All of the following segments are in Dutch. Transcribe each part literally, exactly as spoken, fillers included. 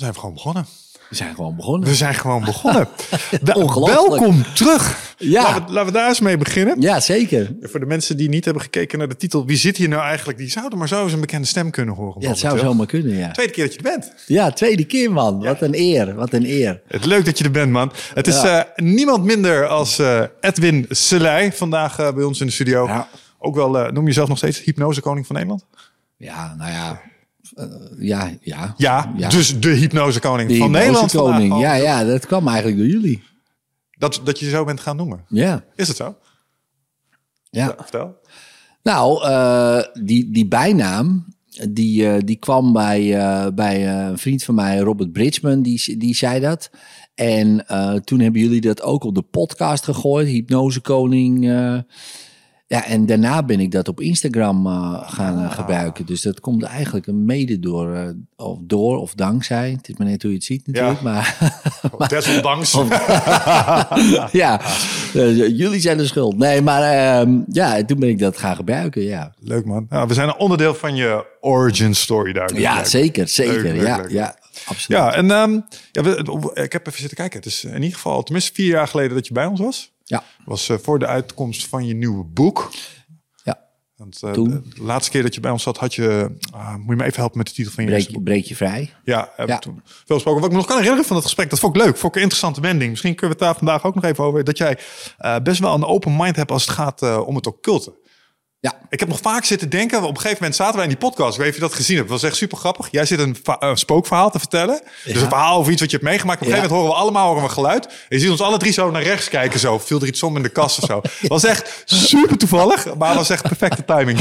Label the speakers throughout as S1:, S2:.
S1: zijn we gewoon begonnen.
S2: We zijn gewoon begonnen.
S1: We zijn gewoon begonnen. Wel, welkom terug.
S2: Ja.
S1: Laten, we, laten we daar eens mee beginnen.
S2: Ja, zeker.
S1: Voor de mensen die niet hebben gekeken naar de titel... Wie zit hier nou eigenlijk? Die zouden maar zo eens een bekende stem kunnen horen.
S2: Ja, het zou zomaar kunnen, ja.
S1: Tweede keer dat je er bent.
S2: Ja, tweede keer, man.
S1: Ja.
S2: Wat een eer, wat een eer.
S1: Het leuk dat je er bent, man. Het is ja. uh, niemand minder als uh, Edwin Selei vandaag uh, bij ons in de studio. Ja. Ook wel, uh, noem je jezelf nog steeds hypnosekoning van Nederland?
S2: Ja, nou ja... Uh, ja, ja,
S1: ja.
S2: Ja,
S1: dus de hypnosekoning
S2: de
S1: van Nederland.
S2: Koning. Ja, ja, dat kwam eigenlijk door jullie.
S1: Dat, dat je zo bent gaan noemen?
S2: Ja.
S1: Is het zo?
S2: Ja.
S1: Vertel.
S2: Nou, uh, die, die bijnaam, die, uh, die kwam bij, uh, bij uh, een vriend van mij, Robert Bridgman, die, die zei dat. En uh, toen hebben jullie dat ook op de podcast gegooid, Hypnosekoning. Uh, Ja, en daarna ben ik dat op Instagram uh, gaan uh, gebruiken. Dus dat komt eigenlijk een mede door, uh, of door of dankzij. Het is maar net hoe je het ziet natuurlijk. Ja. Maar,
S1: maar, desondanks.
S2: Of, ja, uh, jullie zijn de schuld. Nee, maar uh, ja, toen ben ik dat gaan gebruiken, ja.
S1: Leuk, man. Ja, we zijn een onderdeel van je origin story daar. Dus
S2: ja,
S1: leuk.
S2: zeker, zeker.
S1: Leuk, leuk,
S2: ja,
S1: leuk.
S2: ja, absoluut.
S1: Ja, en um, ja, we, ik heb even zitten kijken. Het is in ieder geval tenminste vier jaar geleden dat je bij ons was.
S2: Ja.
S1: Was uh, voor de uitkomst van je nieuwe boek.
S2: Ja.
S1: Want uh, de, de laatste keer dat je bij ons zat, had je... Uh, moet je me even helpen met de titel van je
S2: Breek, boek? Breek je vrij.
S1: Ja, hebben ja. toen veel gesproken. Wat ik me nog kan herinneren van het gesprek, dat vond ik leuk. Vond ik een interessante wending. Misschien kunnen we het daar vandaag ook nog even over. Dat jij uh, best wel een open mind hebt als het gaat uh, om het occulte.
S2: Ja.
S1: Ik heb nog vaak zitten denken, op een gegeven moment zaten wij in die podcast. Ik weet niet of je dat gezien hebt. Het was echt super grappig. Jij zit een va- uh, spookverhaal te vertellen. Ja. Dus een verhaal over iets wat je hebt meegemaakt. Op een gegeven moment horen we allemaal horen we geluid. En je ziet ons alle drie zo naar rechts kijken. Zo. Viel er iets om in de kast of zo. Het was echt super toevallig, maar het was echt perfecte timing.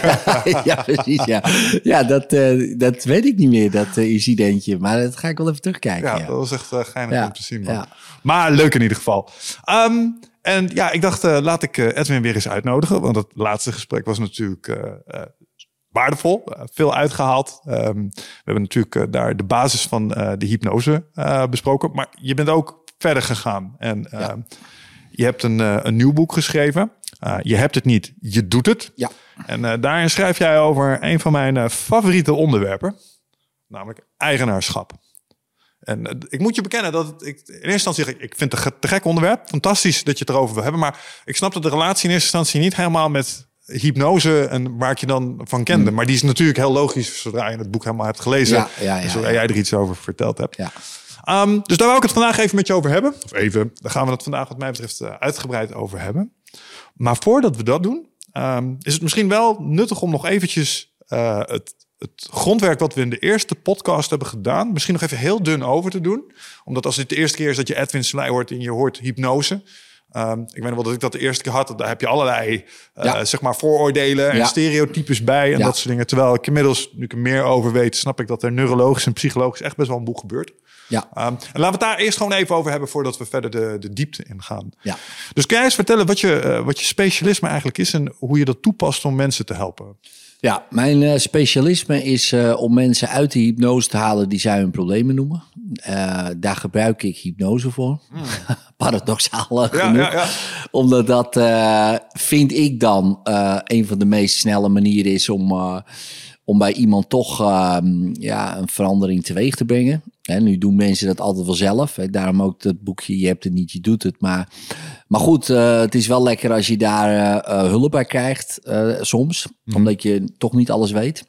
S2: Ja, precies. Ja, ja dat, uh, dat weet ik niet meer, dat uh, incidentje. Maar dat ga ik wel even terugkijken.
S1: Ja,
S2: ja.
S1: dat was echt uh, geinig
S2: ja.
S1: om te zien. Man.
S2: Ja.
S1: Maar leuk in ieder geval. Um, En ja, ik dacht, uh, laat ik uh, Edwin weer eens uitnodigen. Want het laatste gesprek was natuurlijk uh, uh, waardevol. Uh, veel uitgehaald. Um, we hebben natuurlijk uh, daar de basis van uh, de hypnose uh, besproken. Maar je bent ook verder gegaan. En uh, ja. je hebt een, uh, een nieuw boek geschreven. Uh, je hebt het niet, je doet het.
S2: Ja.
S1: En uh, daarin schrijf jij over een van mijn uh, favoriete onderwerpen. Namelijk eigenaarschap. En uh, ik moet je bekennen dat het, ik, in eerste instantie, ik, ik vind het een te gek onderwerp. Fantastisch dat je het erover wil hebben. Maar ik snap dat de relatie in eerste instantie niet helemaal met hypnose en waar ik je dan van kende. Mm. Maar die is natuurlijk heel logisch zodra je het boek helemaal hebt gelezen.
S2: Ja, ja, ja,
S1: en zodra
S2: ja.
S1: jij er iets over verteld hebt.
S2: Ja.
S1: Um, dus daar wil ik het vandaag even met je over hebben. Of even, daar gaan we het vandaag wat mij betreft uh, uitgebreid over hebben. Maar voordat we dat doen, um, is het misschien wel nuttig om nog eventjes uh, het... het grondwerk wat we in de eerste podcast hebben gedaan, misschien nog even heel dun over te doen. Omdat als het de eerste keer is dat je Edwin Selei hoort en je hoort hypnose. Um, ik weet nog wel dat ik dat de eerste keer had. Daar heb je allerlei uh, ja. zeg maar vooroordelen en ja. stereotypes bij en ja. dat soort dingen. Terwijl ik inmiddels, nu ik er meer over weet, snap ik dat er neurologisch en psychologisch echt best wel een boel gebeurt.
S2: Ja.
S1: Um, en laten we het daar eerst gewoon even over hebben voordat we verder de, de diepte in gaan.
S2: Ja.
S1: Dus kan jij eens vertellen wat je, uh, wat je specialisme eigenlijk is en hoe je dat toepast om mensen te helpen?
S2: Ja, mijn uh, specialisme is uh, om mensen uit de hypnose te halen die zij hun problemen noemen. Uh, daar gebruik ik hypnose voor. Mm. Paradoxaal uh,
S1: ja,
S2: genoeg.
S1: Ja, ja.
S2: Omdat dat, uh, vind ik dan, uh, een van de meest snelle manieren is om, uh, om bij iemand toch uh, ja, een verandering teweeg te brengen. Hè, nu doen mensen dat altijd wel zelf. Hè, daarom ook dat boekje, je hebt het niet, je doet het. Maar, maar goed, uh, het is wel lekker als je daar uh, uh, hulp bij krijgt uh, soms. Mm. Omdat je toch niet alles weet.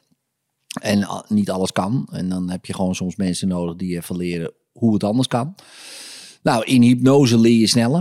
S2: En uh, niet alles kan. En dan heb je gewoon soms mensen nodig die even leren hoe het anders kan. Nou, in hypnose leer je sneller.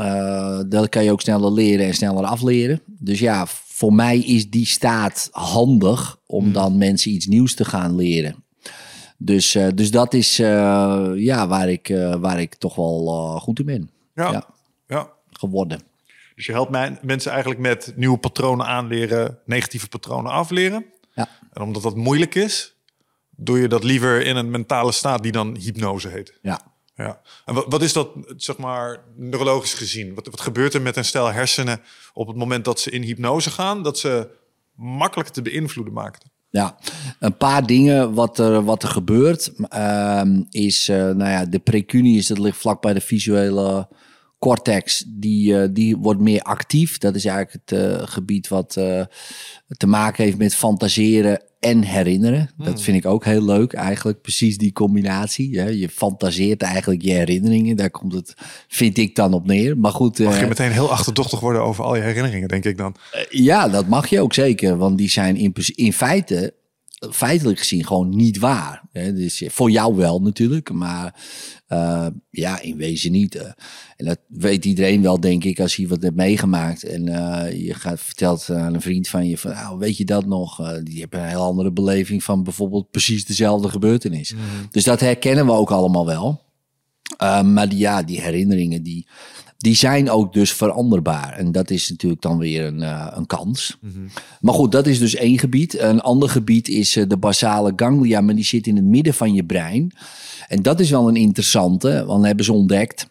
S2: Uh, dat kan je ook sneller leren en sneller afleren. Dus ja, voor mij is die staat handig om mm. dan mensen iets nieuws te gaan leren. Dus, uh, dus dat is uh, ja, waar, ik, uh, waar ik toch wel uh, goed in ben.
S1: Ja,
S2: ja.
S1: ja.
S2: Geworden.
S1: Dus je helpt mij, mensen eigenlijk met nieuwe patronen aanleren, negatieve patronen afleren.
S2: Ja.
S1: En omdat dat moeilijk is, doe je dat liever in een mentale staat die dan hypnose heet.
S2: Ja.
S1: Ja. En wat, wat is dat, zeg maar, neurologisch gezien? Wat, wat gebeurt er met een stel hersenen op het moment dat ze in hypnose gaan, dat ze makkelijk te beïnvloeden maken?
S2: Ja, een paar dingen wat er, wat er gebeurt uh, is, uh, nou ja, de precuneus, dat ligt vlak bij de visuele cortex, die, uh, die wordt meer actief. Dat is eigenlijk het uh, gebied wat uh, te maken heeft met fantaseren en herinneren. Hmm. Dat vind ik ook heel leuk eigenlijk, precies die combinatie. Hè? Je fantaseert eigenlijk je herinneringen. Daar komt het, vind ik dan op neer. Maar goed,
S1: mag je
S2: uh,
S1: meteen heel achterdochtig worden over al je herinneringen, denk ik dan?
S2: Uh, ja, dat mag je ook zeker. Want die zijn in, in feite... feitelijk gezien gewoon niet waar. Hè? Dus voor jou wel natuurlijk, maar uh, ja, in wezen niet. Uh. En dat weet iedereen wel, denk ik, als hij wat heeft meegemaakt. En uh, je gaat vertelt aan een vriend van je van, nou, weet je dat nog? Uh, die hebben een heel andere beleving van bijvoorbeeld precies dezelfde gebeurtenis. Mm. Dus dat herkennen we ook allemaal wel. Uh, maar die, ja, die herinneringen, die, die zijn ook dus veranderbaar. En dat is natuurlijk dan weer een, uh, een kans. Mm-hmm. Maar goed, dat is dus één gebied. Een ander gebied is uh, de basale ganglia, maar die zit in het midden van je brein. En dat is wel een interessante, want dan hebben ze ontdekt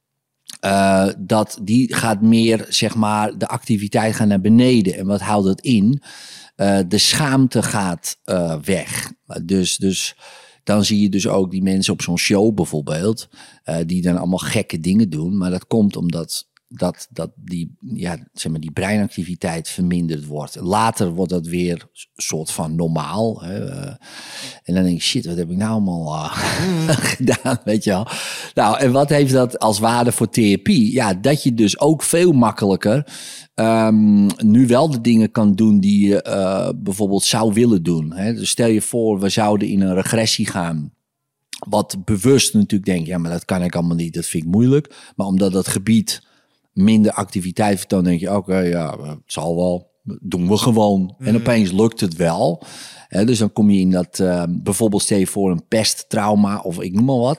S2: uh, dat die gaat meer, zeg maar, de activiteit gaat naar beneden. En wat houdt dat in? Uh, de schaamte gaat uh, weg. Dus... dus dan zie je dus ook die mensen op zo'n show bijvoorbeeld, uh, die dan allemaal gekke dingen doen. Maar dat komt omdat dat, dat die, ja, zeg maar die breinactiviteit verminderd wordt. Later wordt dat weer een soort van normaal. Hè. Uh, en dan denk ik, shit, wat heb ik nou allemaal uh, mm. gedaan, weet je wel. Nou, en wat heeft dat als waarde voor therapie? Ja, dat je dus ook veel makkelijker Um, nu wel de dingen kan doen die je uh, bijvoorbeeld zou willen doen. Hè? Dus stel je voor, we zouden in een regressie gaan. Wat bewust natuurlijk denk, ja, maar dat kan ik allemaal niet, dat vind ik moeilijk. Maar omdat dat gebied minder activiteit vertoont, denk je, oké, okay, ja, het zal wel, doen we gewoon. Mm-hmm. En opeens lukt het wel. Hè? Dus dan kom je in dat, uh, bijvoorbeeld stel je voor een pesttrauma of ik noem maar wat.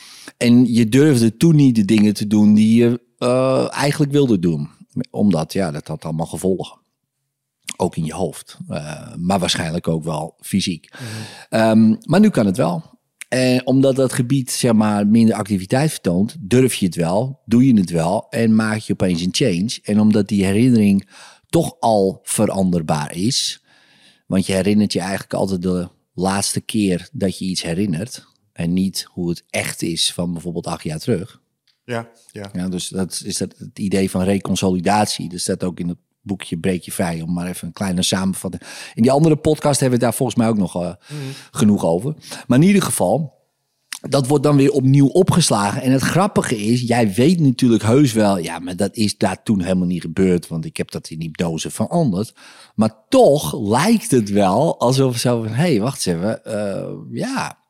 S2: En je durfde toen niet de dingen te doen die je uh, eigenlijk wilde doen. Omdat, ja, dat had allemaal gevolgen. Ook in je hoofd. Uh, maar waarschijnlijk ook wel fysiek. Mm-hmm. Um, maar nu kan het wel. En omdat dat gebied, zeg maar, minder activiteit vertoont, durf je het wel, doe je het wel en maak je opeens een change. En omdat die herinnering toch al veranderbaar is, want je herinnert je eigenlijk altijd de laatste keer dat je iets herinnert en niet hoe het echt is van bijvoorbeeld acht jaar terug.
S1: Ja, ja.
S2: ja, dus dat is dat het idee van reconsolidatie. Dat staat ook in het boekje Breek je vrij, om maar even een kleine samenvatting. In die andere podcast hebben we daar volgens mij ook nog uh, mm. genoeg over. Maar in ieder geval, dat wordt dan weer opnieuw opgeslagen. En het grappige is, jij weet natuurlijk heus wel, ja, maar dat is daar toen helemaal niet gebeurd, want ik heb dat in hypnose veranderd. Maar toch lijkt het wel alsof zo van, hé, hey, wacht eens even, uh, ja...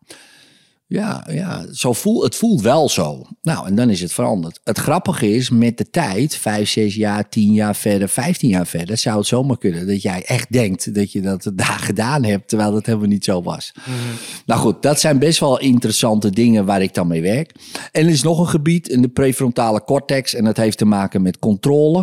S2: Ja, ja zo voel, het voelt wel zo. Nou, en dan is het veranderd. Het grappige is, met de tijd, vijf, zes jaar, tien jaar verder, vijftien jaar verder, zou het zomaar kunnen dat jij echt denkt dat je dat daar gedaan hebt, terwijl dat helemaal niet zo was. Mm-hmm. Nou goed, dat zijn best wel interessante dingen waar ik dan mee werk. En er is nog een gebied in de prefrontale cortex en dat heeft te maken met controle.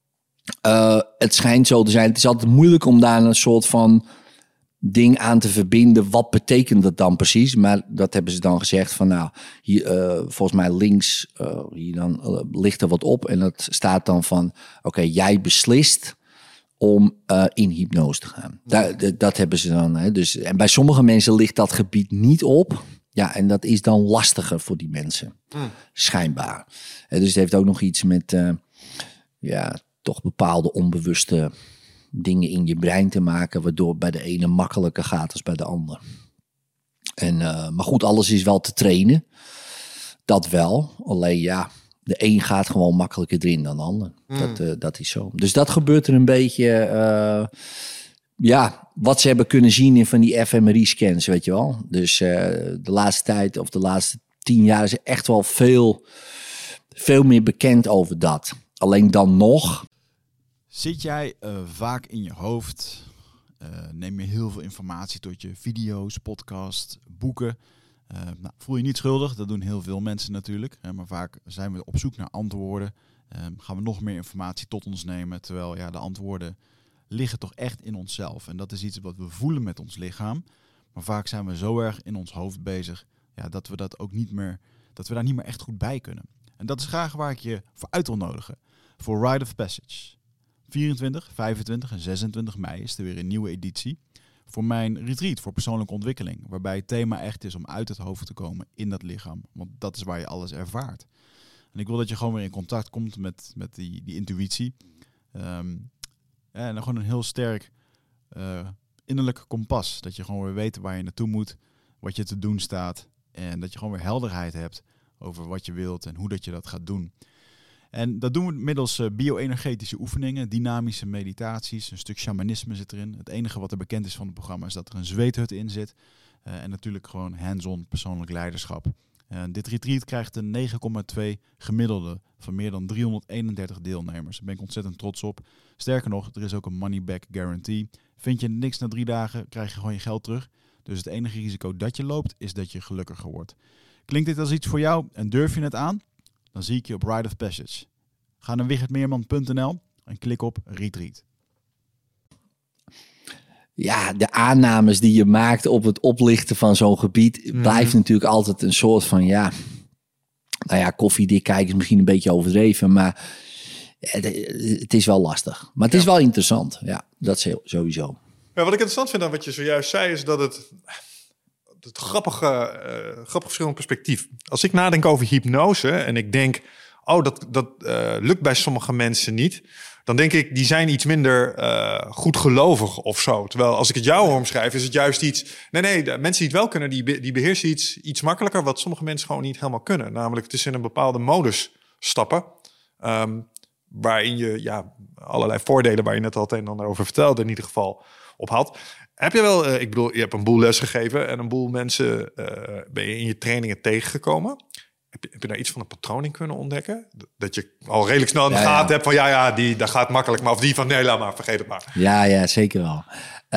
S2: Uh, het schijnt zo te zijn, het is altijd moeilijk om daar een soort van ding aan te verbinden. Wat betekent dat dan precies? Maar dat hebben ze dan gezegd van nou, hier, uh, volgens mij links, uh, hier dan uh, ligt er wat op en dat staat dan van oké, okay, jij beslist om uh, in hypnose te gaan. Ja. Da- d- dat hebben ze dan. Hè. Dus, en bij sommige mensen ligt dat gebied niet op. Ja, en dat is dan lastiger voor die mensen. Mm. Schijnbaar. Uh, dus het heeft ook nog iets met uh, ja, toch bepaalde onbewuste dingen in je brein te maken, waardoor bij de ene makkelijker gaat als bij de ander. En, uh, maar goed, alles is wel te trainen. Dat wel. Alleen ja, de een gaat gewoon makkelijker erin dan de ander. Mm. Dat, uh, dat is zo. Dus dat gebeurt er een beetje. Uh, ja, wat ze hebben kunnen zien in van die F M R I-scans, weet je wel. Dus uh, de laatste tijd of de laatste tien jaar is er echt wel veel, veel meer bekend over dat. Alleen dan nog.
S3: Zit jij uh, vaak in je hoofd? Uh, neem je heel veel informatie tot je video's, podcasts, boeken? Uh, nou, voel je niet schuldig, dat doen heel veel mensen natuurlijk. Hè, maar vaak zijn we op zoek naar antwoorden. Uh, gaan we nog meer informatie tot ons nemen. Terwijl ja, de antwoorden liggen toch echt in onszelf. En dat is iets wat we voelen met ons lichaam. Maar vaak zijn we zo erg in ons hoofd bezig ja, dat we dat ook niet meer, dat we daar niet meer echt goed bij kunnen. En dat is graag waar ik je voor uit wil nodigen. Voor Rite of Passage. vierentwintig, vijfentwintig en zesentwintig mei is er weer een nieuwe editie voor mijn retreat voor persoonlijke ontwikkeling. Waarbij het thema echt is om uit het hoofd te komen in dat lichaam. Want dat is waar je alles ervaart. En ik wil dat je gewoon weer in contact komt met, met die, die intuïtie. Um, en dan gewoon een heel sterk uh, innerlijk kompas. Dat je gewoon weer weet waar je naartoe moet, wat je te doen staat. En dat je gewoon weer helderheid hebt over wat je wilt en hoe dat je dat gaat doen. En dat doen we middels uh, bio-energetische oefeningen, dynamische meditaties, een stuk shamanisme zit erin. Het enige wat er bekend is van het programma is dat er een zweethut in zit. Uh, en natuurlijk gewoon hands-on persoonlijk leiderschap. Uh, dit retreat krijgt een negen komma twee gemiddelde van meer dan driehonderdeenendertig deelnemers. Daar ben ik ontzettend trots op. Sterker nog, er is ook een money back guarantee. Vind je niks na drie dagen, krijg je gewoon je geld terug. Dus het enige risico dat je loopt, is dat je gelukkiger wordt. Klinkt dit als iets voor jou en durf je het aan? Dan zie ik je op Rite of Passage. Ga naar wichertmeerman punt n l en klik op Retreat.
S2: Ja, de aannames die je maakt op het oplichten van zo'n gebied... Mm. blijft natuurlijk altijd een soort van, ja... Nou ja, koffiedik kijken is misschien een beetje overdreven, maar het, het is wel lastig. Maar het ja. is wel interessant, ja, dat is sowieso.
S1: Ja, wat ik interessant vind aan wat je zojuist zei, is dat het... het grappige, uh, grappig verschillend perspectief. Als ik nadenk over hypnose en ik denk... oh, dat, dat uh, lukt bij sommige mensen niet... dan denk ik, die zijn iets minder uh, goedgelovig of zo. Terwijl als ik het jou omschrijf, is het juist iets... Nee, nee, de mensen die het wel kunnen, die, be- die beheersen iets, iets makkelijker... wat sommige mensen gewoon niet helemaal kunnen. Namelijk, het is in een bepaalde modus stappen... Um, waarin je ja, allerlei voordelen... waar je net al het een en ander over vertelde, in ieder geval ophaalt. Heb je wel, uh, ik bedoel, je hebt een boel les gegeven... en een boel mensen uh, ben je in je trainingen tegengekomen... Heb je, heb je daar iets van een patroon in kunnen ontdekken? Dat je al redelijk snel in de ja, gaten ja. hebt van... ja, ja, die, dat gaat makkelijk. Maar of die van, nee, laat maar, vergeet het maar.
S2: Ja, ja, zeker wel.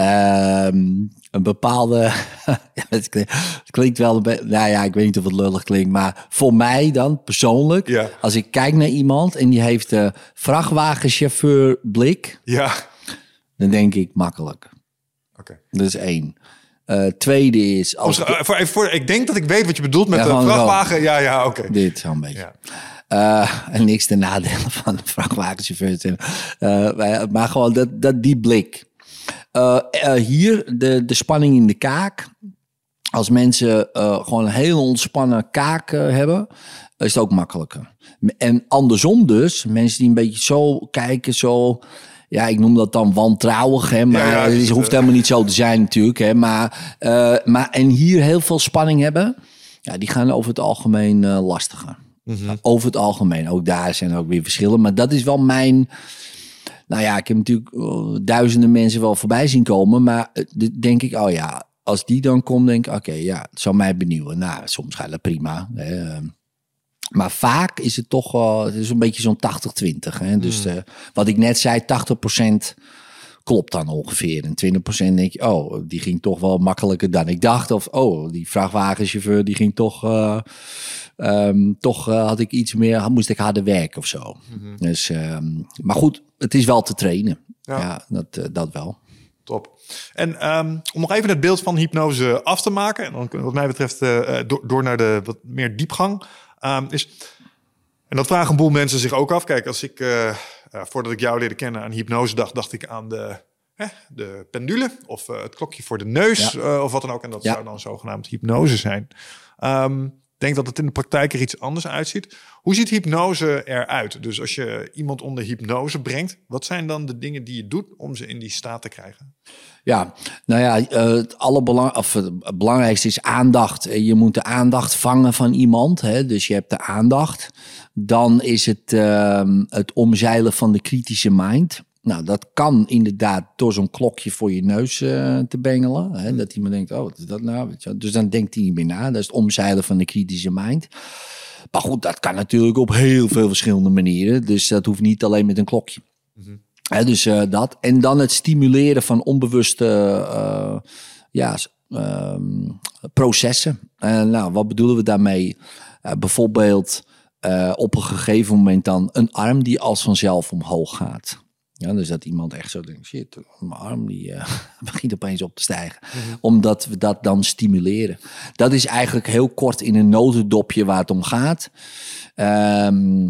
S2: Um, een bepaalde... ja, het klinkt wel... Een be- nou ja, ik weet niet of het lullig klinkt... maar voor mij dan, persoonlijk... Ja. Als ik kijk naar iemand en die heeft de vrachtwagenchauffeur blik...
S1: Ja.
S2: Dan denk ik makkelijk.
S1: Oké. Okay.
S2: Dat is één. Uh, tweede is... Als
S1: ik, voor, voor, ik denk dat ik weet wat je bedoelt met ja, de vrachtwagen. Zo. Ja, ja, oké. Okay.
S2: Dit zo'n beetje. Ja. Uh, en niks te nadelen van de vrachtwagenchauffeur. Uh, maar gewoon dat, dat, die blik. Uh, uh, hier, de, de spanning in de kaak. Als mensen uh, gewoon een hele ontspannen kaak uh, hebben... is het ook makkelijker. En andersom dus. Mensen die een beetje zo kijken, zo... Ja, ik noem dat dan wantrouwig, hè, maar ja, ja, het hoeft helemaal niet zo te zijn natuurlijk. Hè, maar, uh, maar en hier heel veel spanning hebben, ja, die gaan over het algemeen uh, lastiger. Mm-hmm. Over het algemeen, ook daar zijn er ook weer verschillen. Maar dat is wel mijn... Nou ja, ik heb natuurlijk uh, duizenden mensen wel voorbij zien komen, maar uh, denk ik, oh ja, als die dan komt, denk ik, oké, okay, ja, het zou mij benieuwen. Nou, soms gaat dat prima, hè. Maar vaak is het toch wel, het is een beetje zo'n tachtig twintig. Hè? Dus uh, wat ik net zei, tachtig procent klopt dan ongeveer. En twintig procent denk je, oh, die ging toch wel makkelijker dan ik dacht. Of, oh, die vrachtwagenchauffeur, die ging toch, uh, um, toch uh, had ik iets meer, moest ik harder werken of zo. Mm-hmm. Dus, um, maar goed, het is wel te trainen. Ja, ja dat, uh, dat wel.
S1: Top. En um, om nog even het beeld van hypnose af te maken. En dan kunnen we wat mij betreft uh, door, door naar de wat meer diepgang. Um, is, en dat vragen een boel mensen zich ook af. Kijk, als ik, uh, uh, voordat ik jou leerde kennen aan hypnose dacht, dacht ik aan de, eh, de pendule of uh, het klokje voor de neus ja. uh, of wat dan ook. En dat ja. zou dan zogenaamd hypnose zijn. Um, ik denk dat het in de praktijk er iets anders uitziet. Hoe ziet hypnose eruit? Dus als je iemand onder hypnose brengt, wat zijn dan de dingen die je doet om ze in die staat te krijgen?
S2: Ja, nou ja, het, allerbelang, of het belangrijkste is aandacht. Je moet de aandacht vangen van iemand. Hè? Dus je hebt de aandacht. Dan is het uh, het omzeilen van de kritische mind. Nou, dat kan inderdaad door zo'n klokje voor je neus uh, te bengelen. Hè? Dat iemand denkt, oh, wat is dat nou? Dus dan denkt hij niet meer na. Dat is het omzeilen van de kritische mind. Maar goed, dat kan natuurlijk op heel veel verschillende manieren. Dus dat hoeft niet alleen met een klokje. Mm-hmm. He, dus uh, dat. En dan het stimuleren van onbewuste uh, ja, uh, processen. Uh, nou, wat bedoelen we daarmee? Uh, bijvoorbeeld uh, op een gegeven moment dan een arm die als vanzelf omhoog gaat. Ja, dus dat iemand echt zo denkt, shit, mijn arm die uh, begint opeens op te stijgen. Mm-hmm. Omdat we dat dan stimuleren. Dat is eigenlijk heel kort in een notendopje waar het om gaat. Um,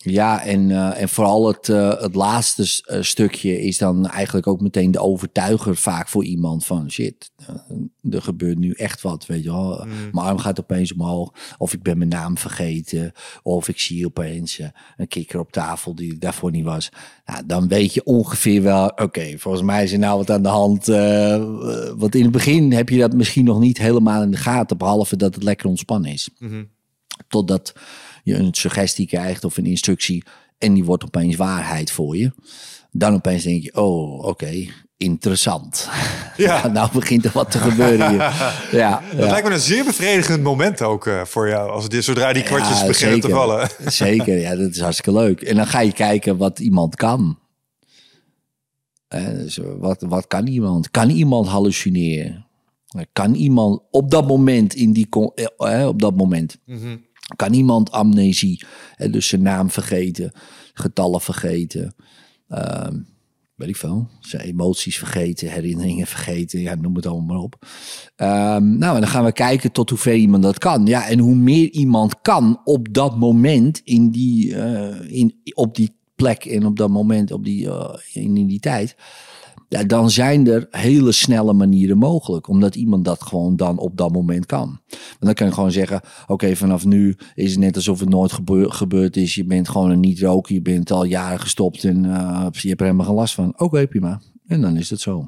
S2: Ja, en, uh, en vooral het, uh, het laatste uh, stukje is dan eigenlijk ook meteen de overtuiger vaak voor iemand van shit, uh, er gebeurt nu echt wat, weet je wel. Mm. Mijn arm gaat opeens omhoog, of ik ben mijn naam vergeten, of ik zie opeens uh, een kikker op tafel die daarvoor niet was. Nou, dan weet je ongeveer wel, oké, okay, volgens mij is er nou wat aan de hand. Uh, want in het begin heb je dat misschien nog niet helemaal in de gaten, behalve dat het lekker ontspannen is. Mm-hmm. Totdat je een suggestie krijgt of een instructie en die wordt opeens waarheid voor je. Dan opeens denk je, oh, oké, okay, interessant. Ja. Nou begint er wat te gebeuren hier. Ja,
S1: dat
S2: ja.
S1: lijkt me een zeer bevredigend moment ook uh, voor jou, als het, zodra die kwartjes ja, beginnen
S2: zeker,
S1: te vallen.
S2: Zeker, ja, dat is hartstikke leuk. En dan ga je kijken wat iemand kan. Uh, dus wat, wat kan iemand? Kan iemand hallucineren? Kan iemand op dat moment in die uh, op dat moment... Mm-hmm. Kan iemand amnesie, dus zijn naam vergeten, getallen vergeten, uh, weet ik veel, zijn emoties vergeten, herinneringen vergeten, ja, noem het allemaal maar op. Um, nou, en dan gaan we kijken tot hoever iemand dat kan. Ja, en hoe meer iemand kan op dat moment, in die, uh, in, op die plek en op dat moment, op die, uh, in, in die tijd... Ja, dan zijn er hele snelle manieren mogelijk. Omdat iemand dat gewoon dan op dat moment kan. Want dan kan je gewoon zeggen, oké, okay, vanaf nu is het net alsof het nooit gebeur, gebeurd is. Je bent gewoon een niet-roker, je bent al jaren gestopt en uh, je hebt er helemaal geen last van. Oké, okay, prima. En dan is het zo.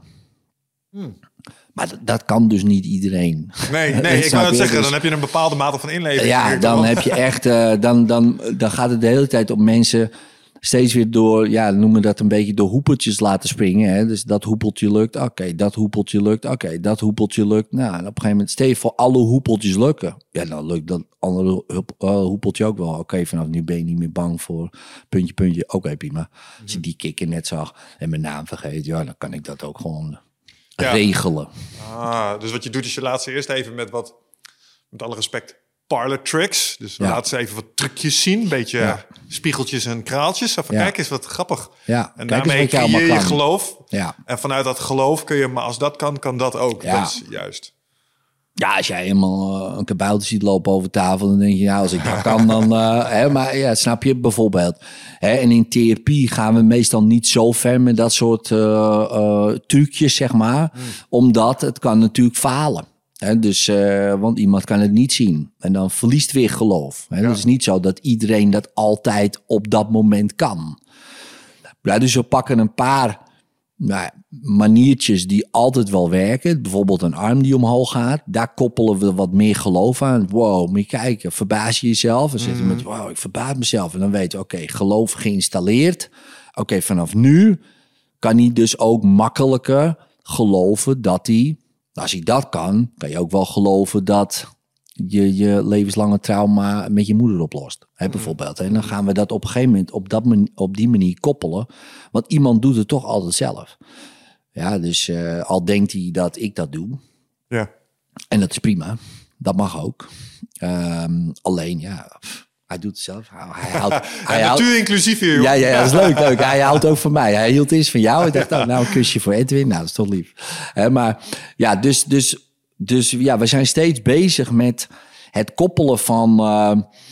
S2: Hmm. Maar dat, dat kan dus niet iedereen.
S1: Nee, nee ik wou het zeggen, dus, dan heb je een bepaalde mate van inleving.
S2: Ja, dan heb je echt, uh, dan, dan, dan gaat het de hele tijd om mensen... steeds weer door, ja, noemen we dat een beetje door hoepeltjes laten springen. Hè? Dus dat hoepeltje lukt, oké, okay, dat hoepeltje lukt, oké, okay, dat hoepeltje lukt. Nou, en op een gegeven moment, stel je voor alle hoepeltjes lukken. Ja, dan lukt dat andere hoepeltje ook wel. Oké, okay, vanaf nu ben je niet meer bang voor puntje, puntje. Oké, okay, prima. Mm-hmm. Als je die kikker net zag en mijn naam vergeet, ja, dan kan ik dat ook gewoon ja. regelen.
S1: Ah, dus wat je doet is je laat ze eerst even met wat, met alle respect... parlor tricks. Dus we ja. laten ze even wat trucjes zien. Een beetje ja. spiegeltjes en kraaltjes. Even ja. kijk eens wat grappig.
S2: Ja.
S1: En
S2: kijk
S1: daarmee creëer je, je geloof.
S2: Ja.
S1: En vanuit dat geloof kun je... maar als dat kan, kan dat ook. Ja. Dat is juist.
S2: Ja, als jij helemaal uh, een kabouter ziet lopen over tafel... dan denk je, ja, als ik dat kan, dan... Uh, hè, maar ja, snap je, bijvoorbeeld. Hè, en in therapie gaan we meestal niet zo ver... met dat soort uh, uh, trucjes, zeg maar. Hmm. Omdat het kan natuurlijk falen. He, dus, uh, want iemand kan het niet zien. En dan verliest weer geloof. He, ja. Het is niet zo dat iedereen dat altijd op dat moment kan. Ja, dus we pakken een paar nou, maniertjes die altijd wel werken. Bijvoorbeeld een arm die omhoog gaat. Daar koppelen we wat meer geloof aan. Wow, moet je kijken. Verbaas je jezelf. En zitten we met, wow, ik verbaas mezelf. En dan weten we, oké, okay, geloof geïnstalleerd. Oké, okay, vanaf nu kan hij dus ook makkelijker geloven dat hij... Als hij dat kan, kan je ook wel geloven dat je je levenslange trauma met je moeder oplost. Hè, bijvoorbeeld. En dan gaan we dat op een gegeven moment op, dat man, op die manier koppelen. Want iemand doet het toch altijd zelf. Ja, dus uh, al denkt hij dat ik dat doe.
S1: Ja.
S2: En dat is prima. Dat mag ook. Um, alleen, ja... Hij doet het zelf. Hij houdt, hij
S1: ja, natuur inclusief hier.
S2: Ja, ja, dat is leuk, leuk. Hij houdt ook van mij. Hij hield eens van jou. Ik dacht, oh, nou, een kusje voor Edwin. Nou, dat is toch lief. He, maar ja, dus, dus, dus ja, we zijn steeds bezig met het koppelen van, uh,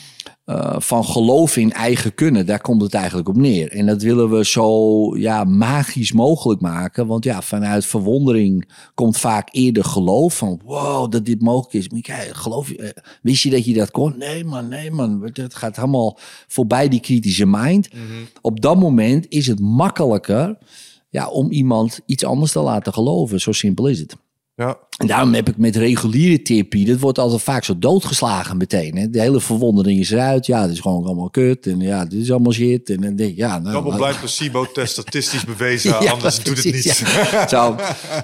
S2: uh, van geloof in eigen kunnen. Daar komt het eigenlijk op neer. En dat willen we zo ja, magisch mogelijk maken. Want ja, vanuit verwondering komt vaak eerder geloof. Van wow, dat dit mogelijk is. Maar kijk, geloof je, uh, wist je dat je dat kon? Nee man, nee man. Het gaat helemaal voorbij die kritische mind. Mm-hmm. Op dat moment is het makkelijker ja, om iemand iets anders te laten geloven. Zo simpel is het.
S1: Ja.
S2: En daarom heb ik met reguliere therapie, dat wordt altijd vaak zo doodgeslagen meteen. Hè? De hele verwondering is eruit. Ja, dit is gewoon allemaal kut. En ja, dit is allemaal shit. En dan denk ik, ja... Nou,
S1: Double blind placebo-test statistisch bewezen. Ja, anders precies, doet het niet.
S2: Ja, zo,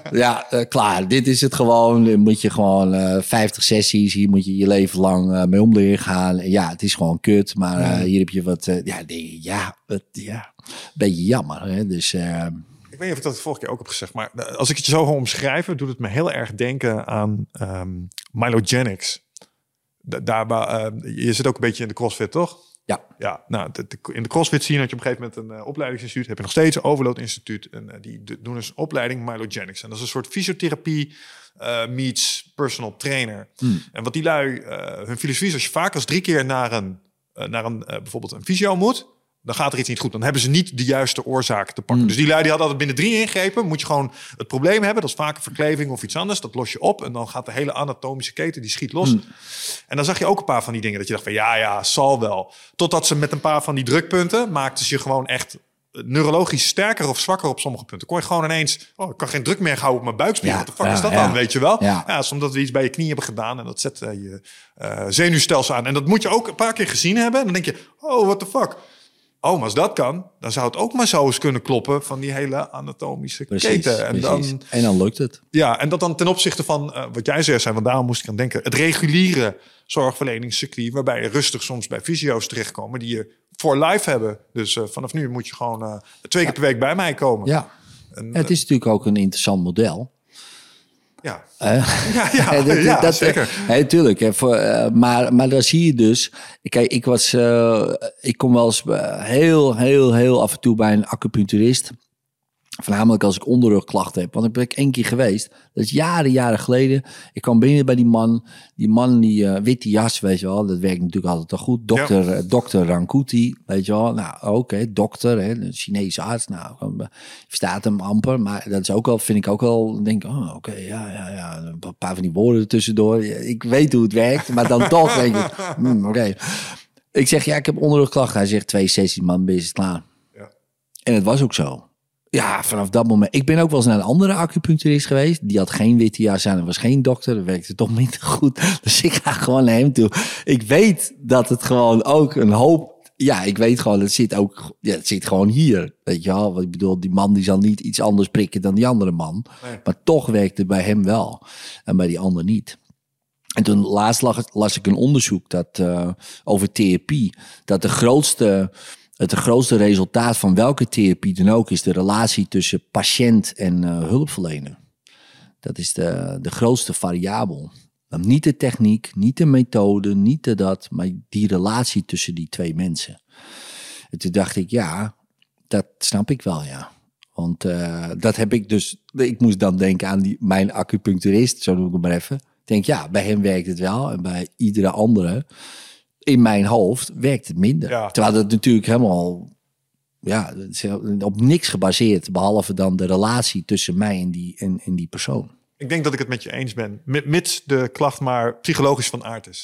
S2: ja uh, klaar. Dit is het gewoon. Dan moet je gewoon uh, vijftig sessies. Hier moet je je leven lang uh, mee om leren gaan. Ja, het is gewoon kut. Maar uh, hier heb je wat... Uh, ja, denk je, ja, het, ja, een beetje jammer. Hè? Dus... Uh,
S1: Ik weet niet of ik dat de vorige keer ook heb gezegd, maar als ik het je zo ga omschrijven, doet het me heel erg denken aan um, Mylogenics. Daar, uh, je zit ook een beetje in de CrossFit, toch?
S2: Ja.
S1: Ja, nou, de, de, in de CrossFit zie je dat je op een gegeven moment een uh, opleidingsinstituut, heb je nog steeds een Overload Instituut, en uh, die de, doen dus een opleiding Mylogenics. En dat is een soort fysiotherapie uh, meets personal trainer. Hmm. En wat die lui, uh, hun filosofie is, als je vaak als drie keer naar een, uh, naar een uh, bijvoorbeeld een fysio moet, dan gaat er iets niet goed. Dan hebben ze niet de juiste oorzaak te pakken.
S2: Mm.
S1: Dus die lui die had altijd binnen drie ingrepen. Moet je gewoon het probleem hebben. Dat is vaak een verkleving of iets anders. Dat los je op. En dan gaat de hele anatomische keten, die schiet los. Mm. En dan zag je ook een paar van die dingen. Dat je dacht van ja, ja, zal wel. Totdat ze met een paar van die drukpunten maakten ze je gewoon echt neurologisch sterker of zwakker op sommige punten. Kon je gewoon ineens, oh, ik kan geen druk meer houden op mijn buikspier. Ja, Wat de fuck ja, is dat ja. dan, weet je wel? Ja. ja, is omdat we iets bij je knie hebben gedaan en dat zet uh, je uh, zenuwstelsel aan. En dat moet je ook een paar keer gezien hebben. En dan denk je, oh, what the fuck? Oh, maar als dat kan, dan zou het ook maar zo eens kunnen kloppen van die hele anatomische precies, keten. En dan,
S2: en dan lukt het.
S1: Ja, en dat dan ten opzichte van uh, wat jij zei, zijn, want daarom moest ik aan denken. Het reguliere zorgverleningscircuit, waarbij je rustig soms bij fysio's terechtkomen die je voor life hebben. Dus uh, vanaf nu moet je gewoon uh, twee keer per week bij mij komen.
S2: Ja, en, het is uh, natuurlijk ook een interessant model.
S1: Ja,
S2: uh,
S1: ja, ja, dat, ja dat, zeker.
S2: Hè, tuurlijk, hè, voor, uh, maar, maar daar zie je dus. Kijk, ik was, uh, ik kom wel eens uh, heel, heel, heel af en toe bij een acupuncturist. Voornamelijk als ik onderrugklachten heb. Want ik ben ik één keer geweest. Dat is jaren, jaren geleden. Ik kwam binnen bij die man. Die man, die uh, witte jas, weet je wel. Dat werkt natuurlijk altijd al goed. Dokter, ja. uh, dokter Rankuti, weet je wel. Nou, oké, okay, dokter, hè, een Chinese arts. Nou, je verstaat hem amper. Maar dat is ook wel, vind ik ook wel, denk oh, oké, okay, ja, ja, ja. Een paar van die woorden tussendoor. Ik weet hoe het werkt, maar dan toch denk ik, hmm, oké. Okay. Ik zeg, ja, ik heb onderrugklachten. Hij zegt, twee sessies, man, ben je klaar. Ja. En het was ook zo. Ja, vanaf dat moment. Ik ben ook wel eens naar een andere acupuncturist geweest. Die had geen witte jas aan en was geen dokter. Dat werkte toch minder goed. Dus ik ga gewoon naar hem toe. Ik weet dat het gewoon ook een hoop... Ja, ik weet gewoon, het zit ook... Ja, het zit gewoon hier. Weet je wel? Ik bedoel, die man die zal niet iets anders prikken dan die andere man. Nee. Maar toch werkte het bij hem wel. En bij die ander niet. En toen laatst las, las ik een onderzoek dat, uh, over therapie. Dat de grootste... Het grootste resultaat van welke therapie dan ook is de relatie tussen patiënt en uh, hulpverlener. Dat is de, de grootste variabel. Dan niet de techniek, niet de methode, niet de dat, maar die relatie tussen die twee mensen. En toen dacht ik, ja, dat snap ik wel, ja. Want uh, dat heb ik dus, ik moest dan denken aan die, mijn acupuncturist, zo noem ik het maar even. Ik denk, ja, bij hem werkt het wel en bij iedere andere... In mijn hoofd werkt het minder. Ja. Terwijl het natuurlijk helemaal ja, op niks gebaseerd. Behalve dan de relatie tussen mij en die, en, en die persoon.
S1: Ik denk dat ik het met je eens ben. Mits de klacht maar psychologisch van aard is.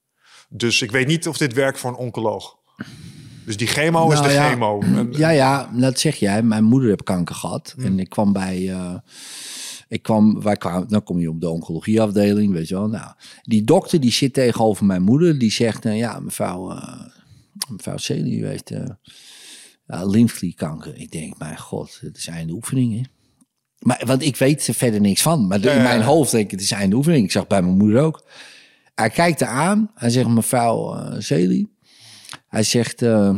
S1: Dus ik weet niet of dit werkt voor een oncoloog. Dus die chemo nou, is de
S2: ja,
S1: chemo.
S2: Ja, ja, dat zeg jij. Mijn moeder heeft kanker gehad. Hmm. En ik kwam bij... Uh, Ik kwam, wij kwamen, dan kom je op de oncologieafdeling, weet je wel. Nou, die dokter die zit tegenover mijn moeder, die zegt, uh, ja, mevrouw, uh, mevrouw Celi, u heeft uh, uh, lymfeklierkanker. Ik denk, mijn god, het is einde oefening, hè. Maar, want ik weet er verder niks van. Maar in mijn hoofd denk ik, het is einde oefening. Ik zag bij mijn moeder ook. Hij kijkt haar aan, hij zegt, mevrouw uh, Celi, hij zegt... Uh,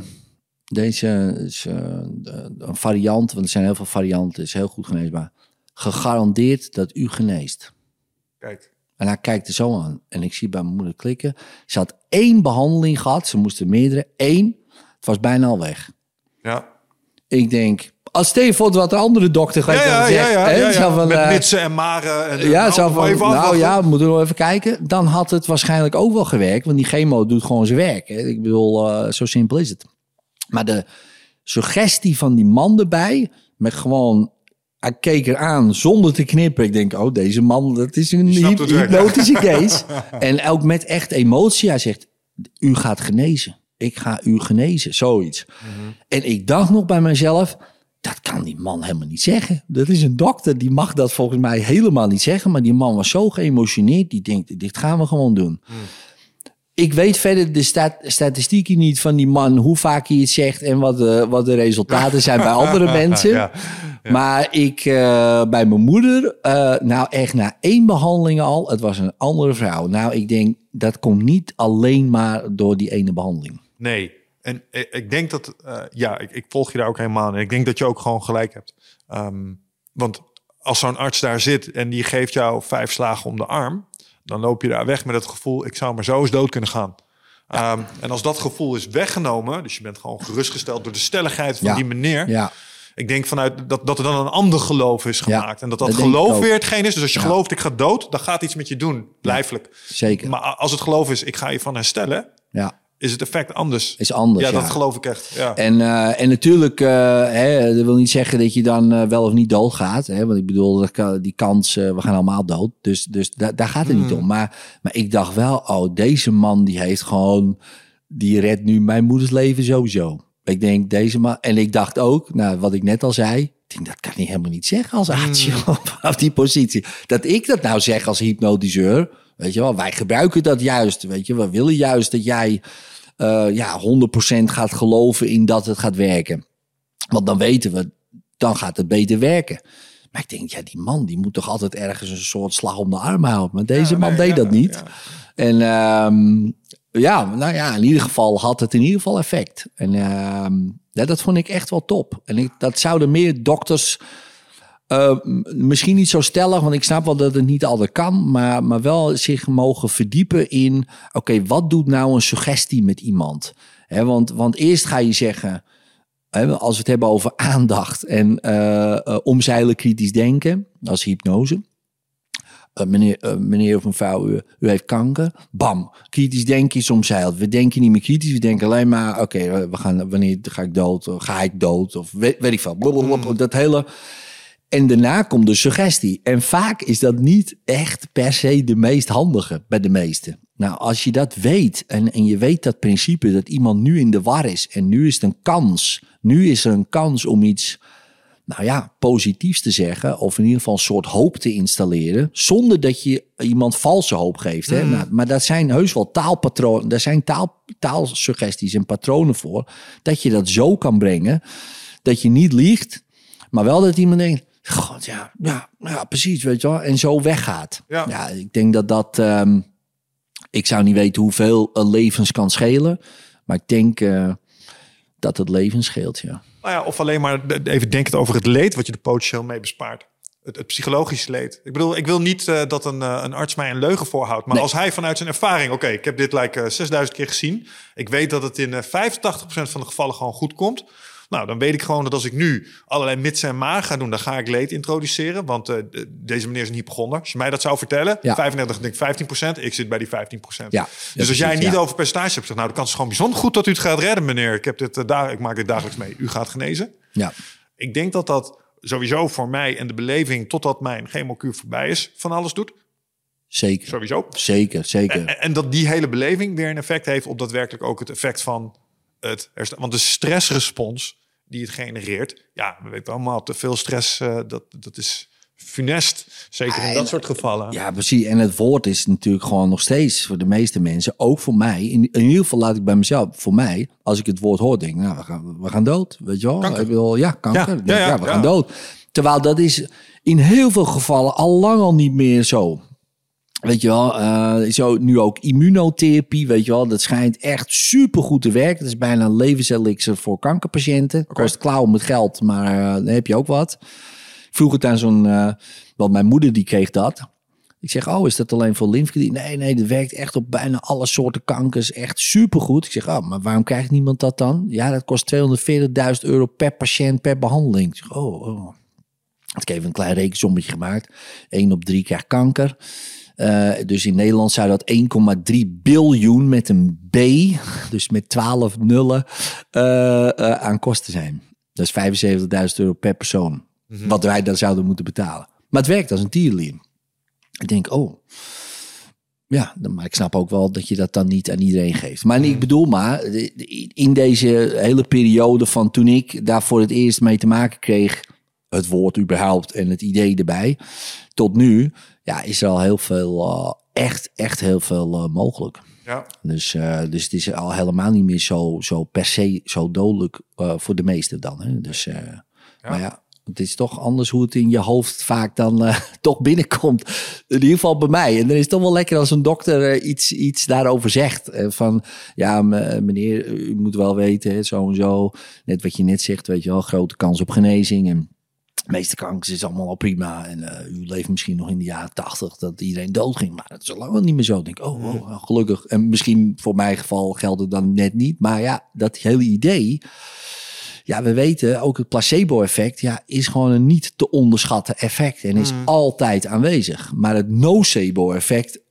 S2: deze is uh, een variant, want er zijn heel veel varianten, is heel goed geneesbaar. Gegarandeerd dat u geneest.
S1: Kijk.
S2: En hij kijkt er zo aan. En ik zie bij mijn moeder klikken. Ze had één behandeling gehad. Ze moesten meerdere. Eén. Het was bijna al weg.
S1: Ja.
S2: Ik denk... Als stel je voor wat de andere dokter gaat
S1: ja, ja,
S2: zeggen.
S1: Ja, ja, ja, ja.
S2: Van,
S1: met
S2: uh,
S1: mitsen en maren. En,
S2: ja,
S1: nou,
S2: zo van,
S1: even
S2: nou ja, we moeten nog even kijken. Dan had het waarschijnlijk ook wel gewerkt. Want die chemo doet gewoon zijn werk. Hè. Ik bedoel, uh, zo simpel is het. Maar de suggestie van die man erbij... met gewoon... Hij keek er aan zonder te knippen. Ik denk, oh, deze man, dat is een hypnotische case. En ook met echt emotie. Hij zegt, u gaat genezen. Ik ga u genezen, zoiets. Mm-hmm. En ik dacht nog bij mezelf, dat kan die man helemaal niet zeggen. Dat is een dokter, die mag dat volgens mij helemaal niet zeggen. Maar die man was zo geëmotioneerd, die denkt, dit gaan we gewoon doen. Mm. Ik weet verder de stat- statistieken niet van die man, hoe vaak hij het zegt en wat de, wat de resultaten zijn bij andere mensen. Ja, ja. Maar ik, uh, bij mijn moeder, uh, nou echt na één behandeling al, het was een andere vrouw. Nou, ik denk, dat komt niet alleen maar door die ene behandeling.
S1: Nee, en ik denk dat, uh, ja, ik, ik volg je daar ook helemaal in. Ik denk dat je ook gewoon gelijk hebt. Um, want als zo'n arts daar zit en die geeft jou vijf slagen om de arm, dan loop je daar weg met het gevoel, ik zou maar zo eens dood kunnen gaan. Ja. Um, en als dat gevoel is weggenomen, dus je bent gewoon gerustgesteld door de stelligheid van ja. die meneer. Ja. Ik denk vanuit dat, dat er dan een ander geloof is gemaakt. Ja, en dat dat, dat geloof weer hetgeen is. Dus als je ja. gelooft, ik ga dood, dan gaat iets met je doen. Blijfelijk.
S2: Ja, zeker.
S1: Maar als het geloof is, ik ga je van herstellen.
S2: Ja.
S1: is het effect anders.
S2: Is anders,
S1: ja.
S2: ja.
S1: Dat geloof ik echt. Ja.
S2: En, uh, en natuurlijk, uh, hè, dat wil niet zeggen dat je dan uh, wel of niet doodgaat. Hè? Want ik bedoel, die kans, uh, we gaan allemaal dood. Dus, dus da- daar gaat het mm. niet om. Maar, maar ik dacht wel, oh, deze man die heeft gewoon, die redt nu mijn moeders leven sowieso. Ik denk, deze man, en ik dacht ook, nou, wat ik net al zei, ik denk, dat kan hij helemaal niet zeggen als arts, mm. op, op die positie. Dat ik dat nou zeg als hypnotiseur, weet je wel, wij gebruiken dat juist, weet je, we willen juist dat jij uh, ja, honderd procent gaat geloven in dat het gaat werken. Want dan weten we, dan gaat het beter werken. Maar ik denk, ja, die man, die moet toch altijd ergens een soort slag om de arm houden. Maar deze ja, man nee, deed ja, dat niet. Ja. En um, ja, nou ja, in ieder geval had het in ieder geval effect. En uh, ja, dat vond ik echt wel top. En ik, dat zouden meer dokters, uh, misschien niet zo stellig, want ik snap wel dat het niet altijd kan, maar, maar wel zich mogen verdiepen in, oké, okay, wat doet nou een suggestie met iemand? He, want, want eerst ga je zeggen, he, als we het hebben over aandacht en uh, uh, omzeilen kritisch denken, als hypnose. Uh, meneer, uh, meneer of mevrouw, u, u heeft kanker. Bam, kritisch denken is omzeild. We denken niet meer kritisch, we denken alleen maar, oké, okay, we gaan, wanneer ga ik dood? Ga ik dood? Of weet, weet ik veel. Blablabla, dat hele. En daarna komt de suggestie. En vaak is dat niet echt per se de meest handige bij de meesten. Nou, als je dat weet en, en je weet dat principe dat iemand nu in de war is en nu is het een kans. Nu is er een kans om iets, nou ja, positiefs te zeggen, of in ieder geval een soort hoop te installeren, zonder dat je iemand valse hoop geeft. Hè? Mm. Nou, maar dat zijn heus wel taalpatronen, daar zijn taal, taalsuggesties en patronen voor, dat je dat zo kan brengen, dat je niet liegt, maar wel dat iemand denkt, god, ja, ja, ja, precies, weet je wel, en zo weggaat. Ja, ja ik denk dat dat, um, ik zou niet weten hoeveel levens kan schelen, maar ik denk uh, dat het leven scheelt, ja.
S1: Nou ja, of alleen maar even denken over het leed wat je er potentieel mee bespaart. Het, het psychologische leed. Ik bedoel, ik wil niet uh, dat een, uh, een arts mij een leugen voorhoudt. Maar nee. Als hij vanuit zijn ervaring, oké, okay, ik heb dit like uh, zesduizend keer gezien. Ik weet dat het in uh, vijfentachtig procent van de gevallen gewoon goed komt. Nou, dan weet ik gewoon dat als ik nu allerlei mits en maar ga doen, dan ga ik leed introduceren. Want uh, deze meneer is een hypochonder. Als je mij dat zou vertellen, ja. vijfendertig, denk ik vijftien procent. Ik zit bij die vijftien procent. Ja, dus als jij niet ja. over percentage hebt, zegt, nou, dan kan het gewoon bijzonder goed dat u het gaat redden, meneer. Ik, heb dit, uh, daar, ik maak dit dagelijks mee. U gaat genezen. Ja. Ik denk dat dat sowieso voor mij en de beleving, totdat mijn chemokuur voorbij is, van alles doet.
S2: Zeker.
S1: Sowieso.
S2: Zeker, zeker.
S1: En, en dat die hele beleving weer een effect heeft op daadwerkelijk ook het effect van het herstel. Want de stressrespons die het genereert, ja, we weten allemaal, te veel stress, uh, dat, dat is funest. Zeker in dat soort gevallen.
S2: Ja, precies. En het woord is natuurlijk gewoon nog steeds voor de meeste mensen, ook voor mij, in, in ieder geval laat ik bij mezelf, voor mij, als ik het woord hoor, denk ik, nou, we gaan, we gaan dood, weet je wel.
S1: Kanker.
S2: Ik wil, ja, kanker. Ja, denk,
S1: ja, ja,
S2: ja, we
S1: ja.
S2: gaan dood. Terwijl dat is in heel veel gevallen al lang al niet meer zo. Weet je wel, uh, zo nu ook immunotherapie, weet je wel, dat schijnt echt supergoed te werken. Dat is bijna een levenselixer voor kankerpatiënten. Okay. Kost klauwen met geld, maar uh, dan heb je ook wat. Ik vroeg het aan zo'n, uh, want mijn moeder die kreeg dat. Ik zeg, oh, is dat alleen voor lymfeklier? Nee, nee, dat werkt echt op bijna alle soorten kankers. Echt supergoed. Ik zeg, oh, maar waarom krijgt niemand dat dan? Ja, dat kost tweehonderdveertigduizend euro per patiënt per behandeling. Ik zeg, oh, oh. Ik heb even een klein rekensommetje gemaakt. één op drie krijgt kanker. Uh, dus in Nederland zou dat één komma drie biljoen met een B, dus met twaalf nullen, uh, uh, aan kosten zijn. Dat is vijfenzeventigduizend euro per persoon. Mm-hmm. Wat wij dan zouden moeten betalen. Maar het werkt als een tierenlier. Ik denk, oh, ja, maar ik snap ook wel dat je dat dan niet aan iedereen geeft. Maar ik bedoel maar, in deze hele periode van toen ik daar voor het eerst mee te maken kreeg, het woord überhaupt en het idee erbij, tot nu, ja, is er al heel veel, uh, echt, echt heel veel uh, mogelijk. Ja. Dus, uh, dus het is al helemaal niet meer zo, zo per se zo dodelijk uh, voor de meesten dan. Hè? Dus, uh, ja. Maar ja, het is toch anders hoe het in je hoofd vaak dan uh, toch binnenkomt. In ieder geval bij mij. En dan is het toch wel lekker als een dokter uh, iets, iets daarover zegt. Uh, van, ja, m- meneer, u moet wel weten, hè, zo en zo. Net wat je net zegt, weet je wel, grote kans op genezing. En de meeste kankers is allemaal al prima. En uh, u leeft misschien nog in de jaren tachtig dat iedereen doodging. Maar dat is al lang niet meer zo. Ik denk, oh, oh, gelukkig. En misschien voor mijn geval geldt het dan net niet. Maar ja, dat hele idee. Ja, we weten ook het placebo-effect. Ja, is gewoon een niet te onderschatten effect. En is mm. altijd aanwezig. Maar het nocebo-effect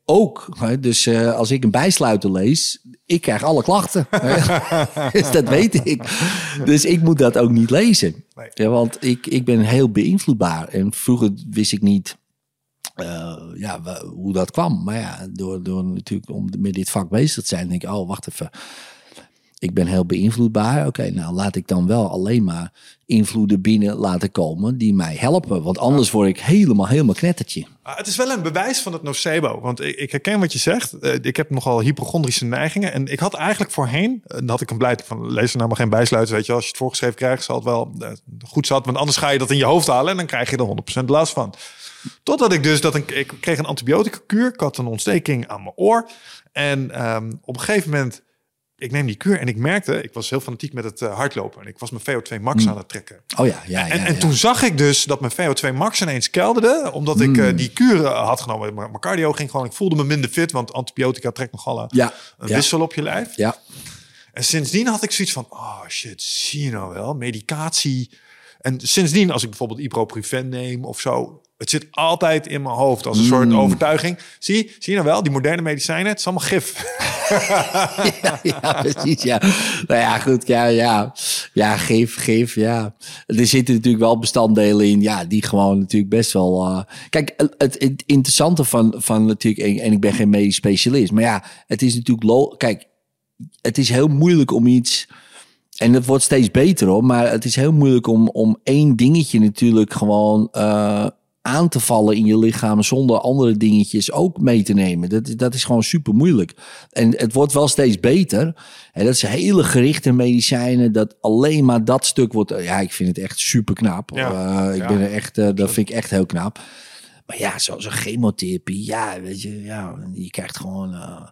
S2: ook. Hè? Dus uh, als ik een bijsluiter lees, ik krijg alle klachten. Dus dat weet ik. Dus ik moet dat ook niet lezen.
S1: Nee.
S2: Ja, want ik, ik ben heel beïnvloedbaar. En vroeger wist ik niet uh, ja, hoe dat kwam. Maar ja, door, door natuurlijk om met dit vak bezig te zijn, denk ik, oh, wacht even. Ik ben heel beïnvloedbaar. Oké, okay, nou laat ik dan wel alleen maar invloeden binnen laten komen die mij helpen. Want anders word ik helemaal, helemaal knettertje.
S1: Uh, het is wel een bewijs van het nocebo. Want ik, ik herken wat je zegt. Uh, ik heb nogal hypochondrische neigingen. En ik had eigenlijk voorheen, uh, dan had ik een beleid van lees er nou maar geen bijsluiter. Weet je, als je het voorgeschreven krijgt, zal het wel uh, goed zat. Want anders ga je dat in je hoofd halen en dan krijg je er honderd procent last van. Totdat ik dus dat een, ik kreeg een antibiotica kuur. Ik had een ontsteking aan mijn oor. En um, op een gegeven moment, ik neem die kuur en ik merkte, ik was heel fanatiek met het uh, hardlopen. En ik was mijn V O twee max mm. aan het trekken.
S2: Oh ja, ja, ja.
S1: En, en
S2: ja.
S1: toen zag ik dus dat mijn V O twee max ineens kelderde. Omdat ik mm. uh, die kuren had genomen. Mijn cardio ging gewoon, ik voelde me minder fit. Want antibiotica trekt nogal een,
S2: ja,
S1: een
S2: ja.
S1: wissel op je lijf.
S2: Ja.
S1: En sindsdien had ik zoiets van, oh shit, zie je nou wel, medicatie. En sindsdien, als ik bijvoorbeeld ibuprofen neem of zo, het zit altijd in mijn hoofd als een mm. soort overtuiging. Zie, zie je nou wel, die moderne medicijnen, het is allemaal gif.
S2: ja, ja, precies, ja. Nou ja, goed, ja, ja. Ja, gif, gif, ja. Er zitten natuurlijk wel bestanddelen in, ja, die gewoon natuurlijk best wel... Uh... Kijk, het, het interessante van, van natuurlijk, en, en ik ben geen medisch specialist, maar ja, het is natuurlijk... Lo- Kijk, het is heel moeilijk om iets... En het wordt steeds beter hoor, maar het is heel moeilijk om, om één dingetje natuurlijk gewoon uh, aan te vallen in je lichaam zonder andere dingetjes ook mee te nemen. Dat, dat is gewoon super moeilijk. En het wordt wel steeds beter. En dat is hele gerichte medicijnen, dat alleen maar dat stuk wordt... Ja, ik vind het echt super knap. Ja, uh, ik ja. ben er echt, uh, dat vind ik echt heel knap. Maar ja, zoals een chemotherapie, ja, weet je, ja, je krijgt gewoon uh,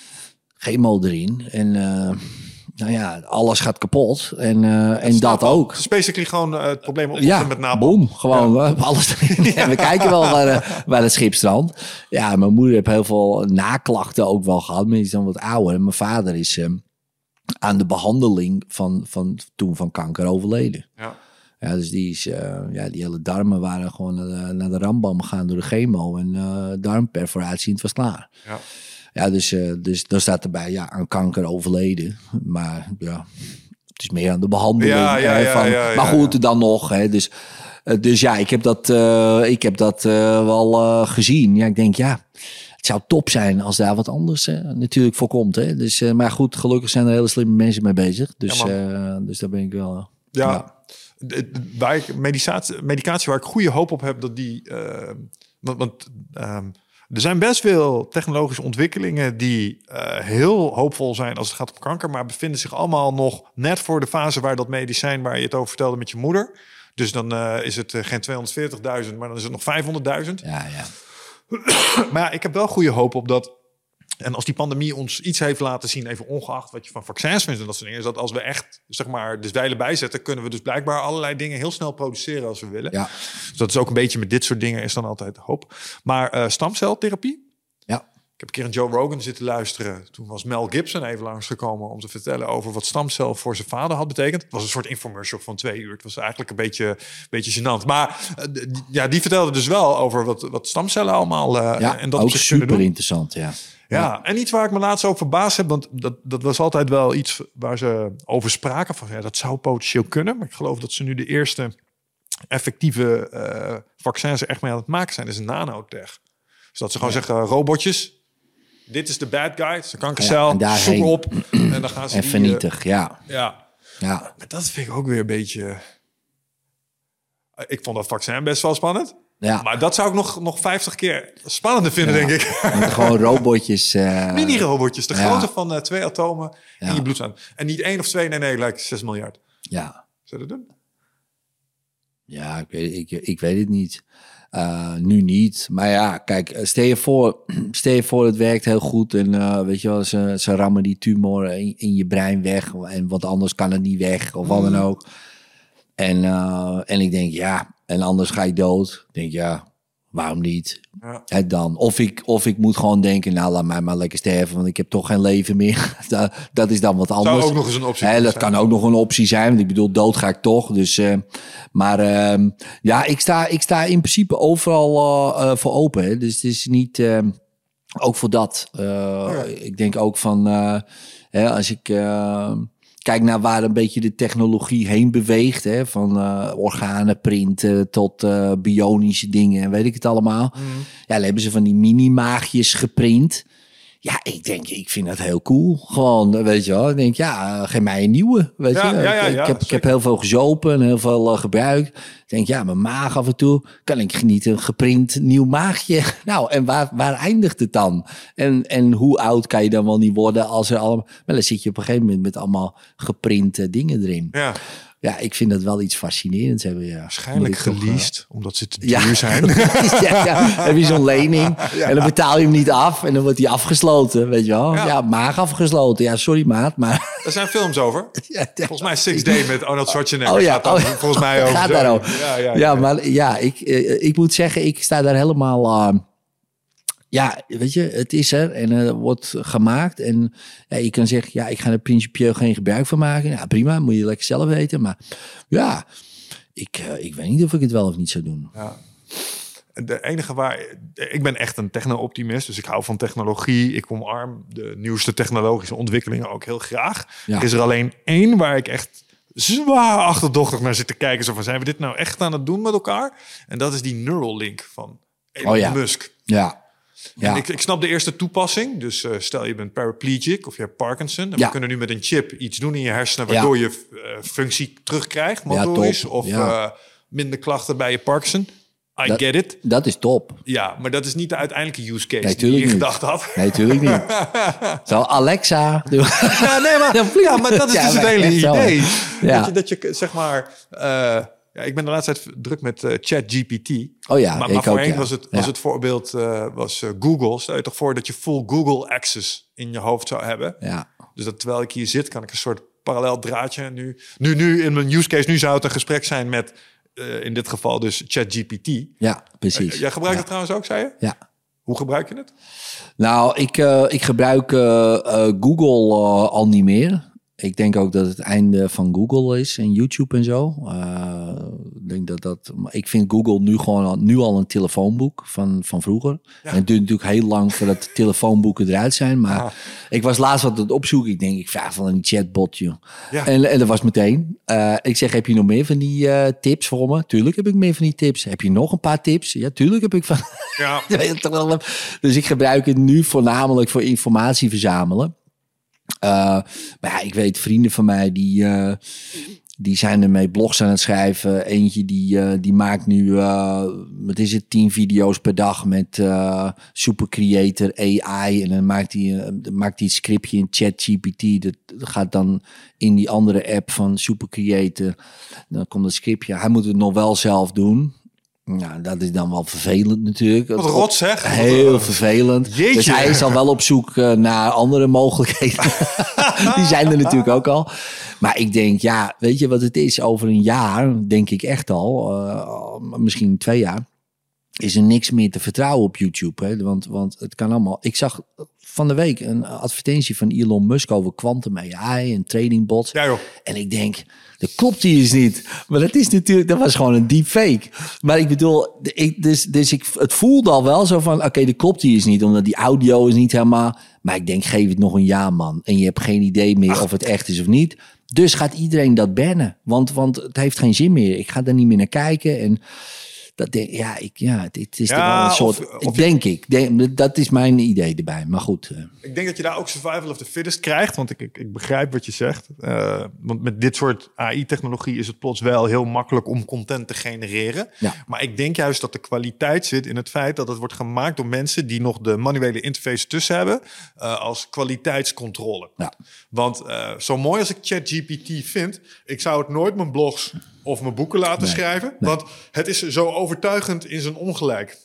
S2: chemo erin en... Uh, Nou ja, alles gaat kapot. En, uh, en dat ook.
S1: Het is basically gewoon uh, het probleem op
S2: ja,
S1: met napalm.
S2: Boom, gewoon ja. uh, alles. ja, we kijken wel waar, uh, waar het schip strandt. Ja, mijn moeder heeft heel veel naklachten ook wel gehad. Maar die is dan wat ouder. En mijn vader is uh, aan de behandeling van, van toen van kanker overleden. Ja. Ja, dus die is, uh, ja, die hele darmen waren gewoon naar de, naar de Rambam gegaan door de chemo. En uh, darmperforatie en het was klaar. Ja. Ja, dus, uh, dus dan staat erbij, ja, aan kanker overleden. Maar ja, het is meer aan de behandeling. Ja, ja, ja, van, ja, ja, maar goed, ja. dan nog. Hè, dus, uh, dus ja, ik heb dat, uh, ik heb dat uh, wel uh, gezien. Ja, ik denk, ja, het zou top zijn als daar wat anders uh, natuurlijk voor komt. Hè. Dus, uh, maar goed, gelukkig zijn er hele slimme mensen mee bezig. Dus, ja, uh, dus daar ben ik wel... Uh,
S1: ja, ja. De, de, waar ik medicatie, medicatie waar ik goede hoop op heb, dat die... Uh, want... want um, er zijn best veel technologische ontwikkelingen die uh, heel hoopvol zijn als het gaat om kanker, maar bevinden zich allemaal nog net voor de fase waar dat medicijn waar je het over vertelde met je moeder. Dus dan uh, is het uh, geen tweehonderdveertigduizend, maar dan is het nog vijfhonderdduizend.
S2: Ja, ja.
S1: Maar ja, ik heb wel goede hoop op dat. En als die pandemie ons iets heeft laten zien, even ongeacht wat je van vaccins vindt en dat soort dingen, is dat als we echt, zeg maar, de zeilen bijzetten, kunnen we dus blijkbaar allerlei dingen heel snel produceren als we willen. Ja. Dus dat is ook een beetje met dit soort dingen is dan altijd hoop. Maar uh, stamceltherapie?
S2: Ja.
S1: Ik heb een keer een Joe Rogan zitten luisteren. Toen was Mel Gibson even langsgekomen om te vertellen over wat stamcel voor zijn vader had betekend. Het was een soort infomercial van twee uur. Het was eigenlijk een beetje, beetje gênant. Maar uh, ja, die vertelde dus wel over wat, wat stamcellen allemaal uh,
S2: ja,
S1: en dat
S2: ook super interessant, ja.
S1: Ja, ja, en iets waar ik me laatst over verbaasd heb, want dat, dat was altijd wel iets waar ze over spraken. Van ja, dat zou potentieel kunnen. Maar ik geloof dat ze nu de eerste effectieve uh, vaccins er echt mee aan het maken zijn. Dat is een nanotech. Dus dat ze gewoon ja. zeggen, robotjes, dit is de bad guy, het is een kankercel, ja, zoek op. En dan gaan ze
S2: en vernietig, uh, ja.
S1: ja.
S2: Ja.
S1: Maar dat vind ik ook weer een beetje... Ik vond dat vaccin best wel spannend. Ja. Maar dat zou ik nog, nog vijftig keer spannender vinden, ja. denk ik.
S2: Gewoon robotjes. Uh...
S1: Mini-robotjes, de
S2: ja.
S1: grootte van uh, twee atomen
S2: ja.
S1: in je bloedzuim. En niet één of twee, nee, nee, lijkt zes miljard.
S2: Ja.
S1: Zou je dat doen?
S2: Ja, ik weet, ik, ik weet het niet. Uh, nu niet. Maar ja, kijk, stel je voor, stel je voor het werkt heel goed. En uh, weet je wel, ze, ze rammen die tumor in, in je brein weg. En wat anders kan het niet weg, of wat dan ook. En, uh, en ik denk, ja, en anders ga je dood. Ik denk, ja, waarom niet? Ja. En dan. Of ik, of ik moet gewoon denken, nou, laat mij maar lekker sterven, want ik heb toch geen leven meer. dat, dat is dan wat anders.
S1: Zou ook nog eens een optie
S2: He, dat
S1: zijn.
S2: kan ook nog een optie zijn, want ik bedoel, dood ga ik toch. Dus, uh, maar uh, ja, ik sta, ik sta in principe overal uh, uh, voor open. Hè. Dus het is niet... Uh, ook voor dat. Uh,
S1: ja.
S2: Ik denk ook van, uh, hè, als ik uh, kijk naar waar een beetje de technologie heen beweegt, hè, van uh, organen printen tot uh, bionische dingen en weet ik het allemaal. Mm. Ja, dan hebben ze van die mini-maagjes geprint. Ja, ik denk, ik vind dat heel cool. Gewoon, weet je wel. Ik denk, ja, geef mij een nieuwe, weet
S1: ja,
S2: je.
S1: Ja, ja,
S2: ik,
S1: ja,
S2: ik, heb, ik heb heel veel gezopen en heel veel uh, gebruikt. Ik denk, ja, mijn maag af en toe kan ik genieten. Een geprint nieuw maagje. Nou, en waar, waar eindigt het dan? En, en hoe oud kan je dan wel niet worden als er allemaal... Maar dan zit je op een gegeven moment met allemaal geprinte dingen erin.
S1: Ja.
S2: Ja, ik vind dat wel iets fascinerends hebben. Ja.
S1: Waarschijnlijk geleased, uh... omdat ze te duur
S2: ja,
S1: zijn.
S2: ja, ja. Heb je zo'n lening ja. en dan betaal je hem niet af en dan wordt hij afgesloten, weet je wel. Ja, ja maag afgesloten. Ja, sorry maat, maar...
S1: Er zijn films over. Ja, ja. Volgens mij Six Day met Arnold Schwarzenegger.
S2: Oh ja,
S1: gaat dan,
S2: oh,
S1: volgens mij over.
S2: Gaat daarover. Ja, ja, ja, ja, maar ja, ik, ik moet zeggen, ik sta daar helemaal... Uh, Ja, weet je, het is er en het uh, wordt gemaakt. En ja, je kan zeggen, ja, ik ga er principieel geen gebruik van maken. Ja, prima, moet je lekker zelf weten. Maar ja, ik, uh, ik weet niet of ik het wel of niet zou doen.
S1: Ja. De enige waar... Ik ben echt een techno-optimist, dus ik hou van technologie. Ik omarm de nieuwste technologische ontwikkelingen ook heel graag. Ja. Er is er alleen één waar ik echt zwaar achterdochtig naar zit te kijken. Zo van, zijn we dit nou echt aan het doen met elkaar? En dat is die Neuralink van Elon
S2: oh, ja.
S1: Musk.
S2: Ja. Ja.
S1: Ik, ik snap de eerste toepassing. Dus uh, stel je bent paraplegic of je hebt Parkinson. En ja. we kunnen nu met een chip iets doen in je hersenen... waardoor ja. je uh, functie terugkrijgt, motorisch. Ja, of ja. uh, minder klachten bij je Parkinson. I
S2: dat,
S1: get it.
S2: Dat is top.
S1: Ja, maar dat is niet de uiteindelijke use case
S2: nee,
S1: die je
S2: niet.
S1: gedacht had.
S2: Nee, tuurlijk niet. Zo, Alexa.
S1: Ja, nee, maar, ja, maar dat is ja, dus het hele idee.
S2: Ja.
S1: Dat, je, dat je, zeg maar... Uh, Ja, ik ben de laatste tijd druk met uh, ChatGPT.
S2: Oh ja,
S1: maar, maar voorheen
S2: ook, ja.
S1: was het,
S2: ja.
S1: was het voorbeeld uh, was, uh, Google. Stel je toch voor dat je full Google access in je hoofd zou hebben.
S2: Ja.
S1: Dus dat terwijl ik hier zit, kan ik een soort parallel draadje. Nu, nu, nu in mijn use case, nu zou het een gesprek zijn met uh, in dit geval dus ChatGPT.
S2: Ja, precies.
S1: Uh, jij gebruikt
S2: ja.
S1: het trouwens ook, zei je?
S2: Ja.
S1: Hoe gebruik je het?
S2: Nou, ik, uh, ik gebruik uh, uh, Google uh, al niet meer. Ik denk ook dat het einde van Google is en YouTube en zo. Uh, ik denk dat dat. Ik vind Google nu gewoon al, nu al een telefoonboek van, van vroeger. Ja. En het duurt natuurlijk heel lang voordat de telefoonboeken eruit zijn. Maar ah. ik was laatst wat aan het opzoeken. Ik denk, ik vraag van een chatbot, joh. Ja. En, en dat was meteen. Uh, ik zeg, heb je nog meer van die uh, tips voor me? Tuurlijk heb ik meer van die tips. Heb je nog een paar tips? Ja, tuurlijk heb ik van. Ja. Dus ik gebruik het nu voornamelijk voor informatie verzamelen. Uh, maar ja, ik weet vrienden van mij die, uh, die zijn ermee blogs aan het schrijven. Eentje die, uh, die maakt nu, uh, wat is het, tien video's per dag met uh, Super Creator A I. En dan maakt hij, uh, maakt hij het scriptje in ChatGPT. Dat gaat dan in die andere app van Super Creator. Dan komt het scriptje. Hij moet het nog wel zelf doen. Nou, dat is dan wel vervelend natuurlijk.
S1: Wat rot zeg.
S2: Heel vervelend. Jeetje. Dus hij is al wel op zoek uh, naar andere mogelijkheden. Die zijn er natuurlijk ook al. Maar ik denk, ja, weet je wat het is? Over een jaar, denk ik echt al, uh, misschien twee jaar, is er niks meer te vertrouwen op YouTube. Hè? Want, want het kan allemaal... Ik zag van de week een advertentie van Elon Musk over quantum A I en trading bots.
S1: Ja, joh.
S2: En ik denk, dat klopt die eens niet. Maar dat is natuurlijk, dat was gewoon een deepfake. Maar ik bedoel, ik, dus, dus ik, het voelde al wel zo van, oké, okay, dat klopt die eens niet, omdat die audio is niet helemaal. Maar ik denk, geef het nog een jaar, man. En je hebt geen idee meer Ach. of het echt is of niet. Dus gaat iedereen dat bannen. Want, want het heeft geen zin meer. Ik ga daar niet meer naar kijken. En dat denk, ja, ik, ja, het is ja, wel een soort, of, of denk je, ik. Denk, dat is mijn idee erbij. Maar goed. Uh.
S1: Ik denk dat je daar ook survival of the fittest krijgt. Want ik, ik, ik begrijp wat je zegt. Uh, want met dit soort A I-technologie is het plots wel heel makkelijk om content te genereren. Ja. Maar ik denk juist dat de kwaliteit zit in het feit dat het wordt gemaakt door mensen die nog de manuele interface tussen hebben. Uh, als kwaliteitscontrole. Ja. Want uh, zo mooi als ik ChatGPT vind, ik zou het nooit mijn blogs of mijn boeken laten nee, schrijven. Nee. Want het is zo overtuigend in zijn ongelijk.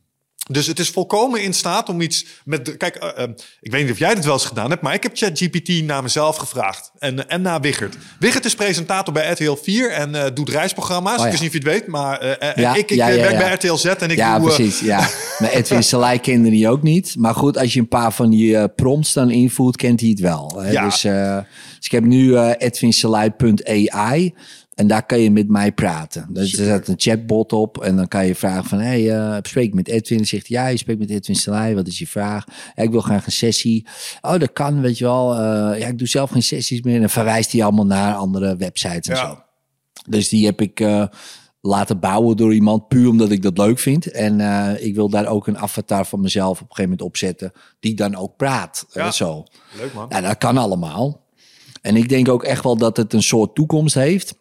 S1: Dus het is volkomen in staat om iets met... De, kijk, uh, uh, ik weet niet of jij dit wel eens gedaan hebt, maar ik heb ChatGPT naar mezelf gevraagd. En, en naar Wichert. Wichert is presentator bij R T L vier en uh, doet reisprogramma's. Oh, ja. Ik wist niet of je het weet, maar uh, ja, ik, ik ja, ja,
S2: werk
S1: ja. bij R T L Z en ik
S2: ja,
S1: doe...
S2: Ja, precies, uh, ja. Maar Edwin Selei kende die ook niet. Maar goed, als je een paar van die uh, prompts dan invoert, kent hij het wel. Hè? Ja. Dus, uh, dus ik heb nu uh, edwin selei punt a i. En daar kan je met mij praten. Dus er zit een chatbot op. En dan kan je vragen van... Hey, uh, spreek ik met Edwin? Dan zegt hij... Ja, je spreekt met Edwin Selij. Wat is je vraag? Ja, ik wil graag een sessie. Oh, dat kan, weet je wel. Uh, ja, ik doe zelf geen sessies meer. En dan verwijst hij allemaal naar andere websites en ja. zo. Dus die heb ik uh, laten bouwen door iemand. Puur omdat ik dat leuk vind. En uh, ik wil daar ook een avatar van mezelf op een gegeven moment opzetten. Die dan ook praat. Ja. Uh, zo.
S1: Leuk, man.
S2: Ja, dat kan allemaal. En ik denk ook echt wel dat het een soort toekomst heeft...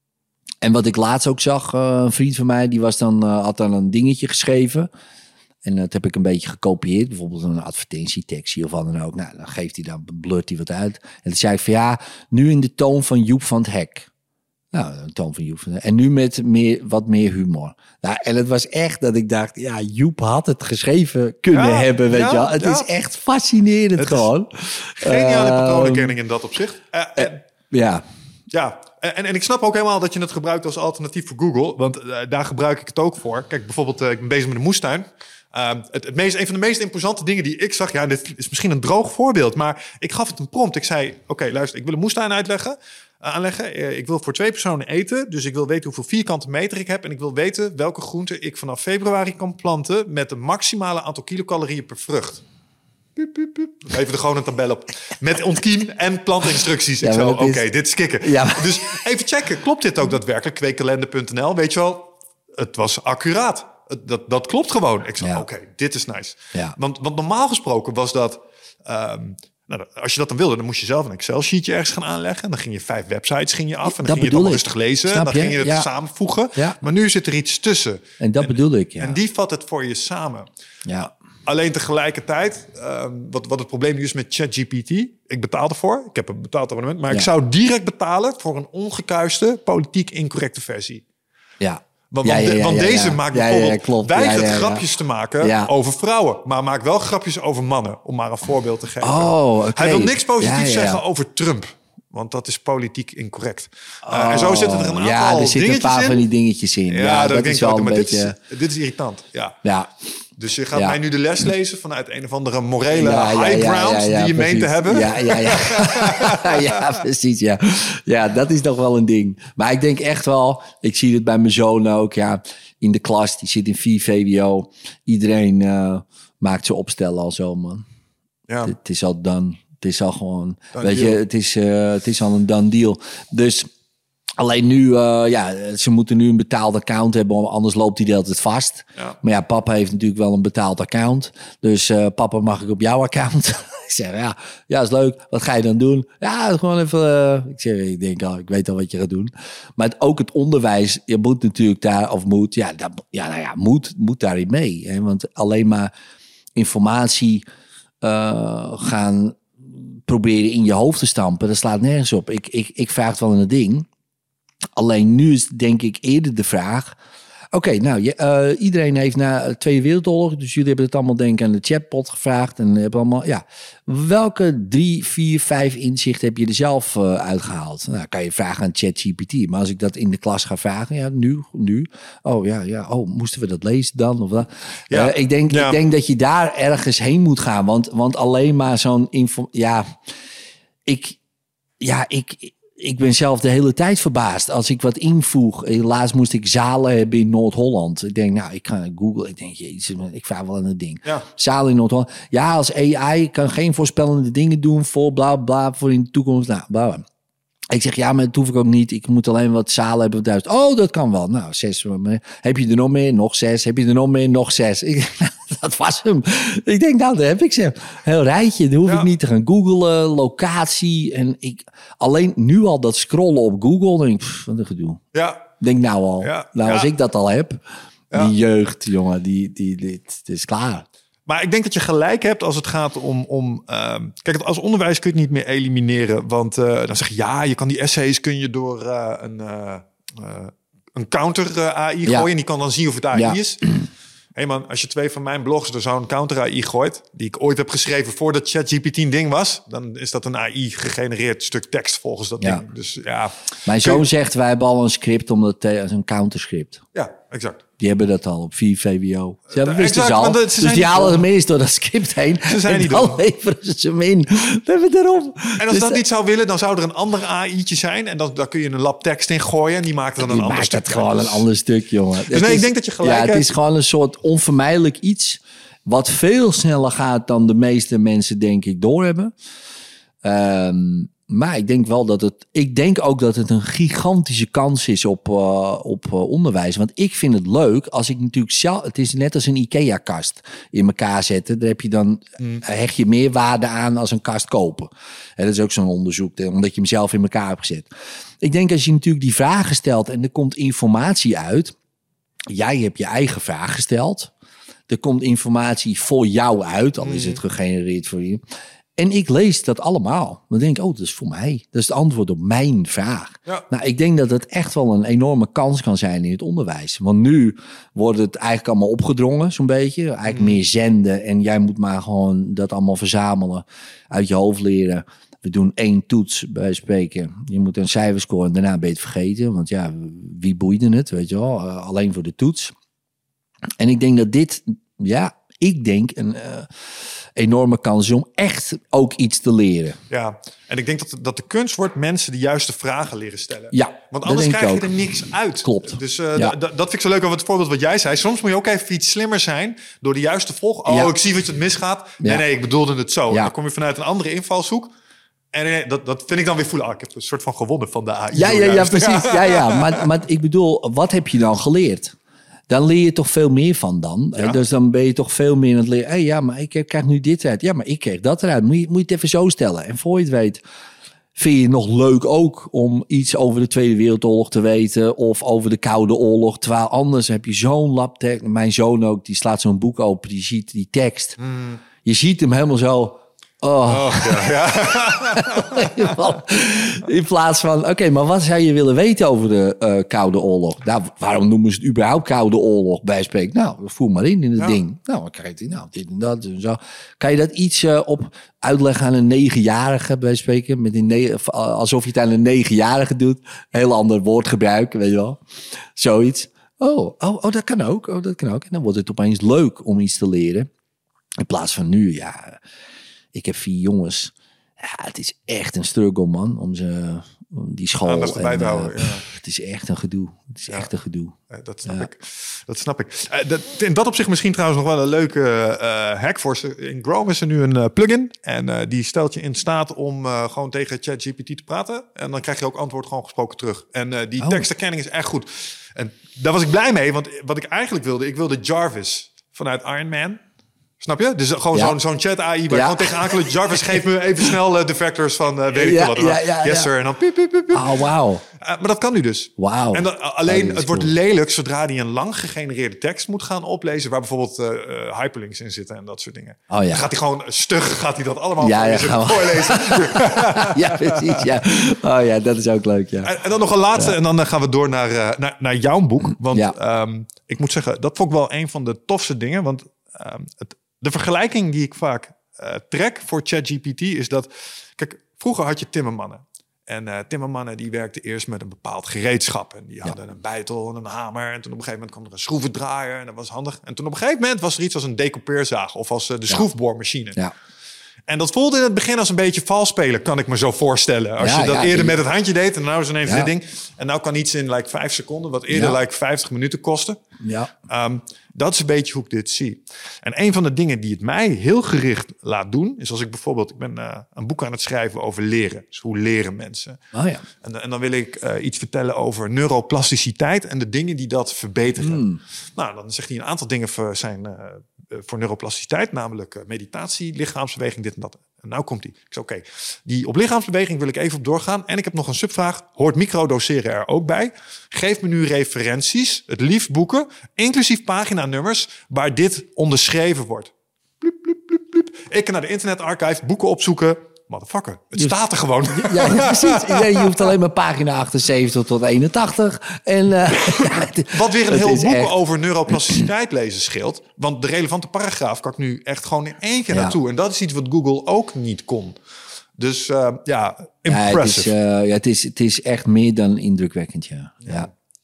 S2: En wat ik laatst ook zag, uh, een vriend van mij, die was dan, uh, had dan een dingetje geschreven. En dat heb ik een beetje gekopieerd. Bijvoorbeeld een advertentietekstje of wat dan ook. Nou, dan geeft hij dan, blurt hij wat uit. En dan zei ik van ja, nu in de toon van Joep van het Hek. Nou, een toon van Joep van het Hek. En nu met meer, wat meer humor. Nou, en het was echt dat ik dacht, ja, Joep had het geschreven kunnen ja, hebben, weet ja, je wel. Het ja. is echt fascinerend het gewoon.
S1: Geniale uh, patroonherkenning in dat opzicht. Uh, uh,
S2: ja.
S1: Ja, en, en ik snap ook helemaal dat je het gebruikt als alternatief voor Google. Want uh, daar gebruik ik het ook voor. Kijk, bijvoorbeeld, uh, ik ben bezig met een moestuin. Uh, het, het meest, een van de meest imposante dingen die ik zag... Ja, dit is misschien een droog voorbeeld, maar ik gaf het een prompt. Ik zei, oké, okay, luister, ik wil een moestuin uitleggen, uh, aanleggen. Uh, ik wil voor twee personen eten, dus ik wil weten hoeveel vierkante meter ik heb. En ik wil weten welke groenten ik vanaf februari kan planten... met een maximale aantal kilocalorieën per vrucht. Pup, pup, pup. Even er gewoon een tabel op. Met ontkiem en plantinstructies. Ja, oké, okay, dit is kicken. Ja. Dus even checken, klopt dit ook daadwerkelijk? kweekkalender punt n l, weet je wel? Het was accuraat. Dat, dat klopt gewoon. Ik zei, ja. oké, okay, dit is nice. Ja. Want, want normaal gesproken was dat... Um, nou, als je dat dan wilde, dan moest je zelf een Excel-sheetje ergens gaan aanleggen. En dan ging je vijf websites ging je af. En dan dat ging je het allemaal rustig lezen. Snap en dan je? ging je het ja. samenvoegen. Ja. Maar nu zit er iets tussen.
S2: En dat en, bedoel ik, ja.
S1: En die vat het voor je samen.
S2: Ja.
S1: Alleen tegelijkertijd, um, wat, wat het probleem nu is met ChatGPT... ik betaal ervoor, ik heb een betaald abonnement... maar ja. ik zou direct betalen voor een ongekuiste, politiek incorrecte versie.
S2: Ja.
S1: Want,
S2: ja, ja, ja,
S1: want
S2: ja, ja,
S1: deze
S2: ja.
S1: maakt
S2: ja,
S1: bijvoorbeeld...
S2: ja, ja,
S1: weigert
S2: ja, ja, ja.
S1: grapjes te maken ja. over vrouwen... maar maakt wel grapjes over mannen, om maar een voorbeeld te geven.
S2: Oh, okay.
S1: Hij wil niks positiefs ja, ja, ja. zeggen over Trump... Want dat is politiek incorrect.
S2: Oh,
S1: uh, en zo zitten er een aantal
S2: ja, er zitten een paar
S1: in.
S2: van die dingetjes in.
S1: Ja,
S2: ja
S1: dat, dat
S2: is wel een
S1: maar
S2: beetje...
S1: Dit is, dit is irritant, ja.
S2: ja.
S1: Dus je gaat
S2: ja.
S1: mij nu de les lezen vanuit een of andere morele
S2: ja, ja,
S1: high
S2: ja,
S1: ground...
S2: ja, ja, ja,
S1: die je
S2: precies.
S1: meent te hebben.
S2: Ja, ja, ja. ja, precies, ja. Ja, dat is toch wel een ding. Maar ik denk echt wel... Ik zie het bij mijn zoon ook, ja. In de klas, die zit in vier V W O. Iedereen uh, maakt zijn opstellen al zo, man. Ja. Het is al done. Het is al gewoon, done weet deal. je, het is, uh, het is al een done deal. Dus alleen nu, uh, ja, ze moeten nu een betaald account hebben, anders loopt hij de hele tijd vast. Ja. Maar ja, papa heeft natuurlijk wel een betaald account. Dus uh, papa, mag ik op jouw account? Ik zeg, ja, ja, is leuk. Wat ga je dan doen? Ja, gewoon even, uh, ik zeg, ik denk al, ik weet al wat je gaat doen. Maar het, ook het onderwijs, je moet natuurlijk daar, of moet, ja, dat, ja, nou ja, moet, moet daarin mee. Hè? Want alleen maar informatie uh, gaan proberen in je hoofd te stampen, dat slaat nergens op. Ik, ik, ik vraag het wel in het ding. Alleen nu is denk ik eerder de vraag... Oké, okay, nou, je, uh, iedereen heeft na de Tweede Wereldoorlog... dus jullie hebben het allemaal denk ik aan de chatbot gevraagd... en hebben allemaal, ja... welke drie, vier, vijf inzichten heb je er zelf uh, uitgehaald? Nou, kan je vragen aan ChatGPT. Maar als ik dat in de klas ga vragen... ja, nu, nu... oh ja, ja, oh, moesten we dat lezen dan? Of dat? Ja. Uh, ik, denk, ja. ik denk dat je daar ergens heen moet gaan. Want, want alleen maar zo'n... info, ja, ik... Ja, ik... Ik ben zelf de hele tijd verbaasd. Als ik wat invoeg. Laatst moest ik zalen hebben in Noord-Holland. Ik denk, nou, ik ga Google. Ik denk, jezus, ik vraag wel aan het ding. Ja. Zalen in Noord-Holland. Ja, als A I kan geen voorspellende dingen doen voor bla bla voor in de toekomst. Nou, bla bla. Ik zeg, ja, maar dat hoef ik ook niet. Ik moet alleen wat zalen hebben. Duizend. Oh, dat kan wel. Nou, zes. Heb je er nog meer? Nog zes. Heb je er nog meer? Nog zes. Ik, dat was hem. Ik denk, nou, daar heb ik ze. Heel rijtje. Dan hoef ja. ik niet te gaan googlen. Locatie. En ik alleen nu al dat scrollen op Google. Dan denk ik, pff, wat een gedoe.
S1: Ja.
S2: Denk nou al.
S1: Ja.
S2: Nou,
S1: ja.
S2: als ik dat al heb. Ja. Die jeugd, jongen. Die, die, die, het is klaar.
S1: Maar ik denk dat je gelijk hebt als het gaat om... om uh, kijk, als onderwijs kun je het niet meer elimineren. Want uh, dan zeg je, ja, je kan die essays kun je door uh, een, uh, uh, een counter uh, A I ja. gooien. En die kan dan zien of het A I ja. is. Hé hey man, als je twee van mijn blogs door zo'n counter A I gooit... die ik ooit heb geschreven voordat ChatGPT een ding was... dan is dat een A I-gegenereerd stuk tekst volgens dat ja. ding. Dus ja...
S2: Mijn zoon je... zegt, wij hebben al een script om dat te, een counterscript.
S1: Ja, exact.
S2: Die hebben dat al op vier V W O. Ze hebben wisten
S1: exact,
S2: ze al.
S1: want, uh, ze
S2: dus
S1: zijn
S2: die
S1: niet
S2: halen
S1: dom.
S2: hem eerst door dat script heen.
S1: Ze zijn
S2: en
S1: niet
S2: dan
S1: dom.
S2: leveren ze hem in. We hebben erom.
S1: En als
S2: Dus
S1: dat niet zou willen, dan zou er een ander A I'tje zijn. En dan, dan kun je een lab tekst in gooien. En die maakt er dan
S2: Die
S1: een ander
S2: maakt
S1: stuk.
S2: het gewoon een ander stuk, jongen.
S1: Dus
S2: Het
S1: nee,
S2: is-
S1: ik denk dat je gelijk
S2: Ja, het
S1: hebt.
S2: is gewoon een soort onvermijdelijk iets... wat veel sneller gaat dan de meeste mensen, denk ik, doorhebben. Um, maar ik denk wel dat het... Ik denk ook dat het een gigantische kans is op, uh, op uh, onderwijs. Want ik vind het leuk als ik natuurlijk zelf... Het is net als een IKEA-kast in elkaar zetten. Daar heb je dan,
S1: Mm.
S2: hecht je meer waarde aan als een kast kopen. En dat is ook zo'n onderzoek, omdat je hem zelf in elkaar hebt gezet. Ik denk als je natuurlijk die vragen stelt en er komt informatie uit... Jij hebt je eigen vraag gesteld. Er komt informatie voor jou uit, al is het gegenereerd voor je. En ik lees dat allemaal. Dan denk ik, oh, dat is voor mij. Dat is het antwoord op mijn vraag.
S1: Ja.
S2: Nou, ik denk dat het echt wel een enorme kans kan zijn in het onderwijs. Want nu wordt het eigenlijk allemaal opgedrongen, zo'n beetje. Eigenlijk
S1: Mm.
S2: meer zenden. En jij moet maar gewoon dat allemaal verzamelen. Uit je hoofd leren. We doen één toets bij spreken. Je moet een cijfer scoren en daarna ben je het vergeten. Want ja, wie boeide het, weet je wel? Uh, alleen voor de toets. En ik denk dat dit, ja, ik denk een uh, enorme kans is om echt ook iets te leren.
S1: Ja, en ik denk dat, dat de kunst wordt mensen de juiste vragen leren stellen.
S2: Ja,
S1: Want
S2: dat
S1: anders
S2: denk ik
S1: krijg je
S2: ook.
S1: er niks uit.
S2: Klopt.
S1: Dus uh,
S2: Ja.
S1: d- d- dat vind ik zo leuk over het voorbeeld wat jij zei. Soms moet je ook even iets slimmer zijn door de juiste volg. Oh,
S2: Ja.
S1: ik zie wat het misgaat. Nee,
S2: Ja.
S1: nee, ik bedoelde het zo.
S2: Ja.
S1: En dan kom je vanuit een andere invalshoek. En nee, dat, dat vind ik dan weer voelen. Ah, ik heb een soort van gewonnen van de A I.
S2: Ja, ja, ja,
S1: zojuist.
S2: precies. Ja, ja. Maar, maar ik bedoel, wat heb je dan geleerd? Dan leer je toch veel meer van dan.
S1: Ja.
S2: Dus dan ben je toch veel meer aan het leren. Hey, ja, maar ik krijg nu dit uit. Ja, maar ik krijg dat eruit. Moet je, moet je het even zo stellen. En voor je het weet, vind je het nog leuk ook om iets over de Tweede Wereldoorlog te weten. Of over de Koude Oorlog. Terwijl anders heb je zo'n labtekst. Mijn zoon ook, die slaat zo'n boek open. Die ziet die tekst.
S1: Mm.
S2: Je ziet hem helemaal zo... Oh.
S1: Oh, ja, ja.
S2: In plaats van, oké, okay, maar wat zou je willen weten over de uh, Koude Oorlog? Nou, waarom noemen ze het überhaupt Koude Oorlog bij spreken? Nou, voer maar in in het
S1: Ja.
S2: ding. Nou, dan krijg je nou, dit en dat en zo. Kan je dat iets uh, op uitleggen aan een negenjarige bij spreken? Met een ne- alsof je het aan een negenjarige doet. Heel ander woordgebruik, weet je wel. Zoiets. Oh, oh, oh, dat kan ook. Oh, dat kan ook. En dan wordt het opeens leuk om iets te leren. In plaats van nu, ja... Ik heb vier jongens. Ja, het is echt een struggle, man, om ze om die school.
S1: Aandacht erbij
S2: en,
S1: te
S2: uh,
S1: houden, ja.
S2: pff, Het is echt een gedoe. Het is
S1: Ja.
S2: echt een gedoe.
S1: Eh, Dat snap
S2: Ja.
S1: ik. Dat snap ik. Uh, dat, in dat opzicht misschien trouwens nog wel een leuke uh, hack voor ze. In Chrome is er nu een uh, plugin. En uh, die stelt je in staat om uh, gewoon tegen ChatGPT te praten. En dan krijg je ook antwoord gewoon gesproken terug. En uh, die
S2: Oh.
S1: tekstherkenning is echt goed. En daar was ik blij mee. Want wat ik eigenlijk wilde, ik wilde Jarvis vanuit Iron Man. Snap je? Dus gewoon
S2: Ja.
S1: zo'n zo'n chat-A I waar
S2: Ja.
S1: je gewoon tegenaan kan. Jarvis, geef me even snel uh, de vectors van uh, weet ik
S2: Ja,
S1: veel wat.
S2: ja, ja,
S1: yes
S2: ja.
S1: sir. En dan piep, piep, piep, piep.
S2: Oh, wauw.
S1: Uh, maar dat kan nu dus.
S2: Wauw.
S1: En dan, uh, alleen,
S2: Oh, dat is
S1: het wordt
S2: cool.
S1: lelijk zodra hij een lang gegenereerde tekst moet gaan oplezen, waar bijvoorbeeld uh, uh, hyperlinks in zitten en dat soort dingen.
S2: Oh, ja.
S1: Dan gaat hij gewoon stug, gaat hij dat allemaal
S2: Ja, ja,
S1: voorlezen,
S2: gaan we-
S1: voorlezen.
S2: Ja, precies. Ja. Oh ja, dat is ook leuk, ja.
S1: En, en dan nog een laatste, en dan uh, gaan we door naar, uh, naar, naar jouw boek. Want
S2: Ja.
S1: um, ik moet zeggen, dat vond ik wel een van de tofste dingen. Want um, het, de vergelijking die ik vaak uh, trek voor ChatGPT is dat... Kijk, vroeger had je timmermannen. En uh, timmermannen die werkten eerst met een bepaald gereedschap. En die hadden een beitel en een hamer. En toen op een gegeven moment kwam er een schroevendraaier. En dat was handig. En toen op een gegeven moment was er iets als een decoupeerzaag. Of als uh, de
S2: Ja.
S1: schroefboormachine.
S2: Ja.
S1: En dat voelde in het begin als een beetje vals spelen, kan ik me zo voorstellen. Als
S2: Ja,
S1: je dat
S2: ja,
S1: eerder
S2: die-
S1: met het handje deed en nou is ineens
S2: Ja.
S1: dit ding. En nou kan iets in like vijf seconden, wat eerder
S2: Ja.
S1: like vijftig minuten kostte.
S2: Ja.
S1: Um, dat is een beetje hoe ik dit zie. En een van de dingen die het mij heel gericht laat doen, is als ik bijvoorbeeld, ik ben uh, een boek aan het schrijven over leren. Dus hoe leren mensen.
S2: Oh ja.
S1: En, en dan wil ik uh, iets vertellen over neuroplasticiteit en de dingen die dat verbeteren.
S2: Hmm.
S1: Nou, dan zegt hij een aantal dingen voor zijn uh, voor neuroplasticiteit, namelijk uh, meditatie, lichaamsbeweging, dit en dat. En nou komt hij. Ik zei, oké, okay, die op lichaamsbeweging wil ik even op doorgaan. En ik heb nog een subvraag. Hoort microdoseren er ook bij? Geef me nu referenties, het liefst boeken, inclusief paginanummers, waar dit onderschreven wordt. Bloep, bloep, bloep, bloep. Ik kan naar de Internet Archive, boeken opzoeken. Motherfucker, het
S2: Dus-
S1: staat er gewoon.
S2: Ja, ja, precies. Ja, je hoeft alleen maar pagina achtenzeventig tot eenentachtig. En, uh,
S1: Wat weer een
S2: het
S1: heel
S2: is
S1: boek
S2: echt-
S1: over neuroplasticiteit lezen scheelt. Want de relevante paragraaf kan ik nu echt gewoon in één keer
S2: Ja.
S1: naartoe. En dat is iets wat Google ook niet kon. Dus uh, ja,
S2: Ja, het is,
S1: impressive.
S2: uh, ja, het, is, het is echt meer dan indrukwekkend, ja. ja.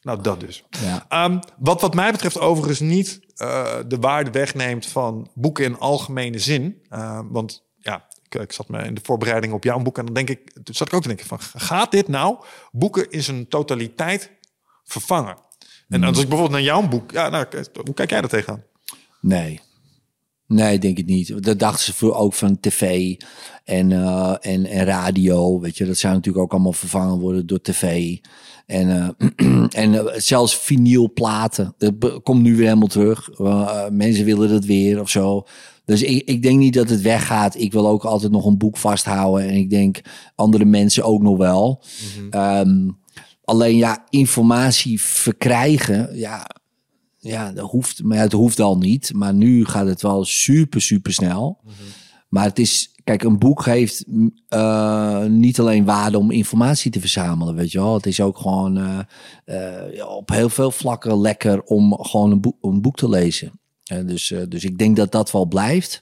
S1: Nou, dat dus.
S2: Ja.
S1: Um, wat wat mij betreft overigens niet uh, de waarde wegneemt van boeken in algemene zin. Uh, want ja, ik, ik zat me in de voorbereiding op jouw boek en dan denk ik, toen zat ik ook te denken van, gaat dit nou boeken in zijn totaliteit vervangen? En als ik bijvoorbeeld naar jouw boek, ja, nou, hoe kijk jij daar tegenaan?
S2: Nee. Nee, denk ik niet. Dat dachten ze voor ook van tv en, uh, en, en radio. Weet je, dat zou natuurlijk ook allemaal vervangen worden door tv. En, uh, en uh, zelfs vinylplaten. Dat komt nu weer helemaal terug. Uh, mensen willen dat weer of zo. Dus ik, ik denk niet dat het weggaat. Ik wil ook altijd nog een boek vasthouden. En ik denk andere mensen ook nog wel. Mm-hmm. Um, alleen ja, informatie verkrijgen, ja... Ja, dat hoeft, maar het hoeft al niet. Maar nu gaat het wel super, super snel. Mm-hmm. Maar het is, kijk, een boek heeft uh, niet alleen waarde om informatie te verzamelen, weet je wel. Het is ook gewoon uh, uh, op heel veel vlakken lekker om gewoon een boek, een boek te lezen. Uh, dus, uh, dus ik denk dat dat wel blijft.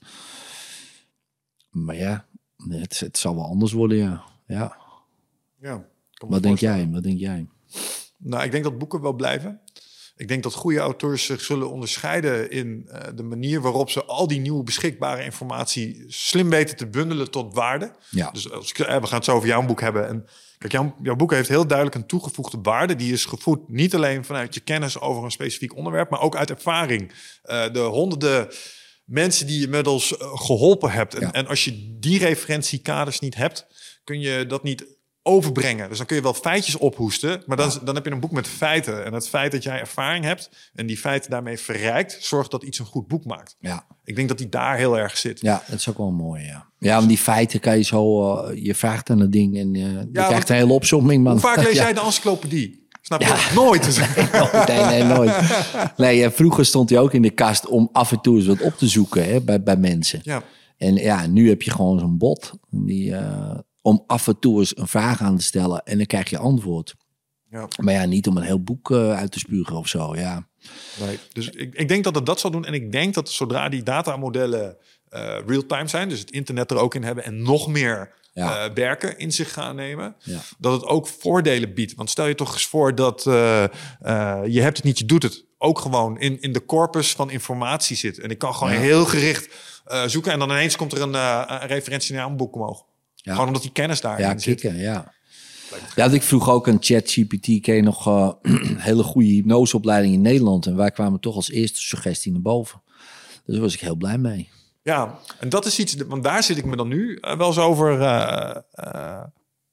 S2: Maar ja, het, het zal wel anders worden, ja. ja.
S1: ja
S2: Wat denk jij? Wat denk jij?
S1: Nou, ik denk dat boeken wel blijven. Ik denk dat goede auteurs zich zullen onderscheiden in uh, de manier waarop ze al die nieuwe beschikbare informatie slim weten te bundelen tot waarde.
S2: Ja.
S1: Dus als ik, eh, we gaan het zo over jouw boek hebben. En kijk, jouw, jouw boek heeft heel duidelijk een toegevoegde waarde. Die is gevoed niet alleen vanuit je kennis over een specifiek onderwerp, maar ook uit ervaring. Uh, de honderden mensen die je inmiddels uh, geholpen hebt. En,
S2: ja.
S1: en als je die referentiekaders niet hebt, kun je dat niet overbrengen. Dus dan kun je wel feitjes ophoesten, maar dan, ja. dan heb je een boek met feiten. En het feit dat jij ervaring hebt en die feiten daarmee verrijkt, zorgt dat iets een goed boek maakt.
S2: Ja.
S1: Ik denk dat die daar heel erg zit.
S2: Ja, dat is ook wel mooi, ja. Ja, want die feiten kan je zo... Uh, je vraagt aan een ding en uh, je ja, krijgt een hele opzomming, man.
S1: Hoe vaak lees
S2: ja.
S1: jij de encyclopedie? Snap je?
S2: Ja.
S1: Nooit.
S2: Nee, nee, nee, nooit. Nee, vroeger stond hij ook in de kast om af en toe eens wat op te zoeken, hè, bij, bij mensen.
S1: Ja.
S2: En ja, nu heb je gewoon zo'n bot die... Uh, om af en toe eens een vraag aan te stellen en dan krijg je antwoord. Ja. Maar ja, niet om een heel boek uh, uit te spugen of zo, ja.
S1: Nee, dus ik, ik denk dat het dat zal doen. En ik denk dat zodra die datamodellen uh, real-time zijn, dus het internet er ook in hebben en nog meer ja. uh, werken in zich gaan nemen, ja. dat het ook voordelen biedt. Want stel je toch eens voor dat uh, uh, je hebt het niet, je doet het. Ook gewoon in, in de corpus van informatie zit. En ik kan gewoon ja. heel gericht uh, zoeken en dan ineens komt er een, uh, een referentie naar een boek omhoog. Ja. Gewoon omdat die kennis daarin
S2: ja,
S1: zit.
S2: Kikken, ja, ja, ik vroeg ook een ChatGPT. Ken je nog uh, een hele goede hypnoseopleiding in Nederland. En wij kwamen toch als eerste suggestie naar boven. Dus daar was ik heel blij mee.
S1: Ja, en dat is iets... Want daar zit ik me dan nu uh, wel eens over... Uh, uh,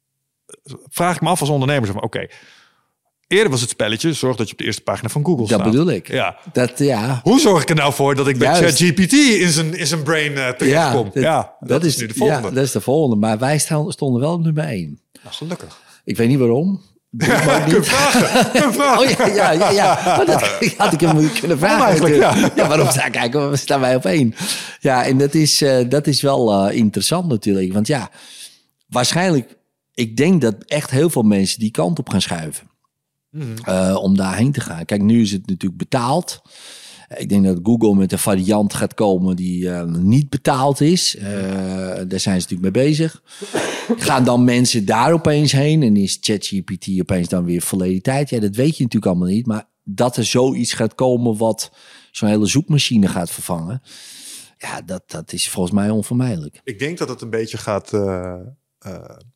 S1: vraag ik me af als ondernemer. Oké, okay, eerder was het spelletje, zorg dat je op de eerste pagina van Google
S2: dat
S1: staat.
S2: Dat bedoel ik.
S1: Ja.
S2: Dat, ja.
S1: Hoe zorg ik er nou voor dat ik bij ChatGPT in zijn, in zijn brain uh, terechtkom? Ja, dat,
S2: ja, dat, dat is, is nu de volgende. Ja, dat is de volgende. Maar wij stonden wel op nummer één.
S1: Nou, gelukkig.
S2: Ik weet niet waarom.
S1: Ja, kun vragen. vragen.
S2: Oh, ja, ja, ja, ja. Maar dat had ik hem kunnen vragen.
S1: Eigenlijk, ja.
S2: Ja, waarom staan, kijk, staan wij op één? Ja, en dat is, uh, dat is wel uh, interessant natuurlijk. Want ja, waarschijnlijk... Ik denk dat echt heel veel mensen die kant op gaan schuiven. Mm-hmm. Uh, om daarheen te gaan. Kijk, nu is het natuurlijk betaald. Ik denk dat Google met een variant gaat komen die uh, niet betaald is. Uh, daar zijn ze natuurlijk mee bezig. Gaan dan mensen daar opeens heen en is ChatGPT opeens dan weer volledig tijd? Ja, dat weet je natuurlijk allemaal niet. Maar dat er zoiets gaat komen wat zo'n hele zoekmachine gaat vervangen. Ja, dat, dat is volgens mij onvermijdelijk.
S1: Ik denk dat het een beetje gaat... Uh, uh...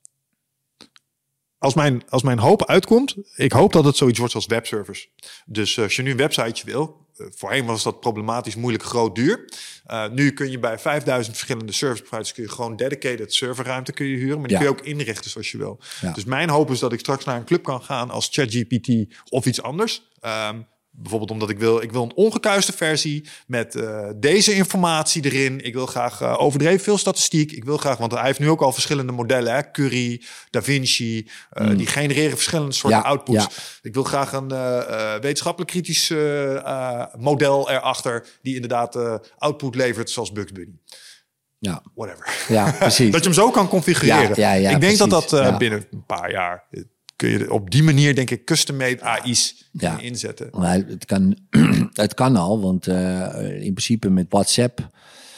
S1: Als mijn, als mijn hoop uitkomt, ik hoop dat het zoiets wordt als webservers. Dus uh, als je nu een websiteje wil, uh, voorheen was dat problematisch, moeilijk, groot, duur. Uh, nu kun je bij vijfduizend verschillende service providers kun je gewoon dedicated serverruimte kun je huren, maar die ja. kun je ook inrichten zoals je wil. Ja. Dus mijn hoop is dat ik straks naar een club kan gaan als ChatGPT of iets anders. Um, Bijvoorbeeld omdat ik wil, ik wil een ongekuiste versie met uh, deze informatie erin. Ik wil graag uh, overdreven veel statistiek. Ik wil graag, want hij heeft nu ook al verschillende modellen. Hè? Curie, DaVinci, uh, mm. die genereren verschillende soorten ja, outputs. Ja. Ik wil graag een uh, uh, wetenschappelijk kritisch uh, uh, model erachter die inderdaad uh, output levert zoals Bugs Bunny.
S2: Ja.
S1: Whatever.
S2: Ja, precies.
S1: Dat je hem zo kan configureren.
S2: Ja, ja, ja,
S1: ik denk
S2: precies.
S1: dat dat uh, ja. binnen een paar jaar... kun je op die manier, denk ik, custom-made A I's ja. inzetten.
S2: Maar het kan, het kan al, want uh, in principe met WhatsApp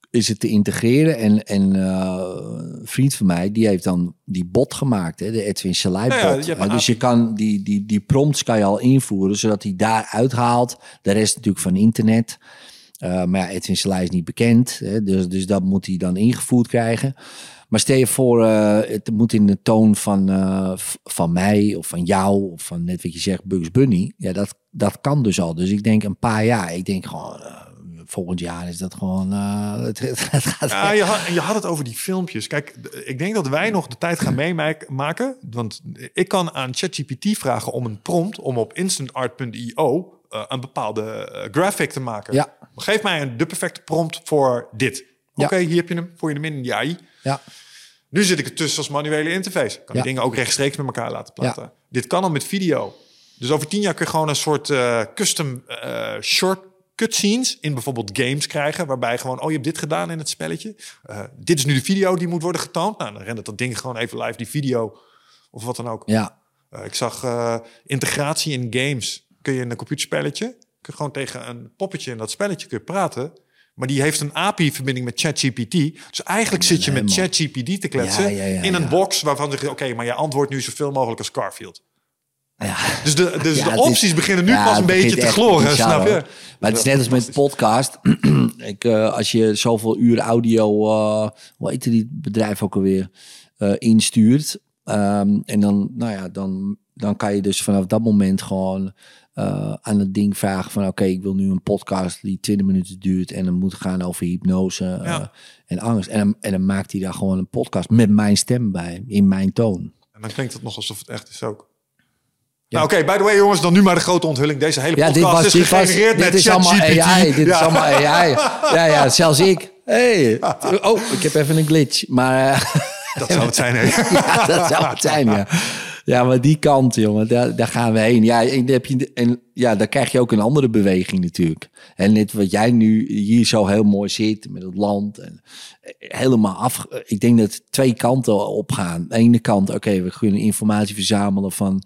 S2: is het te integreren. En, en uh, een vriend van mij, die heeft dan die bot gemaakt, hè, de Edwin Selei bot. Ja, ja, uh, dus je kan die, die, die prompts kan je al invoeren, zodat hij daar uithaalt. De rest natuurlijk van internet. Uh, maar ja, Edwin Selei is niet bekend, hè, dus, dus dat moet hij dan ingevoerd krijgen. Maar stel je voor, uh, het moet in de toon van, uh, van mij of van jou of van net wat je zegt, Bugs Bunny. Ja, dat, dat kan dus al. Dus ik denk een paar jaar. Ik denk gewoon, uh, volgend jaar is dat gewoon... Uh, het, het gaat
S1: ja, je had, je had het over die filmpjes. Kijk, ik denk dat wij nog de tijd gaan meemaken. Want ik kan aan ChatGPT vragen om een prompt om op instantart punt io uh, een bepaalde uh, graphic te maken.
S2: Ja.
S1: Geef mij een, de perfecte prompt voor dit. Oké, okay, ja. Hier heb je hem voor je hem in die A I.
S2: Ja.
S1: Nu zit ik ertussen als manuele interface. Kan ja. die dingen ook rechtstreeks met elkaar laten platen. Ja. Dit kan al met video. Dus over tien jaar kun je gewoon een soort uh, custom uh, short cutscenes in bijvoorbeeld games krijgen. Waarbij gewoon, oh, je hebt dit gedaan in het spelletje. Uh, dit is nu de video die moet worden getoond. Nou, dan rent dat ding gewoon even live, die video. Of wat dan ook.
S2: Ja.
S1: Uh, ik zag uh, integratie in games. Kun je in een computerspelletje, kun je gewoon tegen een poppetje in dat spelletje kun je praten. Maar die heeft een A P I-verbinding met ChatGPT. Dus eigenlijk zit je met ChatGPT te kletsen ja, ja, ja, in een ja. box waarvan zeg je, oké, okay, maar je antwoordt nu zoveel mogelijk als Garfield.
S2: Ja.
S1: Dus de, dus
S2: ja,
S1: de opties is, beginnen nu ja, pas een beetje te gloren, snap je?
S2: Maar het is net als met podcast. ik, uh, als je zoveel uur audio, uh, hoe heet die bedrijf ook alweer, uh, instuurt. Um, en dan, nou ja, dan, dan kan je dus vanaf dat moment gewoon uh, aan het ding vragen van, oké, okay, ik wil nu een podcast die twintig minuten duurt en dan moet gaan over hypnose uh, ja. en angst. En dan, en dan maakt hij daar gewoon een podcast met mijn stem bij, in mijn toon.
S1: En dan klinkt het nog alsof het echt is ook. Ja. Nou, oké, okay, by the way, jongens, dan nu maar de grote onthulling. Deze hele podcast ja, dit was, is gegenereerd
S2: was,
S1: met
S2: dit is allemaal A I. Dit ja. is allemaal A I. Ja, ja, zelfs ik. Hey. Oh, ik heb even een glitch. Maar uh,
S1: dat zou het zijn, hè?
S2: Ja, dat zou het zijn, ja. Ja, maar die kant, jongen, daar, daar gaan we heen. Ja, en, heb je, en ja, daar krijg je ook een andere beweging natuurlijk. En net wat jij nu hier zo heel mooi zit met het land. En helemaal af. Ik denk dat twee kanten opgaan. Aan de ene kant, oké, okay, we kunnen informatie verzamelen van...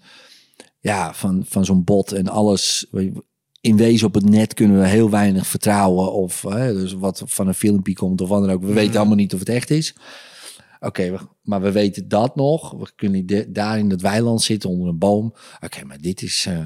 S2: Ja, van, van zo'n bot en alles. In wezen op het net kunnen we heel weinig vertrouwen. Of hè, dus wat van een filmpje komt of wat dan ook. We weten allemaal niet of het echt is. Oké, okay, maar we weten dat nog. We kunnen de, daar in dat weiland zitten onder een boom. Oké, okay, maar dit is, uh,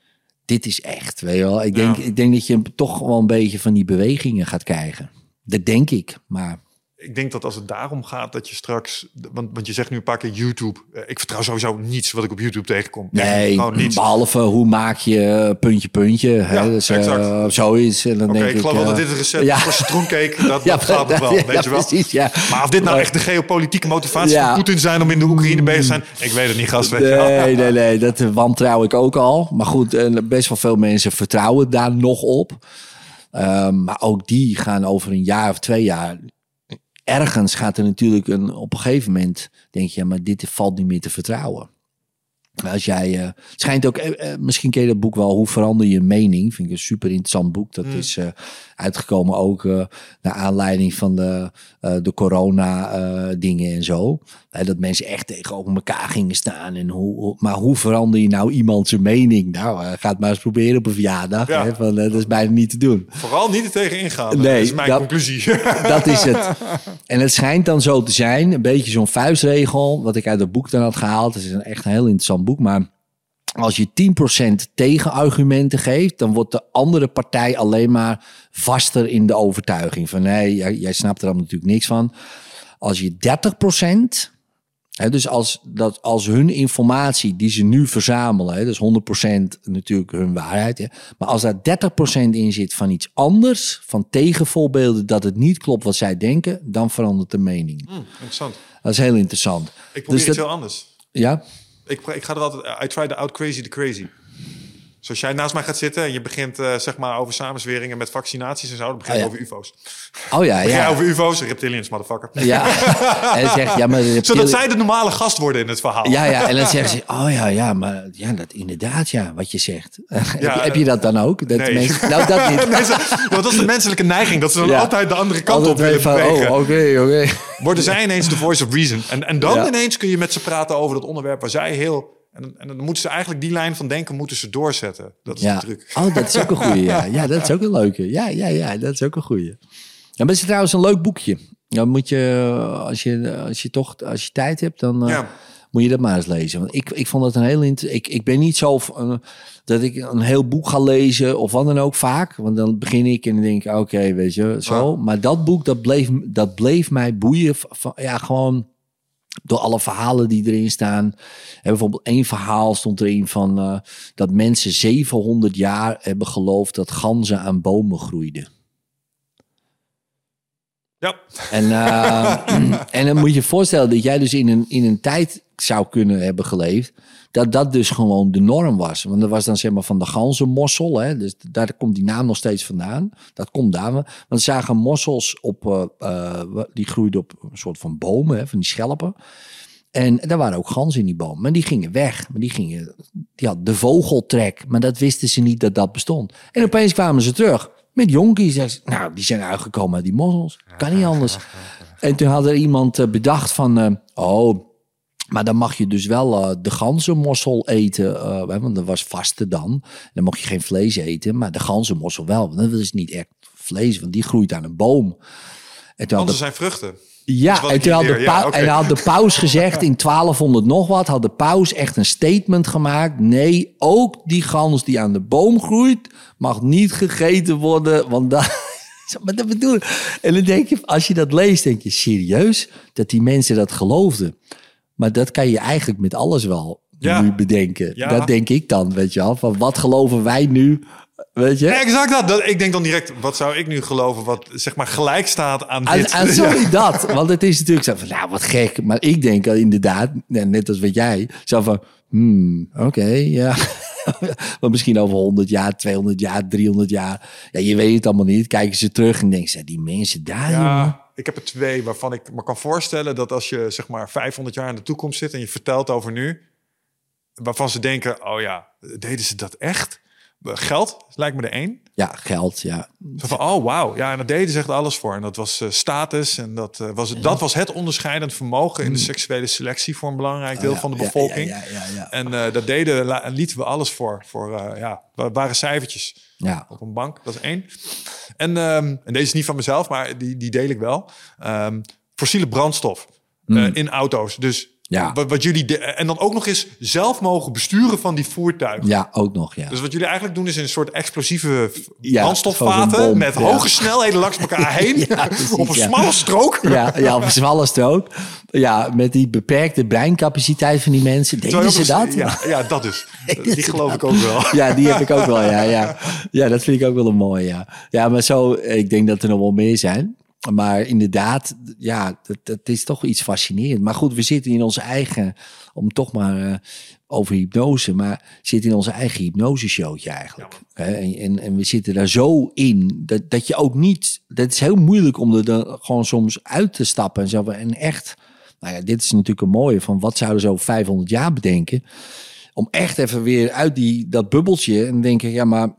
S2: dit is echt. Weet je wel? Ik denk, ja. ik denk dat je toch wel een beetje van die bewegingen gaat krijgen. Dat denk ik, maar...
S1: Ik denk dat als het daarom gaat dat je straks... Want, want je zegt nu een paar keer YouTube. Ik vertrouw sowieso niets wat ik op YouTube tegenkom.
S2: Nee, gewoon niets. Behalve hoe maak je puntje puntje. Ja, hè? Dus, uh, zoiets. En dan
S1: okay,
S2: denk
S1: ik geloof
S2: ik,
S1: wel uh, dat dit een recept ja. voor citroencake. Dat, ja, dat gaat nog wel, ja, weet ja, je wel. Precies, ja. Maar of dit nou echt de geopolitieke motivatie ja. van Poetin zijn... om in de Oekraïne bezig te zijn, ik weet het niet, gast. Weet
S2: nee, nee, nee, dat wantrouw ik ook al. Maar goed, best wel veel mensen vertrouwen daar nog op. Um, maar ook die gaan over een jaar of twee jaar... Ergens gaat er natuurlijk een, op een gegeven moment denk je, ja, maar dit valt niet meer te vertrouwen. Als jij, uh, het schijnt ook, uh, misschien ken je dat boek wel, Hoe verander je mening? Vind ik een super interessant boek. Dat mm. is uh, uitgekomen ook uh, naar aanleiding van de, uh, de corona uh, dingen en zo. Uh, dat mensen echt tegenover elkaar gingen staan. En hoe, hoe, maar hoe verander je nou iemand zijn mening? Nou, uh, ga het maar eens proberen op een verjaardag. Ja. Hè, van, uh, dat is bijna niet te doen.
S1: Vooral niet er tegen ingaan.
S2: Nee,
S1: dat is mijn dat, conclusie.
S2: Dat is het. En het schijnt dan zo te zijn, een beetje zo'n vuistregel, wat ik uit het boek dan had gehaald. Dat is een echt een heel interessant boek, maar als je tien procent tegenargumenten geeft, dan wordt de andere partij alleen maar vaster in de overtuiging van nee, jij, jij snapt er dan natuurlijk niks van. Als je dertig procent, hè, dus als, dat, als hun informatie die ze nu verzamelen, hè, dus honderd procent natuurlijk hun waarheid, hè, maar als daar dertig procent in zit van iets anders, van tegenvoorbeelden dat het niet klopt wat zij denken, dan verandert de mening.
S1: Mm, interessant.
S2: Dat is heel interessant.
S1: Ik probeer
S2: dus
S1: iets
S2: dat,
S1: heel anders.
S2: Ja?
S1: Ik, ik ga er altijd... I try to out crazy the crazy. Zoals jij naast mij gaat zitten en je begint uh, zeg maar over samenzweringen met vaccinaties en zo, dan begin je oh, ja. over U F O's.
S2: Oh ja,
S1: begin
S2: ja.
S1: over U F O's, reptilians, motherfucker.
S2: Ja. En dan zeg, ja maar reptili-
S1: Zodat zij de normale gast worden in het verhaal.
S2: Ja, ja. En dan zeggen ze, oh ja, ja, maar ja, dat inderdaad, ja, wat je zegt. Ja, heb, heb je dat dan ook? Dat
S1: nee.
S2: mensen, nou, dat niet.
S1: nee, ze, dat is de menselijke neiging, dat ze dan ja. altijd de andere kant
S2: altijd
S1: op willen
S2: van,
S1: bewegen.
S2: Oh, oké, okay, oké. Okay.
S1: Worden zij ineens de voice of reason. En, en dan ja. ineens kun je met ze praten over dat onderwerp waar zij heel... En, en dan moeten ze eigenlijk die lijn van denken moeten ze doorzetten. Dat is
S2: ja.
S1: de truc.
S2: Oh, dat is ook een goeie, ja. Ja, dat is ook een leuke. Ja, ja, ja, dat is ook een goeie. maar het is trouwens een leuk boekje. Dan moet je, als je, als je toch, als je tijd hebt, dan uh, ja. moet je dat maar eens lezen. Want ik, ik vond het een heel int- ik, ik ben niet zo uh, dat ik een heel boek ga lezen of wat dan ook vaak. Want dan begin ik en dan denk ik, oké, okay, weet je, zo. Ja. Maar dat boek, dat bleef, dat bleef mij boeien. Van, ja, gewoon door alle verhalen die erin staan. En bijvoorbeeld één verhaal stond erin van uh, dat mensen zevenhonderd jaar hebben geloofd dat ganzen aan bomen groeiden.
S1: Ja.
S2: En, uh, en dan moet je je voorstellen dat jij dus in een, in een tijd zou kunnen hebben geleefd, dat dat dus gewoon de norm was. Want dat was dan zeg maar van de ganzenmossel, hè? Dus daar komt die naam nog steeds vandaan. Dat komt daar. Want we zagen mossels op, uh, uh, die groeiden op een soort van bomen, hè? Van die schelpen. En daar waren ook ganzen in die boom. Maar die gingen weg. Maar die gingen, die had de vogeltrek. Maar dat wisten ze niet dat dat bestond. En opeens kwamen ze terug. Met jonkies. Nou, die zijn uitgekomen uit die mossels. Kan niet anders. En toen had er iemand bedacht van, uh, oh, maar dan mag je dus wel uh, de ganzenmossel eten. Uh, want dat was vaste dan. Dan mocht je geen vlees eten. Maar de ganzenmossel wel. Want dat is niet echt vlees. Want die groeit aan een boom. En toen
S1: Ganzen zijn vruchten.
S2: Ja, en toen had de, ja, okay. en had de paus gezegd in twaalfhonderd nog wat, had de paus echt een statement gemaakt. Nee, ook die gans die aan de boom groeit, mag niet gegeten worden, want dat, maar dat bedoel ik. En dan denk je, als je dat leest, denk je serieus dat die mensen dat geloofden. Maar dat kan je eigenlijk met alles wel ja. nu bedenken. Ja. Dat denk ik dan, weet je wel. Van wat geloven wij nu? Weet je?
S1: Ja, exact dat. dat. Ik denk dan direct, wat zou ik nu geloven wat zeg maar gelijk staat aan dit?
S2: Aan, aan sorry, dat. Want het is natuurlijk zo van, nou wat gek. Maar ik denk inderdaad, net als wat jij, zo van, hmm, oké, okay, ja. Maar misschien over honderd jaar, tweehonderd jaar, driehonderd jaar. Ja, je weet het allemaal niet. Kijken ze terug en denken ze, die mensen daar,
S1: ja,
S2: jongen.
S1: Ik heb er twee waarvan ik me kan voorstellen dat als je zeg maar vijfhonderd jaar in de toekomst zit en je vertelt over nu, waarvan ze denken, oh ja, deden ze dat echt? Geld lijkt me de één.
S2: Ja, geld, ja.
S1: Zo van, oh, wauw. Ja, en dat deden ze echt alles voor. En dat was uh, status. En dat, uh, was, dat was het onderscheidend vermogen in de seksuele selectie voor een belangrijk deel oh, ja, van de bevolking. Ja, ja, ja, ja, ja. En uh, dat deden, la, lieten we alles voor. Voor, uh, ja, waren cijfertjes ja. op een bank. Dat is één. En, um, en deze is niet van mezelf, maar die, die deel ik wel. Um, fossiele brandstof mm. uh, in auto's. Dus ja. Wat, wat jullie de, en dan ook nog eens zelf mogen besturen van die voertuigen.
S2: Ja, ook nog, ja.
S1: Dus wat jullie eigenlijk doen is een soort explosieve ja, brandstofvaten met ja. hoge snelheden langs elkaar heen. Ja, precies, op een ja. smalle strook.
S2: Ja, ja, op een smalle strook. Ja, met die beperkte breincapaciteit van die mensen. Deden ze dat?
S1: Ja, ja, dat dus. Die geloof ik ook wel.
S2: Ja, die heb ik ook wel, ja, ja. Ja, dat vind ik ook wel een mooi, ja. Ja, maar zo, ik denk dat er nog wel meer zijn. Maar inderdaad, ja, dat, dat is toch iets fascinerend. Maar goed, we zitten in onze eigen, om toch maar uh, over hypnose, maar zitten in onze eigen hypnoseshowtje eigenlijk. Ja. En, en, en we zitten daar zo in, dat, dat je ook niet, dat is heel moeilijk om er dan gewoon soms uit te stappen. En, zo, en echt, nou ja, dit is natuurlijk een mooie van wat zouden ze over vijfhonderd jaar bedenken. Om echt even weer uit die, dat bubbeltje en denken, ja maar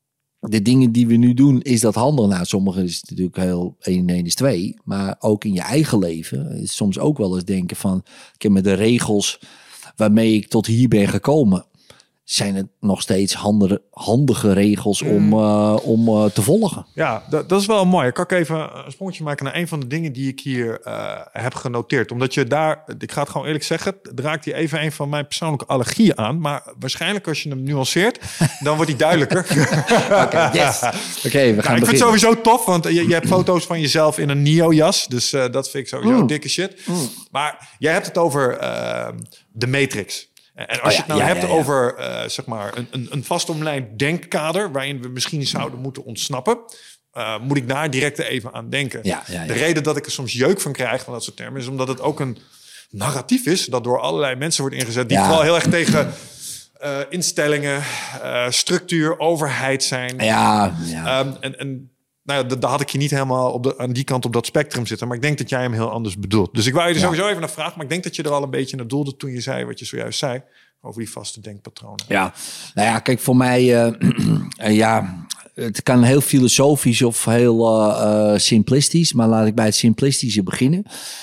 S2: de dingen die we nu doen, is dat handig? Nou, sommige is het natuurlijk heel één en één is twee. Maar ook in je eigen leven is soms ook wel eens denken van, ik heb met de regels waarmee ik tot hier ben gekomen, zijn het nog steeds handige, handige regels om, mm. uh, om uh, te volgen.
S1: Ja, dat, dat is wel mooi. Kan ik even een sprongetje maken naar een van de dingen die ik hier uh, heb genoteerd. Omdat je daar, ik ga het gewoon eerlijk zeggen, raakt hier even een van mijn persoonlijke allergieën aan. Maar waarschijnlijk als je hem nuanceert, dan wordt hij duidelijker.
S2: Oké, okay, yes. okay, we gaan
S1: nou, ik vind het sowieso tof, want je, je hebt foto's van jezelf in een Neo-jas. Dus uh, dat vind ik sowieso mm. dikke shit. Mm. Maar jij hebt het over uh, de Matrix. En als oh ja, je het nou ja, hebt ja, ja. over uh, zeg maar een, een, een vastomlijnd denkkader waarin we misschien zouden moeten ontsnappen, uh, moet ik daar direct even aan denken. Ja, ja, ja. De reden dat ik er soms jeuk van krijg van dat soort termen is omdat het ook een narratief is dat door allerlei mensen wordt ingezet die ja. vooral heel erg tegen uh, instellingen, uh, structuur, overheid zijn.
S2: Ja, ja.
S1: Um, en, en nou ja, daar had ik je niet helemaal op de, aan die kant op dat spectrum zitten. Maar ik denk dat jij hem heel anders bedoelt. Dus ik wou je er ja. sowieso even naar vragen. Maar ik denk dat je er al een beetje naar doelde toen je zei wat je zojuist zei over die vaste denkpatronen.
S2: Ja, nou ja, kijk, voor mij, uh, uh, ja, het kan heel filosofisch of heel uh, uh, simplistisch. Maar laat ik bij het simplistische beginnen.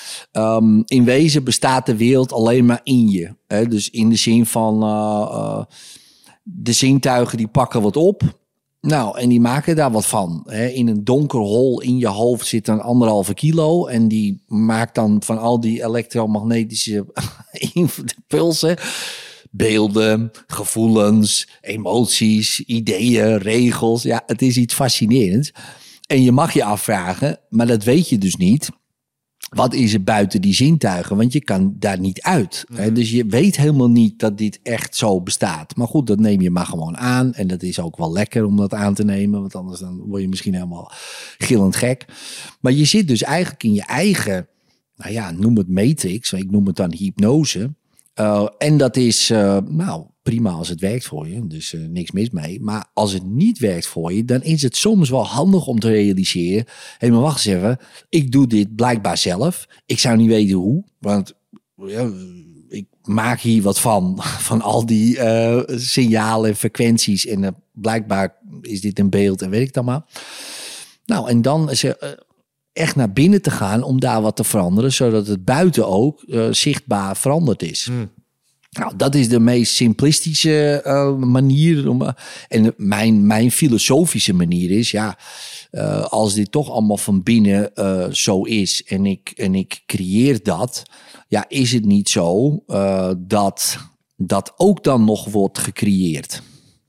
S2: Um, in wezen bestaat de wereld alleen maar in je. Hè? Dus in de zin van uh, uh, de zintuigen die pakken wat op. Nou, en die maken daar wat van. Hè. In een donker hol in je hoofd zit een anderhalve kilo. En die maakt dan van al die elektromagnetische pulsen beelden, gevoelens, emoties, ideeën, regels. Ja, het is iets fascinerends. En je mag je afvragen, maar dat weet je dus niet. Wat is er buiten die zintuigen? Want je kan daar niet uit. Mm. Hè? Dus je weet helemaal niet dat dit echt zo bestaat. Maar goed, dat neem je maar gewoon aan. En dat is ook wel lekker om dat aan te nemen. Want anders dan word je misschien helemaal gillend gek. Maar je zit dus eigenlijk in je eigen, nou ja, noem het matrix. Ik noem het dan hypnose. Uh, en dat is, uh, nou, prima als het werkt voor je. Dus uh, niks mis mee. Maar als het niet werkt voor je, dan is het soms wel handig om te realiseren. Hé, hey, maar wacht eens even. Ik doe dit blijkbaar zelf. Ik zou niet weten hoe. Want ja, ik maak hier wat van. Van al die uh, signalen en frequenties. En uh, blijkbaar is dit een beeld en weet ik dan maar. Nou, en dan is er... Uh, echt naar binnen te gaan om daar wat te veranderen, zodat het buiten ook uh, zichtbaar veranderd is. Mm. Nou, dat is de meest simplistische uh, manier. Om, uh, en mijn, mijn filosofische manier is, ja, uh, als dit toch allemaal van binnen uh, zo is en ik, en ik creëer dat, ja, is het niet zo uh, dat dat ook dan nog wordt gecreëerd.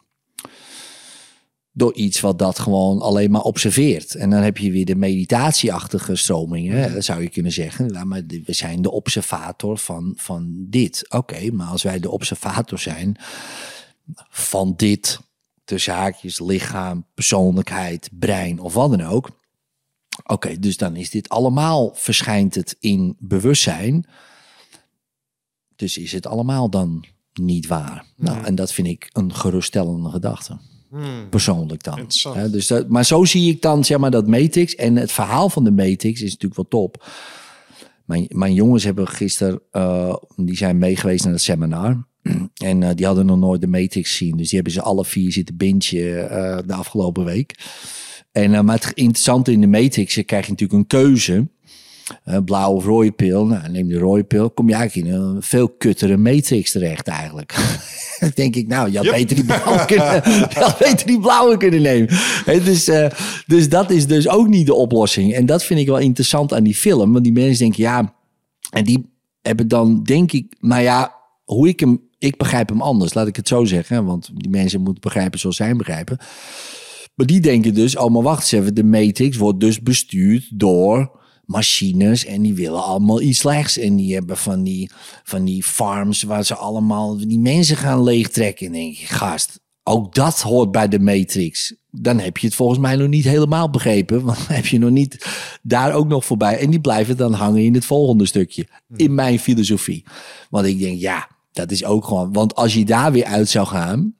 S2: Door iets wat dat gewoon alleen maar observeert. En dan heb je weer de meditatieachtige stromingen. Hè? Dat zou je kunnen zeggen. Nou, maar we zijn de observator van, van dit. Oké, okay, maar als wij de observator zijn van dit, tussen haakjes, lichaam, persoonlijkheid, brein of wat dan ook. Oké, okay, dus dan is dit allemaal, verschijnt het in bewustzijn. Dus is het allemaal dan niet waar. Nee. Nou, en dat vind ik een geruststellende gedachte. Hmm. Persoonlijk dan. Ja, dus dat, maar zo zie ik dan, zeg maar, dat matrix. En het verhaal van de matrix is natuurlijk wel top. Mijn, mijn jongens hebben gisteren, uh, die zijn meegeweest naar het seminar. En uh, die hadden nog nooit de matrix gezien. Dus die hebben ze alle vier zitten bingen uh, de afgelopen week. En, uh, maar het interessante in de matrix, je krijg je natuurlijk een keuze. Uh, blauw of rode pil. Nou, neem de rode pil. Kom je eigenlijk in een veel kuttere matrix terecht eigenlijk. Dan denk ik, nou, je had, yep. beter die blauwe kunnen, je had beter die blauwe kunnen nemen. He, dus, uh, dus dat is dus ook niet de oplossing. En dat vind ik wel interessant aan die film. Want die mensen denken, ja... En die hebben dan, denk ik... Nou ja, hoe ik hem... Ik begrijp hem anders, laat ik het zo zeggen. Want die mensen moeten begrijpen zoals zij hem begrijpen. Maar die denken dus, oh, maar wacht eens even. De matrix wordt dus bestuurd door... machines en die willen allemaal iets slechts. En die hebben van die, van die farms waar ze allemaal die mensen gaan leegtrekken. En denk je, gast, ook dat hoort bij de matrix. Dan heb je het volgens mij nog niet helemaal begrepen. Want dan heb je nog niet daar ook nog voorbij. En die blijven dan hangen in het volgende stukje. In mijn filosofie. Want ik denk, ja, dat is ook gewoon... Want als je daar weer uit zou gaan,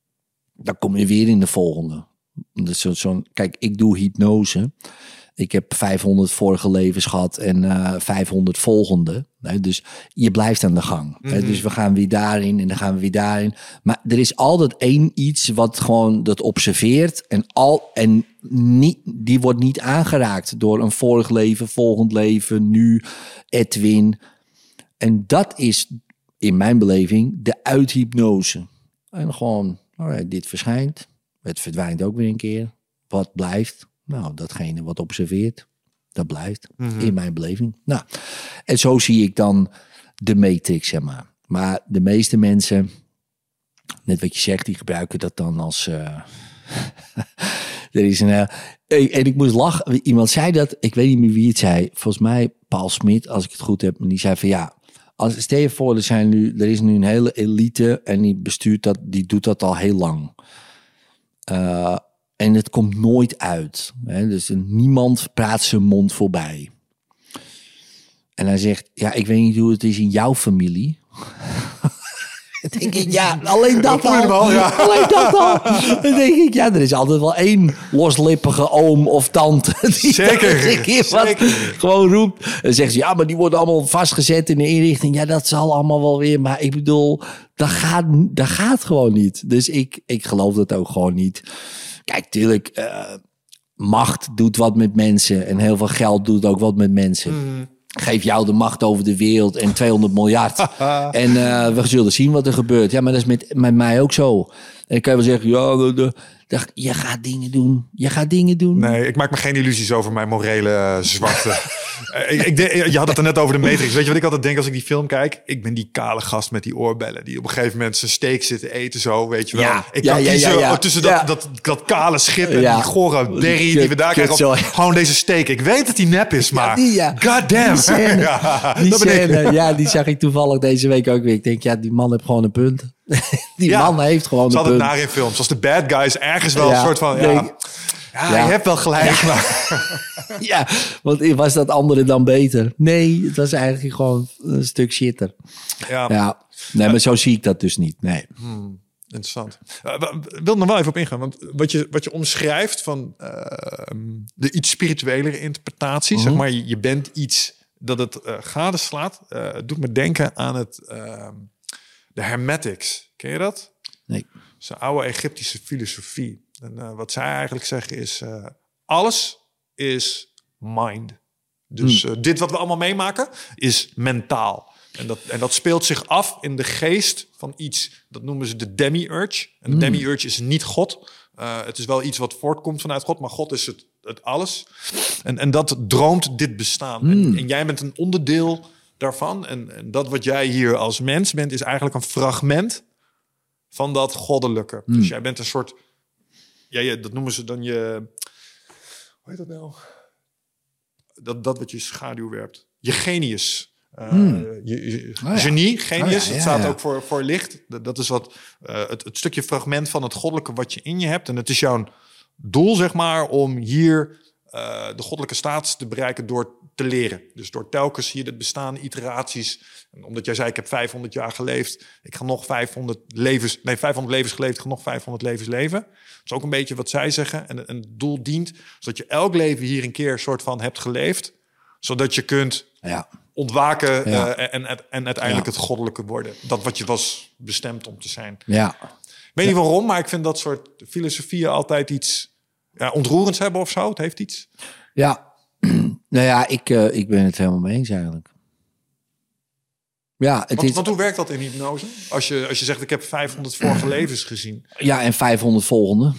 S2: dan kom je weer in de volgende. Dus zo, zo, kijk, ik doe hypnose. Ik heb vijfhonderd vorige levens gehad en uh, vijfhonderd volgende. Nee, dus je blijft aan de gang. Mm-hmm. Dus we gaan weer daarin en dan gaan we weer daarin. Maar er is altijd één iets wat gewoon dat observeert. En, al, en niet, die wordt niet aangeraakt door een vorig leven, volgend leven, nu, Edwin. En dat is in mijn beleving de uithypnose. En gewoon, alright, dit verschijnt. Het verdwijnt ook weer een keer. Wat blijft? Nou, datgene wat observeert, dat blijft mm-hmm. in mijn beleving. Nou, en zo zie ik dan de matrix, zeg maar. Maar de meeste mensen, net wat je zegt, die gebruiken dat dan als... Uh, er is een... Uh, en ik moest lachen. Iemand zei dat, ik weet niet meer wie het zei. Volgens mij Paul Smit, als ik het goed heb. En die zei van ja, als, stel je voor, er, zijn nu, er is nu een hele elite en die bestuurt dat, die doet dat al heel lang. Uh, En het komt nooit uit. Hè? Dus niemand praat zijn mond voorbij. En hij zegt, ja, ik weet niet hoe het is in jouw familie. Dan denk ik, ja, alleen dat al. Al ja. Alleen dat al. Dan denk ik, ja, er is altijd wel één loslippige oom of tante. Die
S1: zeker, een keer wat zeker.
S2: Gewoon roept. En zegt ze, ja, maar die worden allemaal vastgezet in de inrichting. Ja, dat zal allemaal wel weer. Maar ik bedoel, dat gaat, dat gaat gewoon niet. Dus ik, ik geloof dat ook gewoon niet. Kijk, tuurlijk, uh, macht doet wat met mensen. En heel veel geld doet ook wat met mensen. Mm. Geef jou de macht over de wereld en tweehonderd miljard. En uh, we zullen zien wat er gebeurt. Ja, maar dat is met, met mij ook zo. En ik kan wel zeggen, ja, dacht, je gaat dingen doen. Je gaat dingen doen.
S1: Nee, ik maak me geen illusies over mijn morele uh, zwakte. ik, ik denk, je had het er net over de Matrix. Weet je wat ik altijd denk als ik die film kijk? Ik ben die kale gast met die oorbellen. Die op een gegeven moment zijn steak zit te eten zo, weet je wel.
S2: Ja,
S1: ik
S2: ja,
S1: kan
S2: ja,
S1: kiezen
S2: ja, ja.
S1: tussen
S2: Ja.
S1: Dat, dat, dat kale schip en
S2: Ja.
S1: die gore berry
S2: Kut-
S1: die we daar krijgen.
S2: kutzooi.
S1: Gewoon deze steak. Ik weet dat die nep is, maar...
S2: Ja, die, ja.
S1: God damn.
S2: Die scène,
S1: ja,
S2: die,
S1: dat ben ik.
S2: scène, ja, die zag ik toevallig deze week ook weer. Ik denk, ja, die man heeft gewoon een punt. die
S1: Ja.
S2: man heeft gewoon
S1: Ze
S2: een
S1: hadden
S2: punt.
S1: het naar in films. Als de bad guys ergens wel
S2: Ja,
S1: een soort van...
S2: nee.
S1: Ja, ja,
S2: Ja.
S1: je hebt wel gelijk, maar...
S2: Ja, want was dat andere dan beter? Nee, het was eigenlijk gewoon een stuk shitter.
S1: Ja,
S2: Ja, nee, maar zo zie ik dat dus niet. Nee.
S1: interessant. Uh, Ik wil er nog wel even op ingaan. Want wat je, wat je omschrijft van uh, de iets spirituelere interpretatie.
S2: Mm-hmm.
S1: Zeg maar, je, je bent iets dat het uh, gadeslaat. Uh, doet me denken aan het, uh, de Hermetics. Ken je dat?
S2: Nee.
S1: Dat is een oude Egyptische filosofie. En uh, wat zij eigenlijk zeggen is... Uh, alles is mind. Dus uh, dit wat we allemaal meemaken is mentaal. En dat, en dat speelt zich af in de geest van iets, dat noemen ze de demiurge. En de demiurge is niet God. Uh, het is wel iets wat voortkomt vanuit God, maar God is het, het alles. En, en dat droomt dit bestaan. En, en jij bent een onderdeel daarvan. En, en dat wat jij hier als mens bent, is eigenlijk een fragment van dat goddelijke. Dus jij bent een soort... Ja, ja, dat noemen ze dan je... Hoe heet dat nou? Dat, dat wat je schaduw werpt. Je genius. Uh, hmm. je, je,
S2: oh ja.
S1: Genie, genius,
S2: Oh ja, ja,
S1: dat staat
S2: ja.
S1: ook voor, voor licht. Dat, dat is wat, uh, het, het stukje fragment van het goddelijke wat je in je hebt. En het is jouw doel, zeg maar, om hier uh, de goddelijke staat te bereiken door te leren. Dus door telkens hier het bestaan, iteraties. En omdat jij zei, ik heb vijfhonderd jaar geleefd. Ik ga nog vijfhonderd levens, nee, vijfhonderd levens geleefd. Ik ga nog vijfhonderd levens leven. Dat is ook een beetje wat zij zeggen. En, en het doel dient, zodat je elk leven hier een keer soort van hebt geleefd. Zodat je kunt...
S2: Ja.
S1: ontwaken
S2: Ja.
S1: uh, en, en uiteindelijk
S2: Ja.
S1: het goddelijke worden. Dat wat je was bestemd om te zijn.
S2: Ja.
S1: Ik weet niet waarom, maar ik vind dat soort filosofieën altijd iets ja, ontroerends hebben of zo. Het heeft iets.
S2: Ja. Nou ja, ik, uh, ik ben het helemaal mee eens eigenlijk. Ja, het
S1: Want,
S2: is...
S1: want hoe werkt dat in hypnose? Als je, als je zegt, ik heb vijfhonderd vorige levens gezien.
S2: Ja, en vijfhonderd volgende.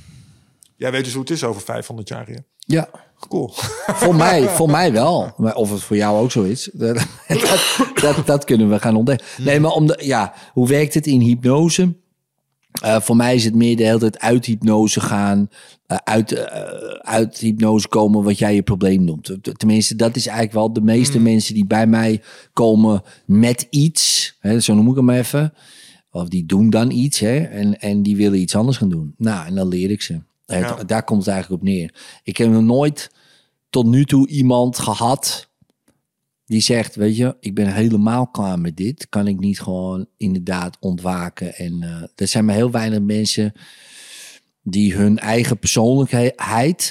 S1: Jij weet dus hoe het is over vijfhonderd jaar hier.
S2: Ja.
S1: Cool.
S2: Voor mij, voor mij wel. Maar of het voor jou ook zo is, dat, dat, dat, dat kunnen we gaan ontdekken. Nee, maar om de, ja, hoe werkt het in hypnose? Uh, voor mij is het meer de hele tijd uit hypnose gaan. Uh, uit, uh, uit hypnose komen wat jij je probleem noemt. Tenminste, dat is eigenlijk wel de meeste mm. mensen die bij mij komen met iets. Hè, zo noem ik hem even. Of die doen dan iets. Hè, en, en die willen iets anders gaan doen. Nou, en dan leer ik ze. Ja. Daar komt het eigenlijk op neer. Ik heb nog nooit tot nu toe iemand gehad die zegt, weet je, ik ben helemaal klaar met dit. Kan ik niet gewoon inderdaad ontwaken? En uh, er zijn maar heel weinig mensen die hun eigen persoonlijkheid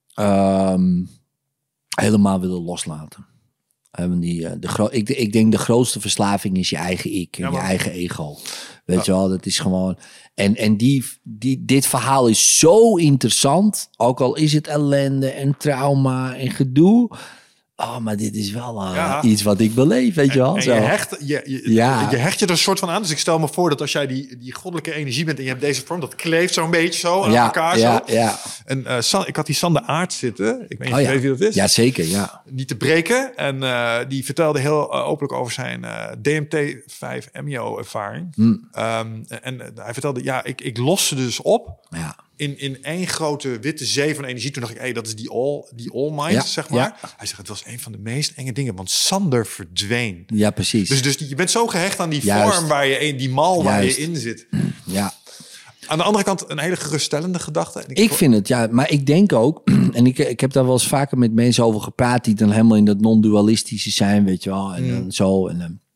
S2: um, helemaal willen loslaten. Um, die, uh, de gro- ik, ik denk de grootste verslaving is je eigen ik en ja, je eigen ego. Weet ja. je wel, dat is gewoon... En, en die, die, dit verhaal is zo interessant. Ook al is het ellende en trauma en gedoe. Oh, maar dit is wel uh, ja. iets wat ik beleef, weet je wel.
S1: En, en
S2: zo.
S1: je, hecht, je, je, ja. je hecht je er een soort van aan. Dus ik stel me voor dat als jij die, die goddelijke energie bent... en je hebt deze vorm, dat kleeft zo'n beetje zo aan
S2: ja,
S1: elkaar.
S2: Ja,
S1: zo.
S2: ja.
S1: En uh, San, ik had die Sander Aert zitten. Ik weet niet
S2: oh, ja.
S1: wie dat is.
S2: Ja, zeker, ja.
S1: Niet te breken. En uh, die vertelde heel uh, openlijk over zijn uh, D M T vijf M I O-ervaring. Hmm. Um, en uh, hij vertelde, ja, ik, ik los ze dus op...
S2: Ja.
S1: In, in één grote witte zee van energie. Toen dacht ik, hé, hey, dat is die all, die all mind, ja, zeg maar. Ja. Hij zegt, het was een van de meest enge dingen. Want Sander verdween.
S2: Ja, precies.
S1: Dus, dus die, je bent zo gehecht aan die
S2: Juist.
S1: vorm waar je in, die mal waar
S2: Juist.
S1: je in zit.
S2: Ja.
S1: Aan de andere kant een hele geruststellende gedachte. En
S2: ik ik vind het, ja. Maar ik denk ook... En ik, ik heb daar wel eens vaker met mensen over gepraat... die dan helemaal in dat non-dualistische zijn, weet je wel. En, mm. en zo. En, um,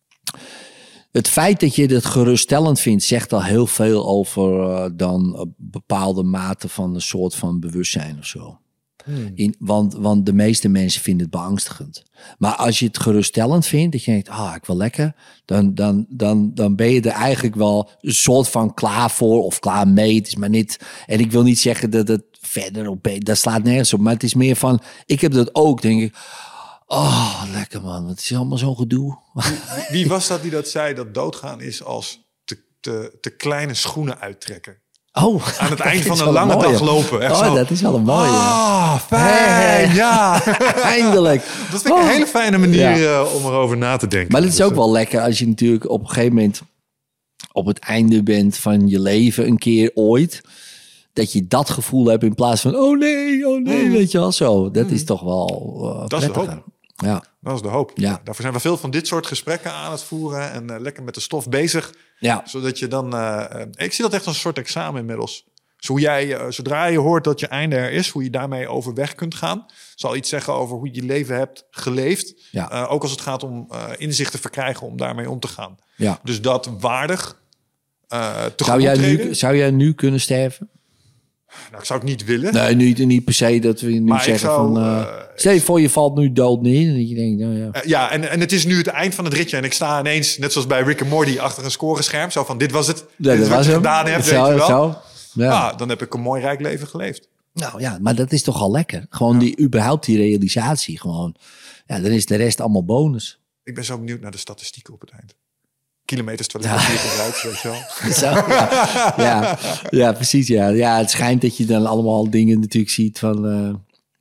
S2: het feit dat je het geruststellend vindt, zegt al heel veel over uh, dan een bepaalde mate van een soort van bewustzijn of zo. Hmm. In, want, want de meeste mensen vinden het beangstigend. Maar als je het geruststellend vindt, dat je denkt, ah, ik wil lekker, dan, dan, dan, dan ben je er eigenlijk wel een soort van klaar voor of klaar mee. Het is maar niet, en ik wil niet zeggen dat het verder op, dat slaat nergens op, maar het is meer van, ik heb dat ook, denk ik. Oh, lekker man. Het is allemaal zo'n gedoe.
S1: Wie, wie was dat die dat zei dat doodgaan is als te, te, te kleine schoenen uittrekken?
S2: Oh,
S1: Aan het eind van
S2: is
S1: een
S2: wel
S1: lange
S2: mooie.
S1: dag lopen. Echt
S2: Oh,
S1: zo.
S2: dat is wel een mooie.
S1: Ah, fijn.
S2: Hey.
S1: Ja.
S2: Eindelijk.
S1: Dat vind ik een hele fijne manier
S2: Ja.
S1: uh, om erover na te denken.
S2: Maar het is
S1: Dus,
S2: ook wel lekker als je natuurlijk op een gegeven moment op het einde bent van je leven een keer ooit. Dat je dat gevoel hebt in plaats van, oh nee, oh nee,
S1: Mm.
S2: weet je wel zo. Dat is toch wel uh,
S1: Dat is de
S2: prettiger.
S1: hoop.
S2: Ja,
S1: Dat is de hoop.
S2: Ja.
S1: Daarvoor zijn we veel van dit soort gesprekken aan het voeren. En uh, lekker met de stof bezig.
S2: ja.
S1: Zodat je dan... Uh, uh, ik zie dat echt als een soort examen inmiddels. Zo hoe jij, uh, zodra je hoort dat je einde er is, hoe je daarmee overweg kunt gaan. Zal iets zeggen over hoe je je leven hebt geleefd.
S2: Ja.
S1: Uh, ook als het gaat om uh, inzicht te verkrijgen om daarmee om te gaan.
S2: ja.
S1: Dus dat waardig uh, te
S2: Zou, jij
S1: treden.
S2: nu, zou jij nu kunnen sterven?
S1: Nou, ik zou het niet willen.
S2: Nee, niet, niet per se dat we nu
S1: Maar ik
S2: zeggen
S1: zou,
S2: van... Uh,
S1: uh,
S2: stel je voor, je valt nu dood neer. En dat je denkt, nou ja.
S1: Uh, ja, en, en het is nu het eind van het ritje. En ik sta ineens, net zoals bij Rick and Morty, achter een scorescherm. Zo van, dit was het.
S2: Ja,
S1: dit
S2: dat
S1: is wat
S2: was
S1: je
S2: hem.
S1: gedaan hebt,
S2: Zo,
S1: weet je wel.
S2: zo. Ja.
S1: Ah, dan heb ik een mooi rijk leven geleefd.
S2: Nou ja, maar dat is toch al lekker. Gewoon die, überhaupt die realisatie gewoon. Ja, dan is de rest allemaal bonus.
S1: Ik ben zo benieuwd naar de statistieken op het eind. Kilometers toiletpapier gebruikt, weet je wel.
S2: Zo, ja. Ja, ja, precies. Ja. ja, het schijnt dat je dan allemaal dingen natuurlijk ziet van... Uh,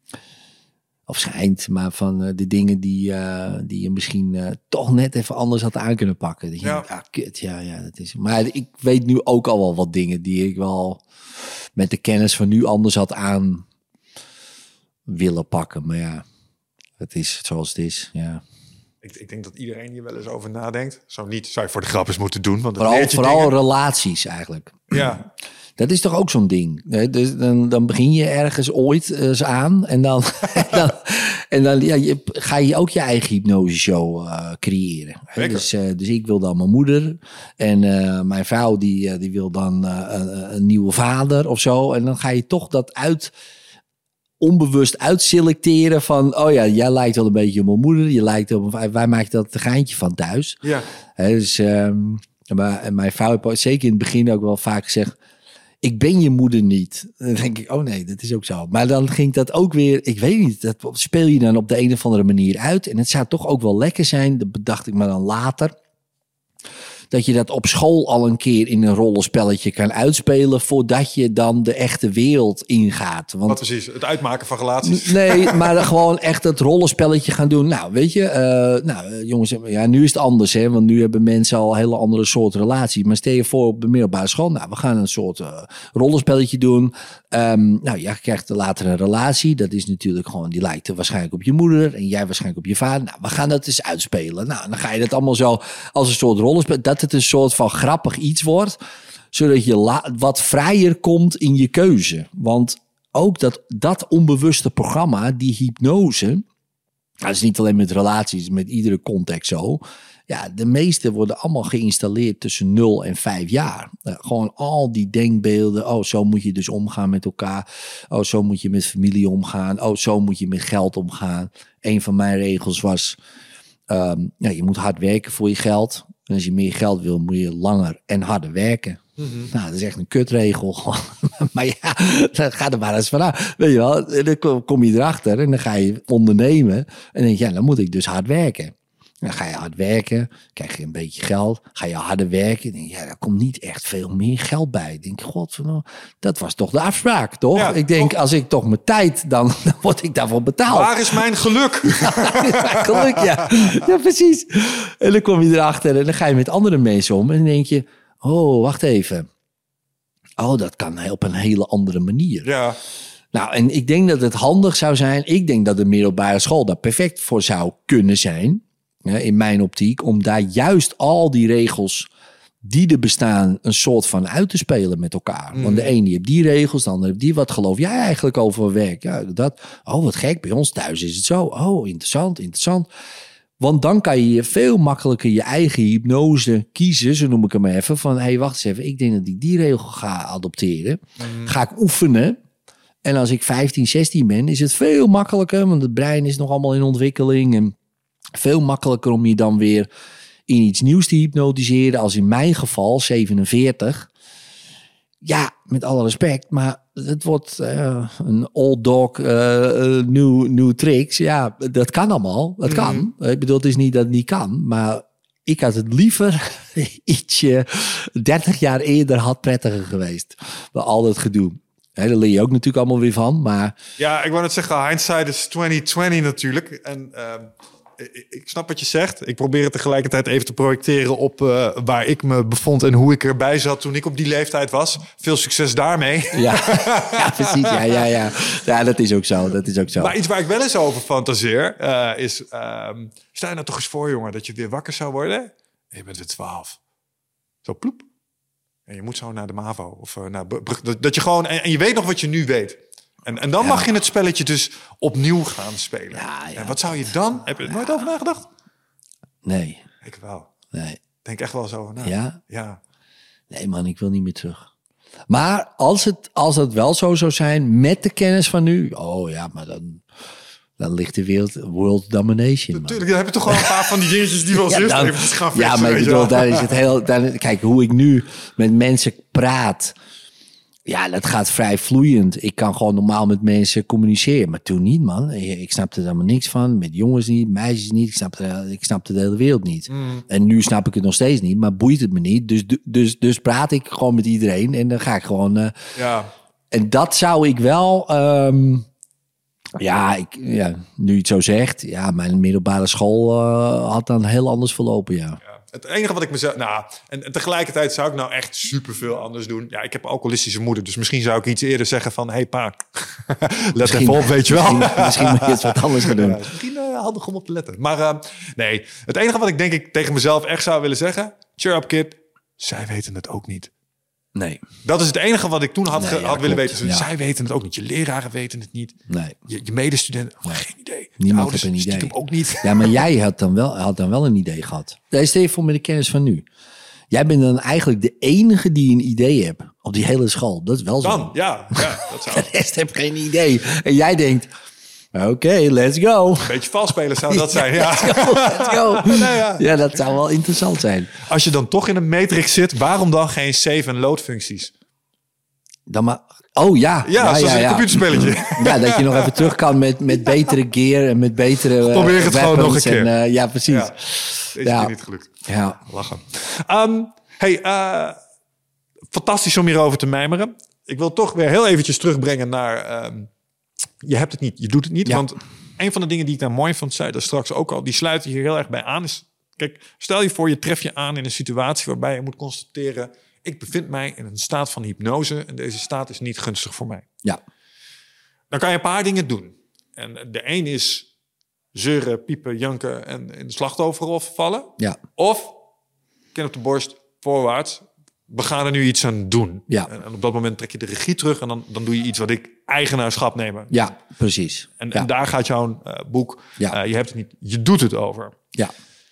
S2: of schijnt, maar van uh, de dingen die, uh, die je misschien uh, toch net even anders had aan kunnen pakken. Dat je
S1: Ja.
S2: denkt, ah, kut, ja, ja, dat is... Maar ik weet nu ook al wel wat dingen die ik wel met de kennis van nu anders had aan willen pakken. Maar ja, het is zoals het is, ja.
S1: Ik, ik denk dat iedereen hier wel eens over nadenkt. Zo niet, zou je voor de grap eens moeten doen. Want het
S2: Vooral,
S1: leert je
S2: vooral
S1: dingen.
S2: relaties eigenlijk.
S1: Ja,
S2: Dat is toch ook zo'n ding. Hè? Dus dan, dan begin je ergens ooit eens aan. En dan, en dan, en dan ja, je, ga je ook je eigen hypnoseshow uh, creëren. Hè?
S1: Lekker.
S2: Dus, uh, dus ik wil dan mijn moeder. En uh, mijn vrouw die, uh, die wil dan uh, een, een nieuwe vader of zo. En dan ga je toch dat uit... onbewust uitselecteren van... oh ja, jij lijkt wel een beetje op mijn moeder. Je lijkt op, wij maken dat een geintje van thuis.
S1: ja.
S2: He, dus, um, maar, en mijn vrouw heeft zeker in het begin ook wel vaak gezegd... ik ben je moeder niet. Dan denk ik, oh nee, dat is ook zo. Maar dan ging dat ook weer... ik weet niet, dat speel je dan op de een of andere manier uit. En het zou toch ook wel lekker zijn... dat bedacht ik me dan later... dat je dat op school al een keer in een rollenspelletje kan uitspelen... voordat je dan de echte wereld ingaat. Want
S1: Wat precies, het uitmaken van relaties.
S2: nee, maar dan gewoon echt het rollenspelletje gaan doen. Nou, weet je, uh, nou uh, jongens, ja, nu is het anders, hè, want nu hebben mensen al een hele andere soort relatie. Maar stel je voor op de middelbare school, nou, we gaan een soort uh, rollenspelletje doen. Um, nou, jij krijgt later een relatie. Dat is natuurlijk gewoon, die lijkt er waarschijnlijk op je moeder en jij waarschijnlijk op je vader. Nou, we gaan dat eens uitspelen. Nou, dan ga je dat allemaal zo als een soort rollenspel, dat het een soort van grappig iets wordt, zodat je la- wat vrijer komt in je keuze. Want ook dat, dat onbewuste programma, die hypnose, nou, dat is niet alleen met relaties, met iedere context zo. Ja, de meeste worden allemaal geïnstalleerd tussen nul en vijf jaar. Uh, gewoon al die denkbeelden. Oh, zo moet je dus omgaan met elkaar. Oh, zo moet je met familie omgaan. Oh, zo moet je met geld omgaan. Een van mijn regels was, um, ja, je moet hard werken voor je geld. En als je meer geld wil, moet je langer en harder werken. Mm-hmm. Nou, dat is echt een kutregel. Maar ja, dan ga er maar eens vanuit. Weet je wel, dan kom je erachter en dan ga je ondernemen. En dan denk je, ja, dan moet ik dus hard werken. Dan ga je hard werken, krijg je een beetje geld. Ga je harder werken, denk je, ja, daar komt niet echt veel meer geld bij. Ik denk, god, dat was toch de afspraak, toch?
S1: Ja,
S2: ik denk,
S1: toch?
S2: als ik toch mijn tijd, dan, dan word ik daarvoor betaald.
S1: Waar is mijn geluk?
S2: Geluk, ja. Ja, precies. En dan kom je erachter en dan ga je met andere mensen om. En dan denk je, oh, wacht even. Oh, dat kan op een hele andere manier.
S1: Ja.
S2: Nou, en ik denk dat het handig zou zijn. Ik denk dat de middelbare school daar perfect voor zou kunnen zijn. In mijn optiek. Om daar juist al die regels die er bestaan een soort van uit te spelen met elkaar. Mm. Want de ene die heeft die regels, de andere heeft die. Wat geloof jij eigenlijk over werk? Ja, dat. Oh, wat gek. Bij ons thuis is het zo. Oh, interessant, interessant. Want dan kan je veel makkelijker je eigen hypnose kiezen, zo noem ik hem even. Van, hé, hey, wacht eens even. Ik denk dat ik die regel ga adopteren. Mm. Ga ik oefenen. En als ik vijftien, zestien ben, is het veel makkelijker. Want het brein is nog allemaal in ontwikkeling. En veel makkelijker om je dan weer in iets nieuws te hypnotiseren. Als in mijn geval, zevenenveertig. Ja, met alle respect. Maar het wordt uh, een old dog, uh, uh, new, new tricks. Ja, dat kan allemaal. Dat kan. Mm. Ik bedoel, het is niet dat het niet kan. Maar ik had het liever ietsje dertig jaar eerder had prettiger geweest. Bij al dat gedoe. He, daar leer je ook natuurlijk allemaal weer van. Maar...
S1: Ja, ik wou net zeggen, hindsight is twintig twintig natuurlijk. En uh, ik, ik snap wat je zegt. Ik probeer het tegelijkertijd even te projecteren op uh, waar ik me bevond en hoe ik erbij zat toen ik op die leeftijd was. Veel succes daarmee.
S2: Ja, ja precies. Ja, ja, ja. ja, dat is ook zo. Dat is ook zo.
S1: Maar iets waar ik wel eens over fantaseer uh, is... Uh, stel je nou toch eens voor, jongen, dat je weer wakker zou worden. En je bent weer twaalf. Zo ploep. En je moet zo naar de MAVO. Of uh, naar Brug. Dat, dat je gewoon... En, en je weet nog wat je nu weet. En, en dan ja. mag je het spelletje dus opnieuw gaan spelen. Ja, ja. En wat zou je dan... Heb je er nooit over nagedacht?
S2: Nee.
S1: Ik wel.
S2: Nee.
S1: Denk echt wel zo over na.
S2: Ja?
S1: Ja.
S2: Nee man, ik wil niet meer terug. Maar als het, als het wel zo zou zijn met de kennis van nu... Oh ja, maar dan... Dan ligt de wereld world domination.
S1: Natuurlijk, dan heb je toch gewoon een paar van die dingetjes die wel ja, eerst eventjes gaan fixen.
S2: Ja, maar ik bedoel, daar is het heel... Daar, kijk, hoe ik nu met mensen praat... Ja, dat gaat vrij vloeiend. Ik kan gewoon normaal met mensen communiceren. Maar toen niet, man. Ik snapte er helemaal niks van. Met jongens niet, meisjes niet. Ik snapte, ik snapte de hele wereld niet. Mm. En nu snap ik het nog steeds niet. Maar boeit het me niet. Dus, dus, dus praat ik gewoon met iedereen. En dan ga ik gewoon... Uh,
S1: ja.
S2: En dat zou ik wel... Um, Ja, ik, ja, nu je het zo zegt. Ja, mijn middelbare school uh, had dan heel anders verlopen, ja. ja.
S1: Het enige wat ik mezelf... Nou, en, en tegelijkertijd zou ik nou echt superveel anders doen. Ja, ik heb een alcoholistische moeder. Dus misschien zou ik iets eerder zeggen van... Hé hey, pa, let misschien, even op, weet je wel.
S2: Misschien, misschien moet je iets wat anders gaan doen. Ja,
S1: misschien uh, handig om op te letten. Maar uh, nee, het enige wat ik denk ik tegen mezelf echt zou willen zeggen... Cheer up, kid. Zij weten het ook niet.
S2: Nee.
S1: Dat is het enige wat ik toen had,
S2: nee,
S1: ge-
S2: ja,
S1: had willen
S2: klopt.
S1: weten.
S2: Ja.
S1: Zij weten het ook niet. Je leraren weten het niet.
S2: Nee.
S1: Je, je medestudenten, oh,
S2: nee.
S1: geen idee.
S2: Niemand heeft een idee.
S1: ook niet.
S2: Ja, maar jij had dan wel, had dan wel een idee gehad. Daar stel je voor met de kennis van nu. Jij bent dan eigenlijk de enige die een idee hebt op die hele school. Dat is wel zo.
S1: Dan, ja. ja dat zou...
S2: De rest heeft geen idee. En jij denkt... Oké, okay, let's go.
S1: Een beetje vals spelen zou dat zijn, ja.
S2: Let's go, let's go.
S1: nee, ja.
S2: ja, dat zou wel interessant zijn.
S1: Als je dan toch in een matrix zit, waarom dan geen save- en load-functies?
S2: Dan maar... Oh ja.
S1: Ja,
S2: ja
S1: zoals
S2: ja,
S1: een
S2: ja.
S1: computerspelletje.
S2: Ja, dat je nog even terug kan met, met betere gear en met betere... Uh,
S1: Probeer het gewoon nog een keer.
S2: En, uh, ja, precies.
S1: Ja, deze
S2: ja.
S1: keer niet gelukt.
S2: Ja.
S1: Lachen. Um, hey, uh, fantastisch om hierover te mijmeren. Ik wil toch weer heel eventjes terugbrengen naar... Um, je hebt het niet, je doet het niet. Ja. Want een van de dingen die ik daar mooi vond, zei daar straks ook al... die sluiten hier heel erg bij aan. Is, kijk, stel je voor, je treft je aan in een situatie... waarbij je moet constateren... ik bevind mij in een staat van hypnose... en deze staat is niet gunstig voor mij.
S2: Ja.
S1: Dan kan je een paar dingen doen. En de een is zeuren, piepen, janken... en in de slachtofferrol vallen.
S2: Ja.
S1: Of, kin op de borst, voorwaarts... we gaan er nu iets aan doen.
S2: Ja.
S1: En, en op dat moment trek je de regie terug... en dan, dan doe je iets wat ik eigenaarschap nemen.
S2: Ja, precies.
S1: En,
S2: ja.
S1: en daar gaat jouw uh, boek...
S2: Ja.
S1: Uh, je hebt het niet, je doet het over.
S2: Ja.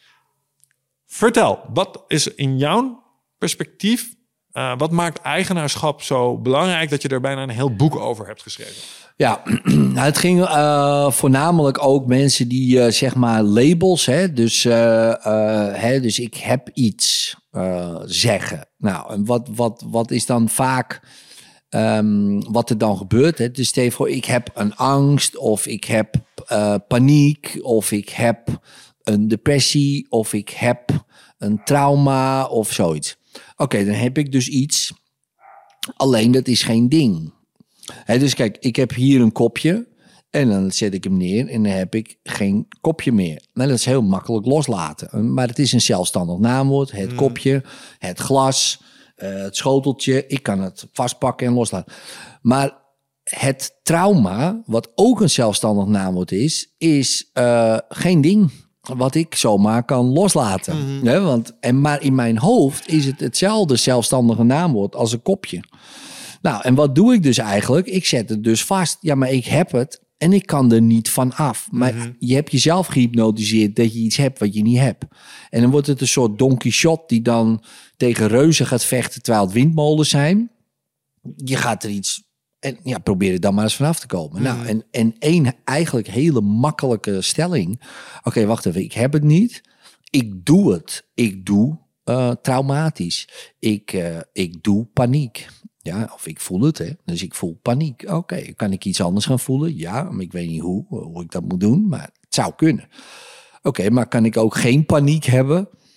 S1: Vertel, wat is in jouw perspectief... Uh, wat maakt eigenaarschap zo belangrijk... dat je er bijna een heel boek over hebt geschreven?
S2: Ja, het ging uh, voornamelijk ook mensen die, uh, zeg maar, labels... Hè, dus, uh, uh, hè, dus ik heb iets uh, zeggen. Nou, en wat, wat, wat is dan vaak... Um, wat er dan gebeurt. Hè? Dus stel je voor, ik heb een angst... of ik heb uh, paniek... of ik heb een depressie... of ik heb een trauma of zoiets. Oké, okay, dan heb ik dus iets. Alleen dat is geen ding. He, dus kijk, ik heb hier een kopje. En dan zet ik hem neer. En dan heb ik geen kopje meer. Nou, dat is heel makkelijk loslaten. Maar het is een zelfstandig naamwoord. Het mm. kopje, het glas, uh, het schoteltje. Ik kan het vastpakken en loslaten. Maar het trauma, wat ook een zelfstandig naamwoord is... is uh, geen ding. Wat ik zomaar kan loslaten. Mm-hmm. Ja, want, en maar in mijn hoofd is het hetzelfde zelfstandige naamwoord als een kopje. Nou, en wat doe ik dus eigenlijk? Ik zet het dus vast. Ja, maar ik heb het en ik kan er niet van af. Maar mm-hmm. je hebt jezelf gehypnotiseerd dat je iets hebt wat je niet hebt. En dan wordt het een soort Don Quixote die dan tegen reuzen gaat vechten terwijl het windmolens zijn. Je gaat er iets... En ja, probeer er dan maar eens vanaf te komen. Mm. Nou, en, en één eigenlijk hele makkelijke stelling. Oké, okay, wacht even. Ik heb het niet. Ik doe het. Ik doe uh, traumatisch. Ik, uh, ik doe paniek. Ja, of ik voel het, hè. Dus ik voel paniek. Oké, okay, kan ik iets anders gaan voelen? Ja, maar ik weet niet hoe, hoe ik dat moet doen. Maar het zou kunnen. Oké, okay, maar kan ik ook geen paniek hebben?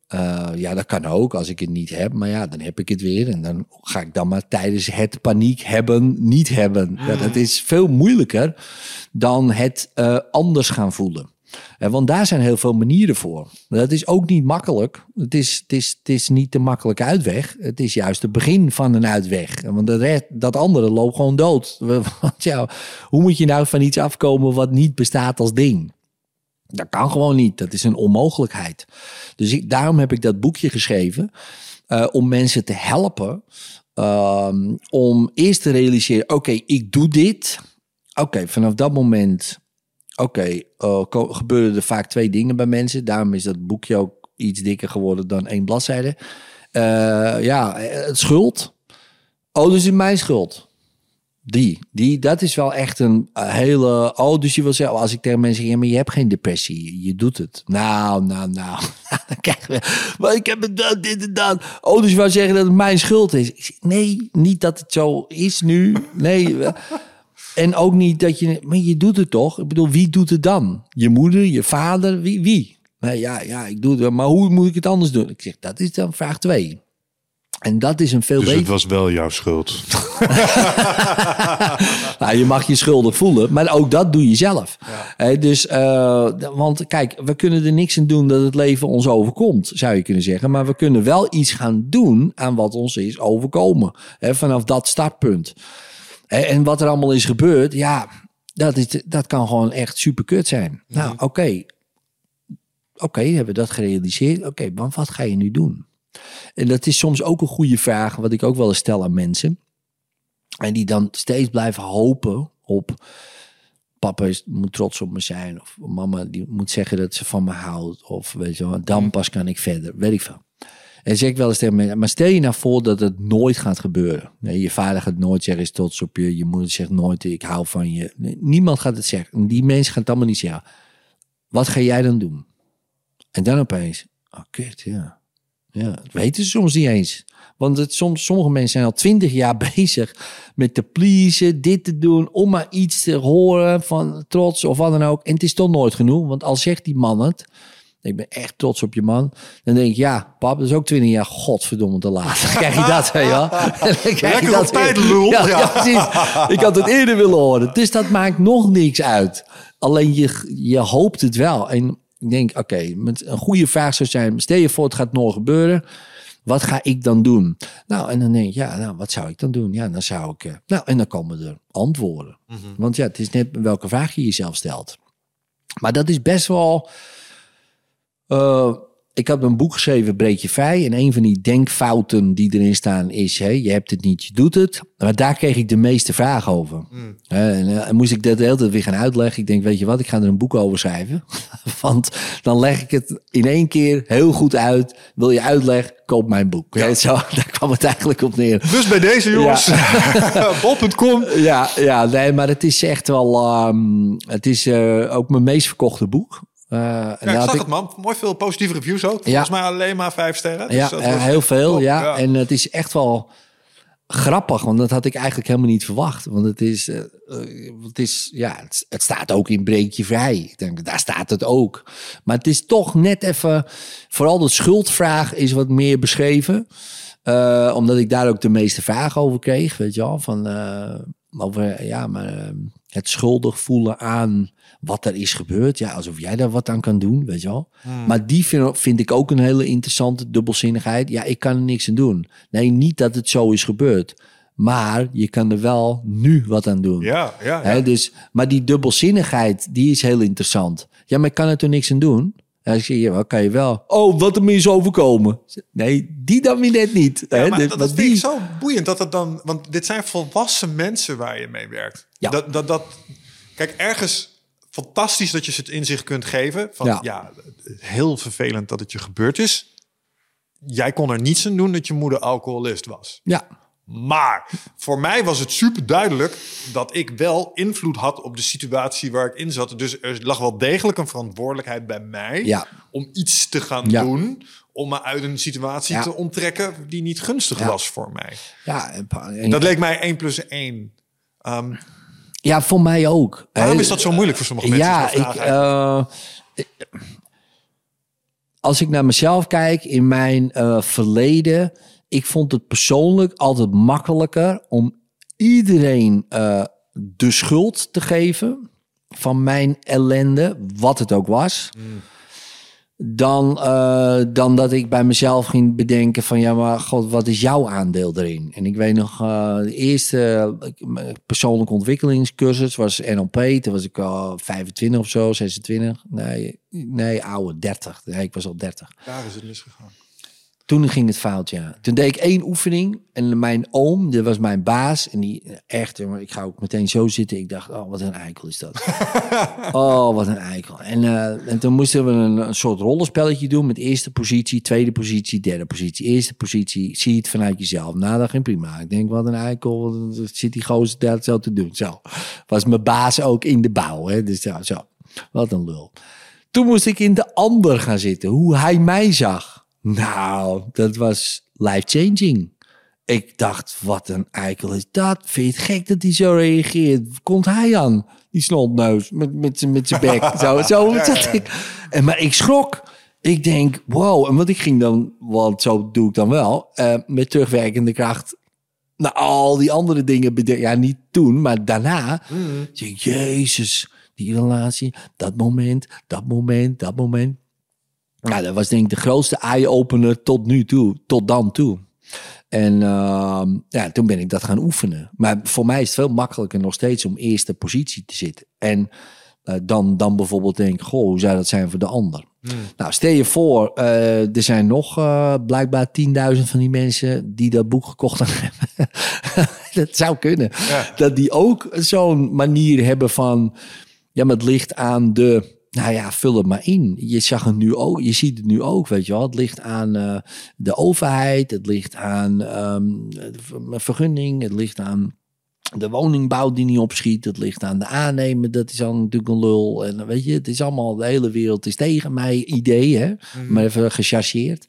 S2: Uh, ja, dat kan ook als ik het niet heb. Maar ja, dan heb ik het weer. En dan ga ik dan maar tijdens het paniek hebben, niet hebben. Mm. Ja, dat is veel moeilijker dan het uh, anders gaan voelen. Uh, want daar zijn heel veel manieren voor. Dat is ook niet makkelijk. Het is, het is, het is niet de makkelijke uitweg. Het is juist het begin van een uitweg. Want dat, rest, dat andere loopt gewoon dood. Want ja, hoe moet je nou van iets afkomen wat niet bestaat als ding? Dat kan gewoon niet. Dat is een onmogelijkheid. Dus ik, daarom heb ik dat boekje geschreven. Uh, om mensen te helpen. Um, om eerst te realiseren. Oké, okay, ik doe dit. Oké, okay, vanaf dat moment. Oké, okay, uh, gebeuren er vaak twee dingen bij mensen. Daarom is dat boekje ook iets dikker geworden dan één bladzijde. Uh, ja, het schuld. Oh, dus het is mijn schuld. Die, die, dat is wel echt een hele... Oh, dus je wil zeggen, als ik tegen mensen zeg... Ja, maar je hebt geen depressie, je doet het. Nou, nou, nou. Dan krijgen we... Maar ik heb het dat, dit en dat. Oh, dus je wil zeggen dat het mijn schuld is. Ik zeg, nee, niet dat het zo is nu. Nee. En ook niet dat je... Maar je doet het toch? Ik bedoel, wie doet het dan? Je moeder, je vader, wie? wie? Nee, ja, ja, ik doe het. Maar hoe moet ik het anders doen? Ik zeg, dat is dan vraag twee. En dat is een veel
S1: dus
S2: beter...
S1: het was wel jouw schuld.
S2: Nou, je mag je schuldig voelen, maar ook dat doe je zelf. Ja. He, dus, uh, want kijk, we kunnen er niks aan doen dat het leven ons overkomt, zou je kunnen zeggen. Maar we kunnen wel iets gaan doen aan wat ons is overkomen. He, vanaf dat startpunt. He, en wat er allemaal is gebeurd, ja, dat, is, dat kan gewoon echt super kut zijn. Ja. Nou, oké. Okay. Oké, okay, hebben we dat gerealiseerd. Oké, okay, maar wat ga je nu doen? En dat is soms ook een goede vraag, wat ik ook wel eens stel aan mensen. En die dan steeds blijven hopen op... Papa is, moet trots op me zijn. Of mama die moet zeggen dat ze van me houdt. Of weet je wel, dan pas kan ik verder. Weet ik veel. En zeg ik wel eens tegen mensen, maar stel je nou voor dat het nooit gaat gebeuren. Nee, je vader gaat nooit zeggen, is trots op je. Je moeder zegt nooit, ik hou van je. Nee, niemand gaat het zeggen. Die mensen gaan het allemaal niet zeggen. Wat ga jij dan doen? En dan opeens, oh kut, ja. Ja, dat weten ze soms niet eens. Want het, soms, sommige mensen zijn al twintig jaar bezig met te pleasen, dit te doen, om maar iets te horen van trots of wat dan ook. En het is toch nooit genoeg, want al zegt die man het, ik ben echt trots op je man, dan denk ik, ja, pap, dat is ook twintig jaar godverdomme te laat. Dan krijg je dat, ja.
S1: Lekker op tijd, lul.
S2: Ja, ja. Ja, precies. Ik had het eerder willen horen. Dus dat maakt nog niks uit. Alleen je, je hoopt het wel. En ik denk, oké, okay, een goede vraag zou zijn... stel je voor, het gaat nooit gebeuren. Wat ga ik dan doen? Nou, en dan denk ik, ja, nou, wat zou ik dan doen? Ja, dan zou ik... Uh, nou, en dan komen er antwoorden. Mm-hmm. Want ja, het is net welke vraag je jezelf stelt. Maar dat is best wel... Uh, ik had een boek geschreven, Breek je vrij. En een van die denkfouten die erin staan is... Hey, je hebt het niet, je doet het. Maar daar kreeg ik de meeste vragen over. Mm. Uh, en, uh, en moest ik dat de hele tijd weer gaan uitleggen. Ik denk, weet je wat, ik ga er een boek over schrijven. Want dan leg ik het in één keer heel goed uit. Wil je uitleg, koop mijn boek. Ja. Zo, daar kwam het eigenlijk op neer.
S1: Dus bij deze jongens, ja. bol punt com.
S2: Ja, ja, nee, maar het is echt wel... Um, het is uh, ook mijn meest verkochte boek. Uh,
S1: ja, ik zag ik... het man. Mooi veel positieve reviews ook. Ja. Volgens mij alleen maar vijf sterren.
S2: Ja,
S1: dus
S2: uh, heel veel. Ja. ja. En het is echt wel grappig, want dat had ik eigenlijk helemaal niet verwacht. Want het is, uh, het is ja, het, het staat ook in Breek je vrij. Ik denk, daar staat het ook. Maar het is toch net even, vooral de schuldvraag is wat meer beschreven. Uh, omdat ik daar ook de meeste vragen over kreeg, weet je wel. Van, uh, over, ja, maar uh, het schuldig voelen aan wat er is gebeurd. Ja, alsof jij daar wat aan kan doen, weet je wel. Hmm. Maar die vind, vind ik ook een hele interessante dubbelzinnigheid. Ja, ik kan er niks aan doen. Nee, niet dat het zo is gebeurd. Maar je kan er wel nu wat aan doen.
S1: Ja, ja, ja.
S2: He, dus, maar die dubbelzinnigheid, die is heel interessant. Ja, maar ik kan er toch niks aan doen? Ja, ik zeg, ja, wat kan je wel? Oh, wat er me is overkomen. Nee, die dan weer net niet.
S1: Ja,
S2: hè?
S1: maar
S2: Dus,
S1: dat,
S2: maar
S1: dat
S2: die...
S1: vind ik zo boeiend. Dat het dan, want dit zijn volwassen mensen waar je mee werkt.
S2: Ja.
S1: Dat, dat, dat, kijk, ergens fantastisch dat je ze het inzicht kunt geven. Van ja. ja, heel vervelend dat het je gebeurd is. Jij kon er niets aan doen dat je moeder alcoholist was.
S2: Ja.
S1: Maar voor mij was het super duidelijk dat ik wel invloed had op de situatie waar ik in zat. Dus er lag wel degelijk een verantwoordelijkheid bij mij
S2: ja.
S1: om iets te gaan ja. doen. Om me uit een situatie ja. te onttrekken die niet gunstig ja. was voor mij.
S2: Ja, en, en,
S1: dat leek mij één plus één. Um,
S2: ja, voor mij ook.
S1: Waarom is dat zo moeilijk voor sommige mensen?
S2: Ja, ik... Uh, als ik naar mezelf kijk in mijn uh, verleden, ik vond het persoonlijk altijd makkelijker om iedereen uh, de schuld te geven van mijn ellende, wat het ook was. Mm. Dan, uh, dan dat ik bij mezelf ging bedenken van... ja, maar god, wat is jouw aandeel erin? En ik weet nog, uh, de eerste uh, persoonlijke ontwikkelingscursus was N L P. Toen was ik al vijfentwintig of zo, zesentwintig. Nee, nee oude, dertig. Nee, ik was al dertig.
S1: Daar is het misgegaan.
S2: Toen ging het fout, ja. Toen deed ik één oefening en mijn oom, dat was mijn baas. En die, echt, jongen, ik ga ook meteen zo zitten. Ik dacht, oh, wat een eikel is dat. oh, wat een eikel. En, uh, en toen moesten we een, een soort rollenspelletje doen met eerste positie, tweede positie, derde positie. Eerste positie, zie het vanuit jezelf. Nou, dat ging prima. Ik denk, wat een eikel, zit die gozer daar zo te doen. Zo, was mijn baas ook in de bouw, hè. Dus zo, zo, wat een lul. Toen moest ik in de ander gaan zitten, hoe hij mij zag. Nou, dat was life-changing. Ik dacht, wat een eikel is dat. Vind je het gek dat hij zo reageert? Komt hij aan, die snotneus, met, met, met zijn bek. zo, zo
S1: ja,
S2: zat
S1: ja, ja.
S2: ik. En, maar ik schrok. Ik denk, wow. En wat ik ging dan, want zo doe ik dan wel, uh, met terugwerkende kracht naar al die andere dingen bedenken. Ja, niet toen, maar daarna. Mm. Zeg ik, Jezus, die relatie, dat moment, dat moment, dat moment. Nou, dat was denk ik de grootste eye-opener tot nu toe, tot dan toe. En uh, ja, toen ben ik dat gaan oefenen. Maar voor mij is het veel makkelijker nog steeds om eerste positie te zitten. En uh, dan, dan bijvoorbeeld denk, goh, hoe zou dat zijn voor de ander? Hmm. Nou, stel je voor, uh, er zijn nog uh, blijkbaar tienduizend van die mensen die dat boek gekocht hebben. Dat zou kunnen. Ja. Dat die ook zo'n manier hebben van, ja, maar het ligt aan de... Nou ja, vul het maar in. Je zag het nu ook, je ziet het nu ook, weet je wel. Het ligt aan uh, de overheid, het ligt aan um, de vergunning, het ligt aan de woningbouw die niet opschiet, het ligt aan de aannemer, dat is dan natuurlijk een lul. En weet je, het is allemaal, de hele wereld is tegen mij idee, hè. Mm. Maar even gechargeerd.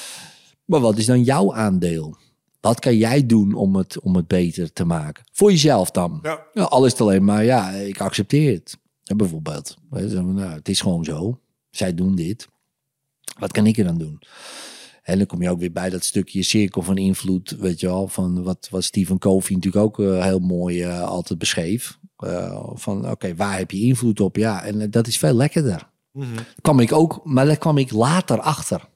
S2: Maar wat is dan jouw aandeel? Wat kan jij doen om het, om het beter te maken? Voor jezelf dan. Ja. Ja, al is het alleen maar, ja, ik accepteer het. Ja, bijvoorbeeld, nou, het is gewoon zo. Zij doen dit. Wat kan ik er dan doen? En dan kom je ook weer bij dat stukje cirkel van invloed, weet je wel, van wat, wat Stephen Covey natuurlijk ook uh, heel mooi uh, altijd beschreef. Uh, van oké, okay, waar heb je invloed op? Ja, en uh, dat is veel lekkerder. Mm-hmm. Kwam ik ook, maar daar kwam ik later achter.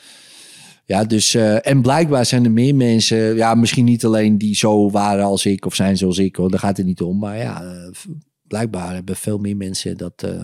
S2: Ja, dus uh, en blijkbaar zijn er meer mensen, ja, misschien niet alleen die zo waren als ik of zijn zoals ik, hoor, daar gaat het niet om, maar ja. Uh, Blijkbaar hebben veel meer mensen dat... Uh,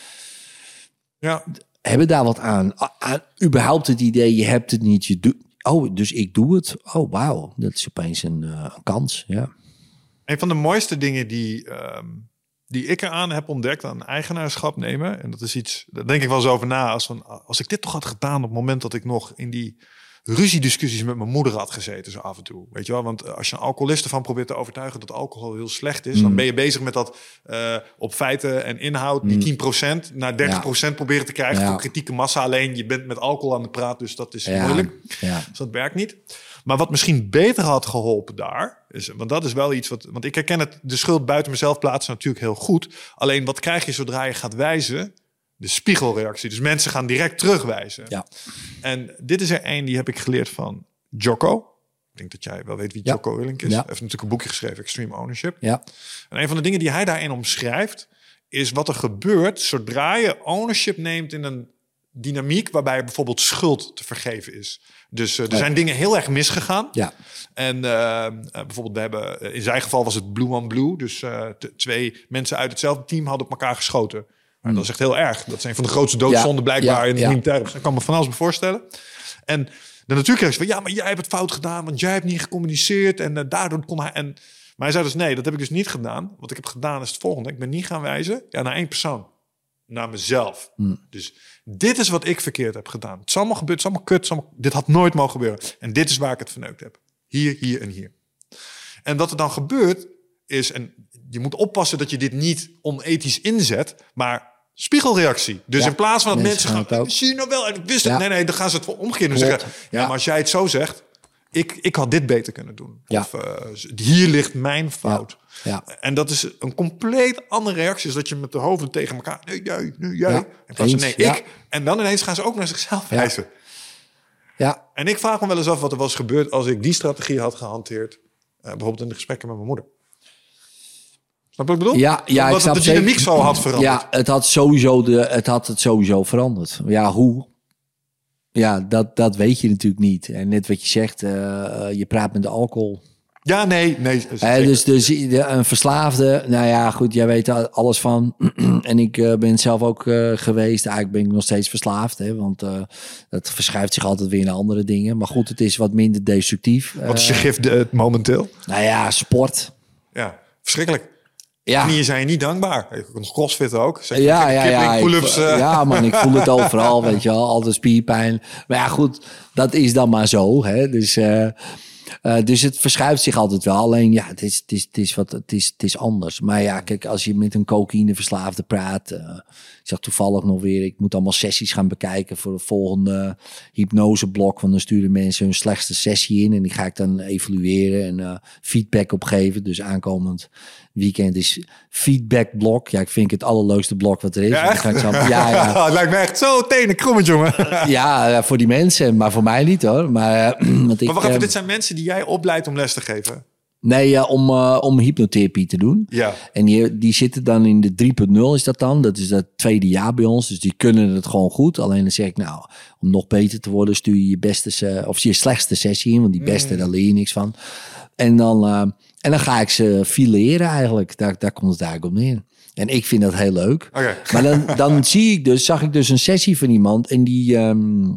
S2: ja. Hebben daar wat aan. aan. Überhaupt het idee, je hebt het niet. Je doet, oh, dus ik doe het. Oh, wauw. Dat is opeens een, uh, een kans, ja.
S1: Een van de mooiste dingen die, um, die ik eraan heb ontdekt aan eigenaarschap nemen... en dat is iets, daar denk ik wel eens over na... als, van, als ik dit toch had gedaan op het moment dat ik nog in die... ruziediscussies met mijn moeder had gezeten, zo af en toe. Weet je wel, want als je een alcoholist ervan probeert te overtuigen dat alcohol heel slecht is, mm. dan ben je bezig met dat uh, op feiten en inhoud, die tien procent naar dertig procent ja. proberen te krijgen ja. voor kritieke massa. Alleen je bent met alcohol aan de praat, dus dat is ja. moeilijk. Ja. Dus dat werkt niet. Maar wat misschien beter had geholpen daar, is, want dat is wel iets wat, want ik herken het, de schuld buiten mezelf plaatsen natuurlijk heel goed. Alleen wat krijg je zodra je gaat wijzen? De spiegelreactie. Dus mensen gaan direct terugwijzen. Ja. En dit is er één die heb ik geleerd van Jocko. Ik denk dat jij wel weet wie ja. Jocko Willink is. Ja. Hij heeft natuurlijk een boekje geschreven, Extreme Ownership. Ja. En een van de dingen die hij daarin omschrijft, is wat er gebeurt zodra je ownership neemt in een dynamiek waarbij bijvoorbeeld schuld te vergeven is. Dus uh, er ja. zijn dingen heel erg misgegaan. Ja. En uh, uh, bijvoorbeeld, we hebben, in zijn geval was het Blue on Blue. Dus uh, t- twee mensen uit hetzelfde team hadden op elkaar geschoten. Maar dat is echt heel erg. Dat is een van de grootste doodzonden ja, blijkbaar ja, in de ja. militaire. Daar kan me van alles bij voorstellen. En dan natuurlijk kreeg ze van, ja, maar jij hebt het fout gedaan, want jij hebt niet gecommuniceerd en uh, daardoor kon hij. En maar hij zei dus nee, dat heb ik dus niet gedaan. Wat ik heb gedaan is het volgende: ik ben niet gaan wijzen, ja, naar één persoon, naar mezelf. Hmm. Dus dit is wat ik verkeerd heb gedaan. Het is allemaal gebeurd, het is allemaal kut. Het is allemaal, dit had nooit mogen gebeuren. En dit is waar ik het verneukt heb. Hier, hier en hier. En wat er dan gebeurt is, en je moet oppassen dat je dit niet onethisch inzet, maar spiegelreactie. Dus ja, in plaats van dat mensen, mensen gaan, zie je nou wel, en ik wist het. Ja. Nee, nee, dan gaan ze het voor omgekeerd zeggen. Ja, ja, maar als jij het zo zegt, ik, ik had dit beter kunnen doen.
S2: Ja.
S1: Of uh, hier ligt mijn fout.
S2: Ja. Ja.
S1: En dat is een compleet andere reactie. Is dat je met de hoofden tegen elkaar... Nee, jij, nu jij.
S2: Ja.
S1: In plaats van nee,
S2: Eens,
S1: ik.
S2: ja.
S1: En dan ineens gaan ze ook naar zichzelf
S2: Ja.
S1: wijzen.
S2: Ja.
S1: En ik vraag me wel eens af wat er was gebeurd... als ik die strategie had gehanteerd. Uh, bijvoorbeeld in de gesprekken met mijn moeder. Snap je wat ik bedoel?
S2: Ja, ja,
S1: Omdat
S2: ik snap
S1: het de dynamiek
S2: zeker.
S1: zo had veranderd.
S2: Ja, het had, sowieso de, het had het sowieso veranderd. Ja, hoe? Ja, dat, dat weet je natuurlijk niet. En net wat je zegt, uh, je praat met de alcohol.
S1: Ja, nee, nee.
S2: He, dus dus de, een verslaafde, nou ja, goed, jij weet er alles van. En ik uh, ben zelf ook uh, geweest. Eigenlijk ben ik nog steeds verslaafd, hè, want uh, het verschuift zich altijd weer naar andere dingen. Maar goed, het is wat minder destructief.
S1: Wat is je
S2: Uh,
S1: gif de, momenteel?
S2: Nou ja, sport.
S1: Ja, verschrikkelijk.
S2: Ja.
S1: Knieën zijn je niet dankbaar. Ik kan crossfit ook. Zeg,
S2: Ja, ja, ja.
S1: pull-ups,
S2: Ik,
S1: uh.
S2: ja, man, ik voel het overal, weet je wel. Altijd spierpijn. Maar ja, goed, dat is dan maar zo. Hè. Dus, uh, uh, dus het verschuift zich altijd wel. Alleen, ja, het is, het is, het is, wat, het is, het is anders. Maar ja, kijk, als je met een cocaïneverslaafde praat... Uh, ik zag toevallig nog weer... Ik moet allemaal sessies gaan bekijken voor het volgende hypnoseblok. Want dan sturen mensen hun slechtste sessie in. En die ga ik dan evalueren en uh, feedback opgeven. Dus aankomend weekend is feedbackblok. Ja, ik vind het allerleukste blok wat er is.
S1: Ja, echt?
S2: Dan ga ik zo, ja, ja.
S1: Het lijkt me echt zo tenen krommend, jongen.
S2: Ja, voor die mensen, maar voor mij niet hoor. Maar, uh, want ik,
S1: Maar wacht even,
S2: uh,
S1: dit zijn mensen die jij opleidt om les te geven?
S2: Nee, uh, om, uh, om hypnotherapie te doen.
S1: Ja.
S2: En die, die zitten dan in de drie punt nul is dat dan. Dat is dat tweede jaar bij ons. Dus die kunnen het gewoon goed. Alleen dan zeg ik nou, om nog beter te worden... stuur je je beste uh, of je slechtste sessie in. Want die beste, mm. daar leer je niks van. En dan, uh, en dan ga ik ze fileren eigenlijk. Daar, daar komt het eigenlijk op neer. En ik vind dat heel leuk.
S1: Okay.
S2: Maar dan, dan zie ik dus, zag ik dus een sessie van iemand... en die... Um,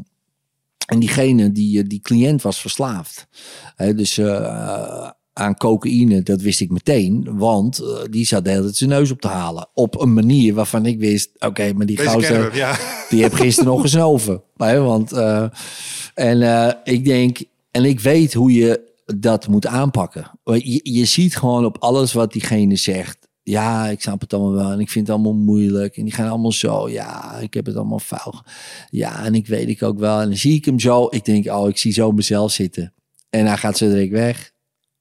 S2: en diegene, die, die cliënt was verslaafd. He, dus... Uh, aan cocaïne, dat wist ik meteen. Want uh, die zat de hele tijd zijn neus op te halen. Op een manier waarvan ik wist... Oké, okay, maar die gozer,
S1: ja.
S2: die heeft gisteren nog gesnoven. Hè, want, uh, en uh, ik denk... En ik weet hoe je dat moet aanpakken. Je, je ziet gewoon op alles wat diegene zegt... Ja, ik snap het allemaal wel. En ik vind het allemaal moeilijk. En die gaan allemaal zo. Ja, ik heb het allemaal fout. Ja, en ik weet ik ook wel. En dan zie ik hem zo. Ik denk, oh, ik zie zo mezelf zitten. En hij gaat zo direct weg.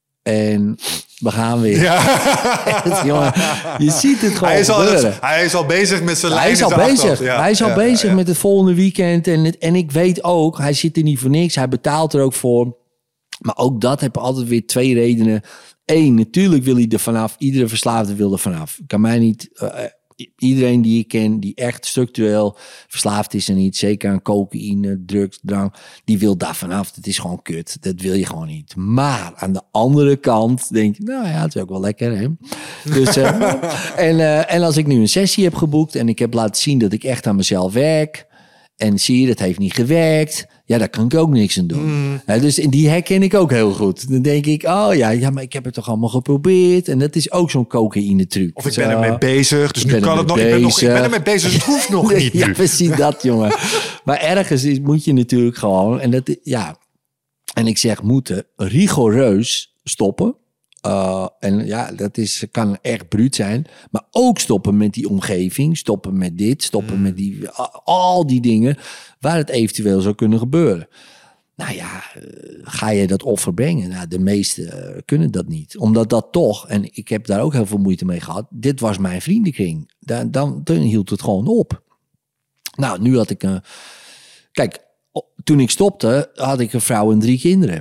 S2: En we gaan weer. Ja. Jongen, je ziet het gewoon
S1: hij is, al,
S2: gebeuren.
S1: hij is al bezig met zijn
S2: Hij is al bezig.
S1: Ja.
S2: Hij is al
S1: ja,
S2: bezig
S1: ja, ja.
S2: met het volgende weekend. En, het, en ik weet ook, hij zit er niet voor niks. Hij betaalt er ook voor. Maar ook dat heeft altijd weer twee redenen. Eén, natuurlijk wil hij er vanaf. Iedere verslaafde wil er vanaf. Kan mij niet... Uh, Iedereen die ik ken, die echt structureel verslaafd is en niet, zeker aan cocaïne, drugs, drank, die wil daar vanaf. Dat is gewoon kut. Dat wil je gewoon niet. Maar aan de andere kant denk je, nou ja, het is ook wel lekker, hè? Dus, uh, en, uh, en als ik nu een sessie heb geboekt en ik heb laten zien dat ik echt aan mezelf werk, en zie je, dat heeft niet gewerkt. Ja, daar kan ik ook niks aan doen. Mm. He, dus die herken ik ook heel goed. Dan denk ik, oh ja, ja, maar ik heb het toch allemaal geprobeerd. En dat is ook zo'n cocaïne truc.
S1: Of ik ben ermee bezig, dus nu kan het nog. Ik ben, nog. ik ben ermee bezig, dus het hoeft nog niet.
S2: Ja,
S1: nu.
S2: precies dat, jongen. Maar ergens is, moet je natuurlijk gewoon... En, dat, ja, en ik zeg moeten rigoureus stoppen. Uh, en ja, dat is, kan echt bruut zijn. Maar ook stoppen met die omgeving. Stoppen met dit, stoppen mm. met die... Al die dingen waar het eventueel zou kunnen gebeuren. Nou ja, ga je dat offer brengen? Nou, de meesten kunnen dat niet. Omdat dat toch, en ik heb daar ook heel veel moeite mee gehad. Dit was mijn vriendenkring. Dan, dan, dan hield het gewoon op. Nou, nu had ik een... Kijk, toen ik stopte, had ik een vrouw en drie kinderen.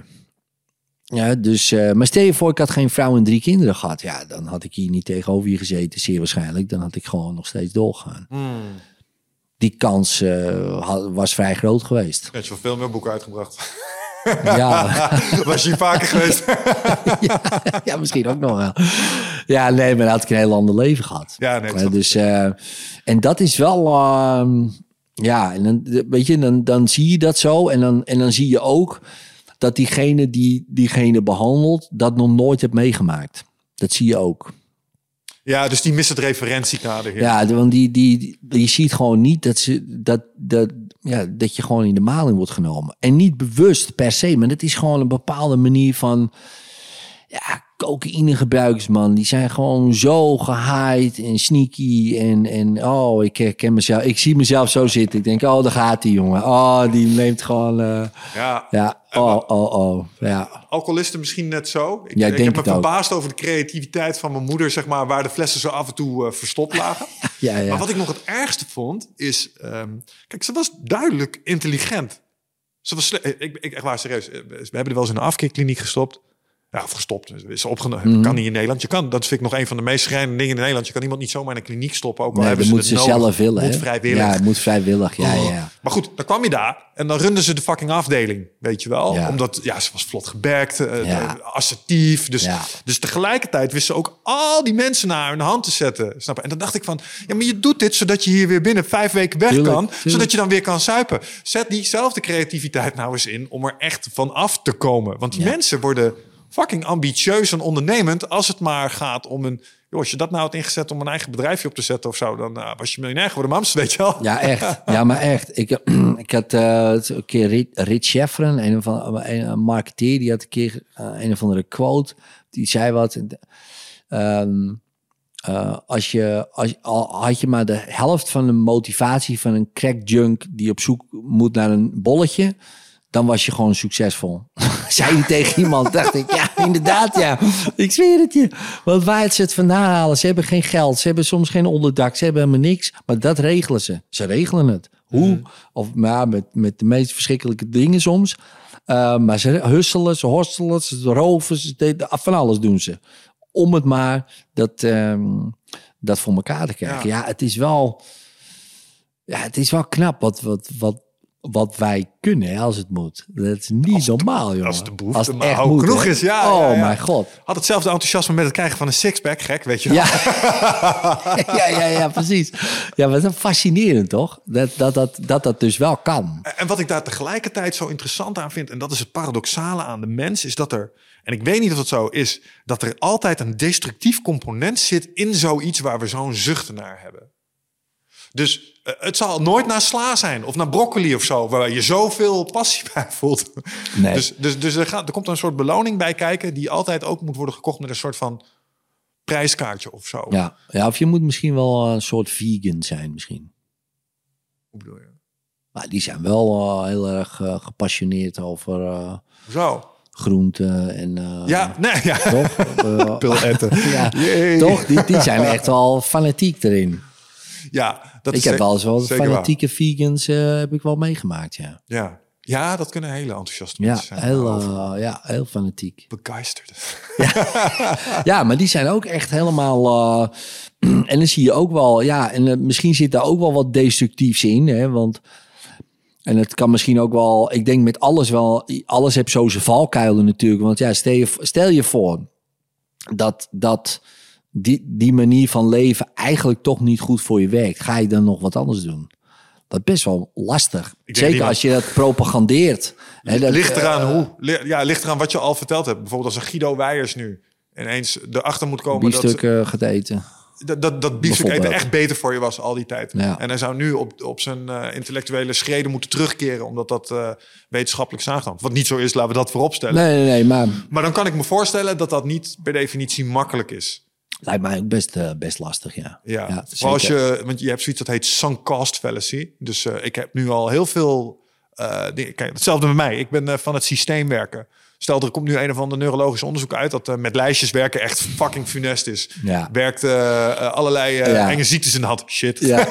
S2: Ja, dus, uh, maar stel je voor, ik had geen vrouw en drie kinderen gehad. Ja, dan had ik hier niet tegenover je gezeten, zeer waarschijnlijk. Dan had ik gewoon nog steeds doorgaan.
S1: Hmm.
S2: Die kans uh, had, was vrij groot geweest.
S1: Je had wel veel meer boeken uitgebracht.
S2: Ja.
S1: Was je hier vaker geweest?
S2: ja, ja, misschien ook nog wel. Ja, nee, maar dan had ik een heel ander leven gehad.
S1: Ja, nee.
S2: Uh, dus, uh, en dat is wel... Uh, ja, en dan, weet je, dan, dan zie je dat zo. En dan, en dan zie je ook... dat diegene die diegene behandelt, dat nog nooit heeft meegemaakt. Dat zie je ook.
S1: Ja, dus die mist het referentiekader hier.
S2: Ja, want die, die, die, je ziet gewoon niet dat, ze, dat, dat, ja, dat je gewoon in de maling wordt genomen. En niet bewust per se, maar dat is gewoon een bepaalde manier van... Ja, cocaïnegebruikers, man. Die zijn gewoon zo gehaaid en sneaky. En, en oh, ik herken mezelf. Ik zie mezelf zo zitten. Ik denk, oh, daar gaat die jongen. Oh, die neemt gewoon... Uh,
S1: ja.
S2: ja. Oh, oh, oh. Ja.
S1: Alcoholisten misschien net zo. Ik,
S2: ja, ik,
S1: ik
S2: denk
S1: heb me
S2: het
S1: verbaasd
S2: ook.
S1: over de creativiteit van mijn moeder, zeg maar, waar de flessen zo af en toe uh, verstopt lagen.
S2: ja, ja.
S1: Maar wat ik nog het ergste vond, is... Um, kijk, ze was duidelijk intelligent. Ze was... Ik, ik, echt waar, serieus. We hebben er wel eens in een afkeerkliniek gestopt. Ja, of gestopt. Is opgenomen. Mm-hmm. Kan niet in Nederland. Je kan, dat vind ik nog een van de meest schrijnende dingen in Nederland. Je kan iemand niet zomaar in een kliniek stoppen. Ook al
S2: nee,
S1: hebben
S2: ze
S1: ze
S2: het
S1: het
S2: ze
S1: nodig.
S2: zelf willen.
S1: Moet
S2: hè?
S1: vrijwillig.
S2: Ja, het moet vrijwillig. Ja,
S1: oh.
S2: ja.
S1: Maar goed, dan kwam je daar en dan runden ze de fucking afdeling, weet je wel? Ja. Omdat ja, ze was vlot geberkt, uh, ja. assertief. Dus, ja. dus tegelijkertijd wist ze ook al die mensen naar hun hand te zetten. Snap je? En dan dacht ik van, ja, maar je doet dit zodat je hier weer binnen vijf weken weg tuurlijk, kan, tuurlijk. Zodat je dan weer kan suipen. Zet diezelfde creativiteit nou eens in om er echt van af te komen. Want die ja. mensen worden fucking ambitieus en ondernemend als het maar gaat om een... Joh, als je dat nou had ingezet om een eigen bedrijfje op te zetten of zo, dan uh, was je miljonair geworden, mams, weet je wel.
S2: Ja, echt. Ja, maar echt. Ik, ik had uh, een keer Rit, Rit Scheffren, een, van, een, een marketeer, die had een keer uh, een of andere quote. Die zei wat. Um, uh, als je, als, al had je maar de helft van de motivatie van een crackjunk die op zoek moet naar een bolletje, dan was je gewoon succesvol. Zei je tegen iemand, dacht ik, ja, inderdaad, ja. Ik zweer het je. Want waar ze het vandaan halen, ze hebben geen geld, ze hebben soms geen onderdak, ze hebben helemaal niks. Maar dat regelen ze. Ze regelen het. Hoe? Mm. Of ja, met, met de meest verschrikkelijke dingen soms. Uh, maar ze husselen, ze horstelen, ze roven, ze, van alles doen ze. Om het maar dat, um, dat voor elkaar te krijgen. Ja, ja het is wel... Ja, het is wel knap wat... wat, wat Wat wij kunnen, hè, als het moet. Dat is niet als normaal, jongen.
S1: Als de behoefte
S2: als het
S1: maar
S2: echt
S1: hoog
S2: moet,
S1: genoeg
S2: hè?
S1: is, ja.
S2: Oh,
S1: ja, ja.
S2: mijn god.
S1: Had hetzelfde enthousiasme met het krijgen van een sixpack, gek, weet je wel.
S2: Ja, ja, ja, ja, precies. Ja, maar dat is fascinerend, toch? Dat dat, dat dat dat dus wel kan.
S1: En wat ik daar tegelijkertijd zo interessant aan vind, en dat is het paradoxale aan de mens, is dat er, en ik weet niet of het zo is, dat er altijd een destructief component zit in zoiets waar we zo'n zucht naar hebben. Dus uh, het zal nooit naar sla zijn of naar broccoli of zo, waar je zoveel passie bij voelt.
S2: Nee.
S1: Dus, dus, dus er, gaat, er komt een soort beloning bij kijken die altijd ook moet worden gekocht met een soort van prijskaartje of zo.
S2: Ja, ja, of je moet misschien wel een soort vegan zijn misschien.
S1: Hoe bedoel je?
S2: Maar die zijn wel uh, heel erg uh, gepassioneerd over uh,
S1: zo.
S2: groenten en... Uh,
S1: ja, nee, ja.
S2: Toch? Uh,
S1: Piletten.
S2: ja, toch? Die, die zijn echt wel fanatiek erin.
S1: Ja, dat
S2: ik
S1: is
S2: heb wel eens wel fanatieke
S1: waar.
S2: vegans uh, heb ik wel meegemaakt, ja.
S1: Ja. Ja, dat kunnen hele enthousiaste
S2: ja,
S1: mensen zijn.
S2: Heel, uh, ja, heel fanatiek.
S1: Begeisterd.
S2: Ja. ja, maar die zijn ook echt helemaal... Uh, en dan zie je ook wel... Ja, en uh, misschien zit daar ook wel wat destructiefs in, hè, want... En het kan misschien ook wel... Ik denk met alles wel... Alles heeft zo zijn valkuilen natuurlijk. Want ja, stel je, stel je voor dat... dat Die, die manier van leven eigenlijk toch niet goed voor je werkt. Ga je dan nog wat anders doen? Dat is best wel lastig. Zeker als je dat propagandeert.
S1: Hè, dat, ligt eraan uh, hoe. Ja, ligt eraan wat je al verteld hebt. Bijvoorbeeld als een Guido Weijers nu ineens erachter moet komen
S2: biefstuk dat uh, gaat eten.
S1: Dat, dat, dat biefstuk eten echt beter voor je was al die tijd.
S2: Ja.
S1: En hij zou nu op, op zijn uh, intellectuele schreden moeten terugkeren, omdat dat uh, wetenschappelijk is aangenomen. Wat niet zo is, laten we dat vooropstellen.
S2: Nee, nee, nee, maar...
S1: maar dan kan ik me voorstellen dat dat niet per definitie makkelijk is.
S2: Lijkt mij ook best, uh, best lastig, ja.
S1: Ja, ja als je, want je hebt zoiets dat heet sunk cost fallacy. Dus uh, ik heb nu al heel veel uh, dingen. Kijk, hetzelfde met mij. Ik ben uh, van het systeem werken. Stel, er komt nu een of ander neurologisch onderzoek uit dat uh, met lijstjes werken echt fucking funest is.
S2: Ja.
S1: Werkt uh, uh, allerlei uh, ja. enge ziektes in de hand. Shit.
S2: Ja,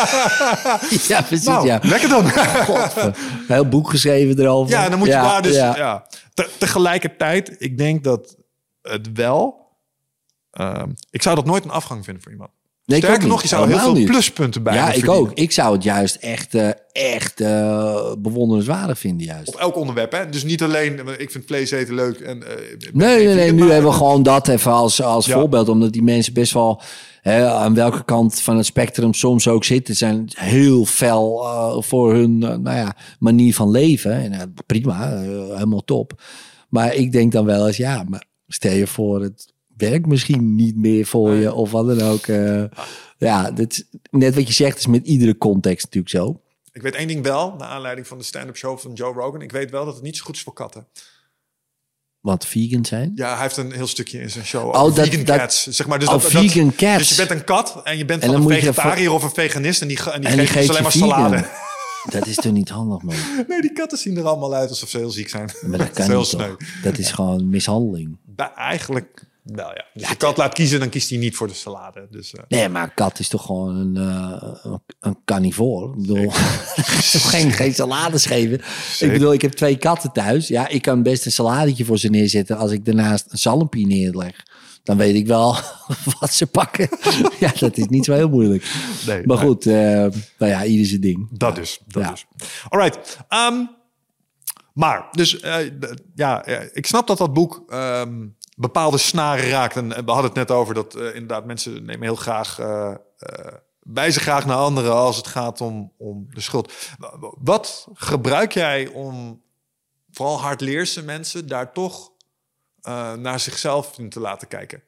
S2: ja precies. Nou, ja.
S1: Lekker dan.
S2: God, een heel boek geschreven erover.
S1: Ja, dan moet je
S2: ja,
S1: daar dus...
S2: Ja.
S1: Ja. Te, tegelijkertijd, ik denk dat het wel... Uh, ik zou dat nooit een afgang vinden voor iemand. Nee, sterker nog, je zou heel veel niet. pluspunten bij
S2: Ja, ik
S1: verdienen.
S2: ook. Ik zou het juist echt, uh, echt uh, bewonderenswaardig vinden juist.
S1: Op elk onderwerp, hè? Dus niet alleen, ik vind vlees eten leuk. En, uh,
S2: nee, nee, nee. Nu maar... hebben we gewoon dat even als, als ja. voorbeeld. Omdat die mensen best wel... Hè, aan welke kant van het spectrum soms ook zitten... zijn heel fel uh, voor hun uh, nou ja, manier van leven. En, uh, prima, uh, helemaal top. Maar ik denk dan wel eens... ja, maar stel je voor... het werkt misschien niet meer voor je of wat dan ook. Uh, ja, dit, net wat je zegt is met iedere context natuurlijk zo.
S1: Ik weet één ding wel, naar aanleiding van de stand-up show van Joe Rogan. Ik weet wel dat het niet zo goed is voor katten.
S2: wat vegan zijn?
S1: Ja, hij heeft een heel stukje in zijn show
S2: Oh,
S1: over
S2: dat-
S1: vegan
S2: dat-
S1: cats. Zeg maar, dus
S2: Oh,
S1: dat,
S2: vegan
S1: dat,
S2: cats.
S1: Dus je bent een kat en je bent
S2: En
S1: van
S2: dan
S1: een
S2: moet je
S1: vegetariër of een veganist... en die, ge- en die
S2: En die
S1: geeft dus
S2: geeft
S1: alleen
S2: je
S1: maar
S2: vegan.
S1: salade.
S2: Dat is toch niet handig, man?
S1: Nee, die katten zien er allemaal uit alsof ze heel ziek zijn.
S2: Maar dat
S1: is
S2: kan
S1: heel
S2: niet,
S1: sneu.
S2: toch? Dat is gewoon mishandeling.
S1: Ba- eigenlijk, nou ja. Als je kat laat kiezen, dan kiest hij niet voor de salade. Dus, uh,
S2: Nee, maar een kat is toch gewoon een, uh, een, een carnivoor. Ik bedoel, toch geen, geen salades geven.
S1: Zeker.
S2: Ik bedoel, ik heb twee katten thuis. Ja, ik kan best een saladetje voor ze neerzetten als ik daarnaast een zalmpje neerleg. Dan weet ik wel wat ze pakken. Ja, dat is niet zo heel moeilijk.
S1: Nee,
S2: maar
S1: nee.
S2: goed, uh, nou ja, ieder zijn ding.
S1: Dat is. Dat
S2: Ja.
S1: is. Alright. Um, maar, dus uh, d- ja, uh, ik snap dat dat boek um, bepaalde snaren raakt. En uh, we hadden het net over dat uh, inderdaad mensen nemen heel graag... Uh, uh, wijzen graag naar anderen als het gaat om, om de schuld. Wat gebruik jij om vooral hardleerse mensen daar toch uh, naar zichzelf in te laten kijken?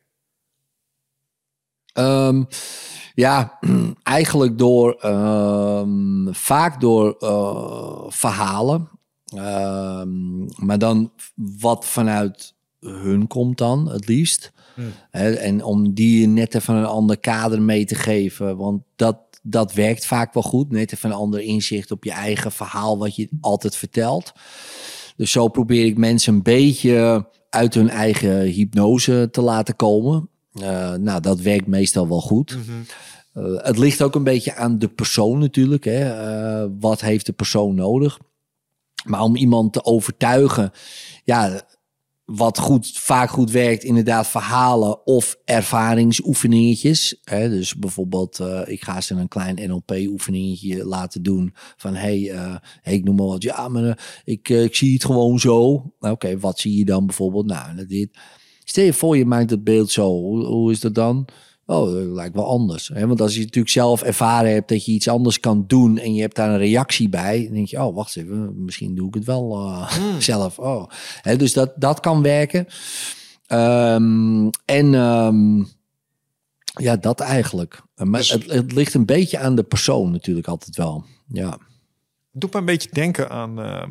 S2: Um, ja, eigenlijk door... Um, vaak door uh, verhalen. Um, maar dan wat vanuit hun komt dan, het liefst. Hmm. He, en om die net even een ander kader mee te geven. Want dat, dat werkt vaak wel goed. Net even een ander inzicht op je eigen verhaal wat je altijd vertelt. Dus zo probeer ik mensen een beetje uit hun eigen hypnose te laten komen. Uh, nou, dat werkt meestal wel goed. Mm-hmm. Uh, het ligt ook een beetje aan de persoon natuurlijk. Hè. Uh, wat heeft de persoon nodig? Maar om iemand te overtuigen... ja, wat goed, vaak goed werkt, inderdaad verhalen of ervaringsoefeningetjes. Hè? Dus bijvoorbeeld, uh, ik ga ze een klein N L P-oefeningetje laten doen. Van, hey, uh, hey, ik noem maar wat. Ja, maar uh, ik, uh, ik zie het gewoon zo. Oké, okay, wat zie je dan bijvoorbeeld? Nou, dit. Stel je voor, je maakt het beeld zo. Hoe, hoe is dat dan? Oh, dat lijkt wel anders. Hè? Want als je natuurlijk zelf ervaren hebt dat je iets anders kan doen en je hebt daar een reactie bij, dan denk je, oh, wacht even, misschien doe ik het wel uh, mm. zelf. Oh. Hè, dus dat, dat kan werken. Um, en um, ja, dat eigenlijk. Maar dus, het, het ligt een beetje aan de persoon natuurlijk altijd wel. Ja.
S1: Het doet me een beetje denken aan, uh,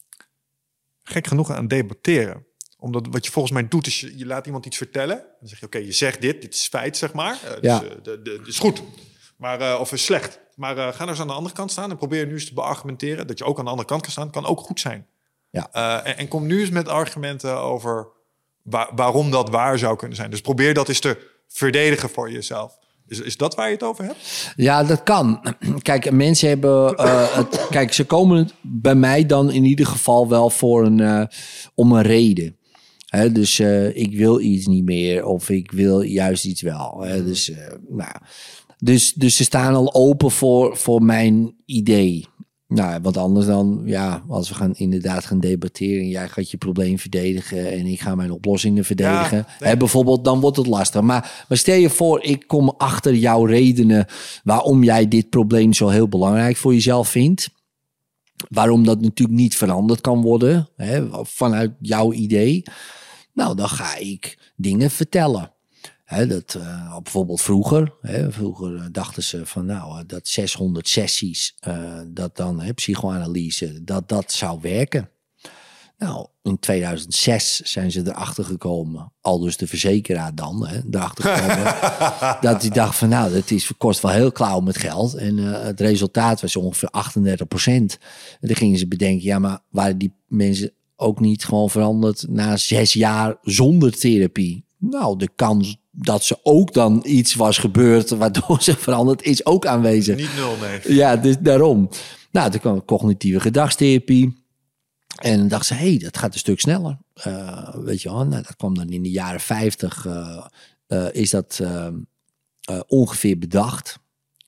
S1: gek genoeg, aan debatteren. Omdat wat je volgens mij doet, is je, je laat iemand iets vertellen. Dan zeg je, oké, okay, je zegt dit, dit is feit, zeg maar. Uh,
S2: ja.
S1: Dus, uh, de, de, de is goed, maar, uh, of is slecht. Maar uh, ga nou eens aan de andere kant staan en probeer nu eens te beargumenteren. Dat je ook aan de andere kant kan staan, kan ook goed zijn.
S2: Ja.
S1: Uh, en, en kom nu eens met argumenten over waar, waarom dat waar zou kunnen zijn. Dus probeer dat eens te verdedigen voor jezelf. Is, is dat waar je het over hebt?
S2: Ja, dat kan. Kijk, mensen hebben... Uh, het, kijk, ze komen bij mij dan in ieder geval wel voor een, uh, om een reden. He, dus uh, ik wil iets niet meer of ik wil juist iets wel. He, dus, uh, nou, dus, dus ze staan al open voor, voor mijn idee. Nou, wat anders dan, ja, als we gaan inderdaad gaan debatteren. Jij gaat je probleem verdedigen en ik ga mijn oplossingen verdedigen. Ja, nee. He, bijvoorbeeld, dan wordt het lastig. Maar, maar stel je voor, ik kom achter jouw redenen waarom jij dit probleem zo heel belangrijk voor jezelf vindt. Waarom dat natuurlijk niet veranderd kan worden, he, vanuit jouw idee. Nou, dan ga ik dingen vertellen. He, dat, uh, bijvoorbeeld vroeger, he, vroeger dachten ze van nou, dat zeshonderd sessies, uh, dat dan, he, psychoanalyse, dat dat zou werken. Nou, in tweeduizend zes zijn ze erachter gekomen, al dus de verzekeraar dan, he, erachter gekomen, dat hij dacht van nou, dat is, kost wel heel klauw met geld. En uh, het resultaat was ongeveer achtendertig procent. En dan gingen ze bedenken, ja, maar waren die mensen ook niet gewoon veranderd na zes jaar zonder therapie? Nou, de kans dat ze ook dan iets was gebeurd waardoor ze veranderd is ook aanwezig.
S1: Niet nul, nee.
S2: Ja, dus daarom. Nou, toen kwam cognitieve gedragstherapie. En dan dacht ze, hé, hey, dat gaat een stuk sneller. Uh, weet je wel, nou, dat kwam dan in de jaren vijftig. Uh, uh, is dat uh, uh, ongeveer bedacht.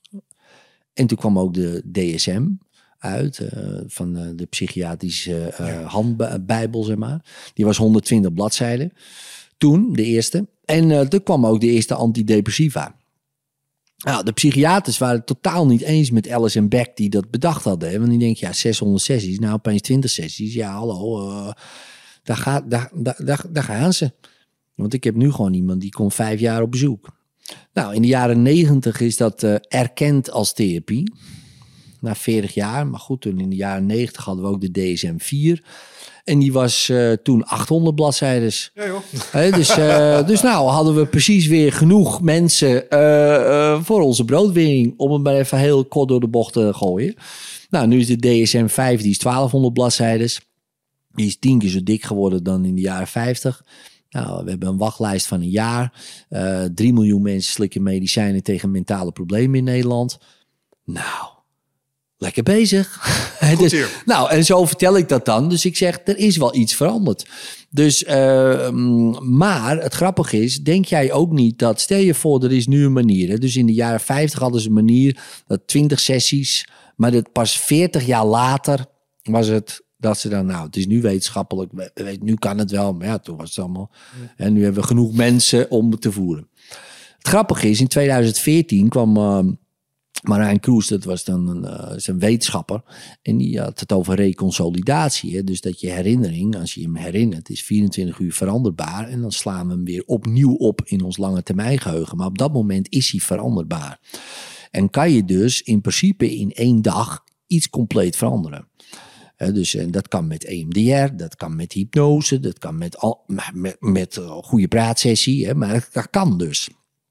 S2: En toen kwam ook de D S M uit, uh, van uh, de psychiatrische uh, ja. handbijbel, zeg maar. Die was honderdtwintig bladzijden. Toen, de eerste. En uh, toen kwam ook de eerste antidepressiva. Nou, de psychiaters waren het totaal niet eens met Ellis en Beck die dat bedacht hadden. Hè? Want die denken, ja, zeshonderd sessies, nou opeens twintig sessies. Ja, hallo, uh, daar, gaat, daar, daar, daar, daar gaan ze. Want ik heb nu gewoon iemand die komt vijf jaar op bezoek. Nou, in de jaren negentig is dat uh, erkend als therapie. na veertig jaar. Maar goed, toen in de jaren negentig hadden we ook de D S M vier. En die was uh, toen achthonderd bladzijdes.
S1: Ja, joh.
S2: He, dus, uh, dus nou hadden we precies weer genoeg mensen uh, uh, voor onze broodwinning. Om het maar even heel kort door de bocht te gooien. Nou, nu is de D S M vijf, die is twaalfhonderd bladzijdes. Die is tien keer zo dik geworden dan in de jaren vijftig. Nou, we hebben een wachtlijst van een jaar. Uh, drie miljoen mensen slikken medicijnen tegen mentale problemen in Nederland. Nou, lekker bezig. dus, nou, en zo vertel ik dat dan. Dus ik zeg, er is wel iets veranderd. Dus, uh, maar het grappige is, denk jij ook niet dat, stel je voor, er is nu een manier. Hè? Dus in de jaren vijftig hadden ze een manier, dat twintig sessies, maar dat pas veertig jaar later was het dat ze dan, nou, het is nu wetenschappelijk, weet, nu kan het wel, maar ja, toen was het allemaal. Ja. En nu hebben we genoeg mensen om te voeren. Het grappige is, in tweeduizend veertien kwam uh, Marijn Kroes, dat was dan een, uh, een wetenschapper, en die had het over reconsolidatie. Hè? Dus dat je herinnering, als je hem herinnert, is vierentwintig uur veranderbaar en dan slaan we hem weer opnieuw op in ons lange termijn geheugen. Maar op dat moment is hij veranderbaar. En kan je dus in principe in één dag iets compleet veranderen. Uh, dus en dat kan met E M D R, dat kan met hypnose, dat kan met, al, met, met uh, goede praatsessie, hè, maar dat kan dus.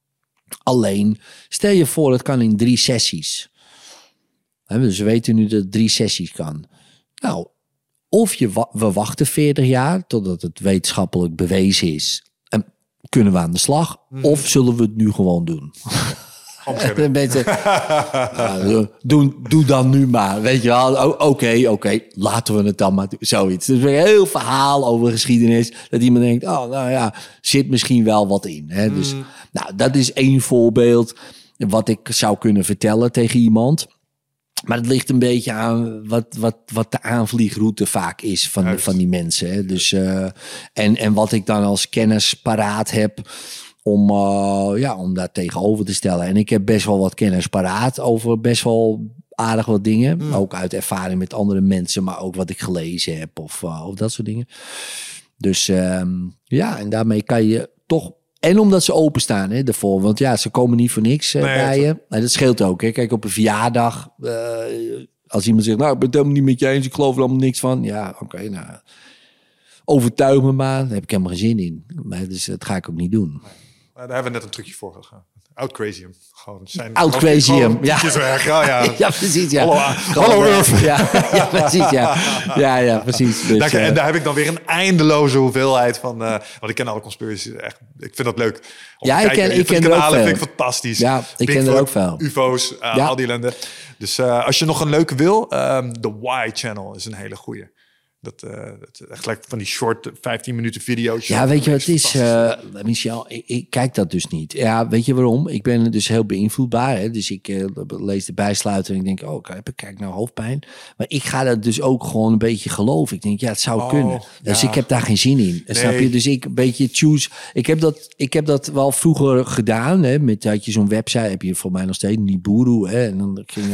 S2: Alleen, stel je voor, het kan in drie sessies. Uh, dus we weten nu dat het drie sessies kan. Nou, of je wa- we wachten veertig jaar totdat het wetenschappelijk bewezen is en kunnen we aan de slag, hmm. of zullen we het nu gewoon doen? Een beetje, nou, doe, doe dan nu maar, weet je wel. Oké, oké, okay, laten we het dan maar doen. Zoiets. Dus een heel verhaal over geschiedenis. Dat iemand denkt, oh, nou ja, zit misschien wel wat in. Hè? Dus, mm. nou, dat is één voorbeeld wat ik zou kunnen vertellen tegen iemand. Maar het ligt een beetje aan wat, wat, wat de aanvliegroute vaak is van, de, van die mensen. Hè? Dus, uh, en, en wat ik dan als kennis paraat heb om, uh, ja, om daar tegenover te stellen. En ik heb best wel wat kennis paraat over best wel aardig wat dingen. Mm. Ook uit ervaring met andere mensen, maar ook wat ik gelezen heb of, uh, of dat soort dingen. Dus um, ja, en daarmee kan je toch. En omdat ze openstaan hè, ervoor. Want ja, ze komen niet voor niks uh, nee, bij je. En dat scheelt ook. Hè. Kijk, op een verjaardag. Uh, als iemand zegt, nou, ik ben het helemaal niet met je eens. Ik geloof er allemaal niks van. Ja, oké, okay, nou. Overtuig me maar. Daar heb ik helemaal geen zin in. Maar dus dat ga ik ook niet doen.
S1: Nee. Daar hebben we net een trucje voor gegaan. Out Crazium. Gewoon zijn.
S2: Out Crazium, ja.
S1: Ja, ja.
S2: ja, precies, ja.
S1: Hallo, hallo Urf.
S2: Ja, ja, precies, ja. Ja, ja, precies. Dus,
S1: daar,
S2: uh,
S1: en daar heb ik dan weer een eindeloze hoeveelheid van. Uh, want ik ken alle conspiracies echt. Ik vind dat leuk. Om
S2: ja,
S1: te
S2: ik ken,
S1: kijken.
S2: ik ken er ook veel.
S1: vind ik fantastisch.
S2: Ja, ik
S1: Bigfoot,
S2: ken er ook veel.
S1: U F O's, uh, ja. al die ellende. Dus uh, als je nog een leuke wil, um, de Why Channel is een hele goeie. Dat, uh, dat echt like van die short vijftien minuten video's.
S2: Ja, weet je wat het is, uh, Michel? Ik, ik kijk dat dus niet. Ja, weet je waarom? Ik ben dus heel beïnvloedbaar. Hè? Dus ik uh, lees de bijsluiter en ik denk, oh, ik krijg nou hoofdpijn. Maar ik ga dat dus ook gewoon een beetje geloven. Ik denk, ja, het zou oh, kunnen. Dus ja. ik heb daar geen zin in. Nee. Snap je? Dus ik een beetje choose. Ik heb dat, ik heb dat wel vroeger gedaan. Hè? Met had je zo'n website, heb je voor mij nog steeds Nibiru. Hè? En dan ging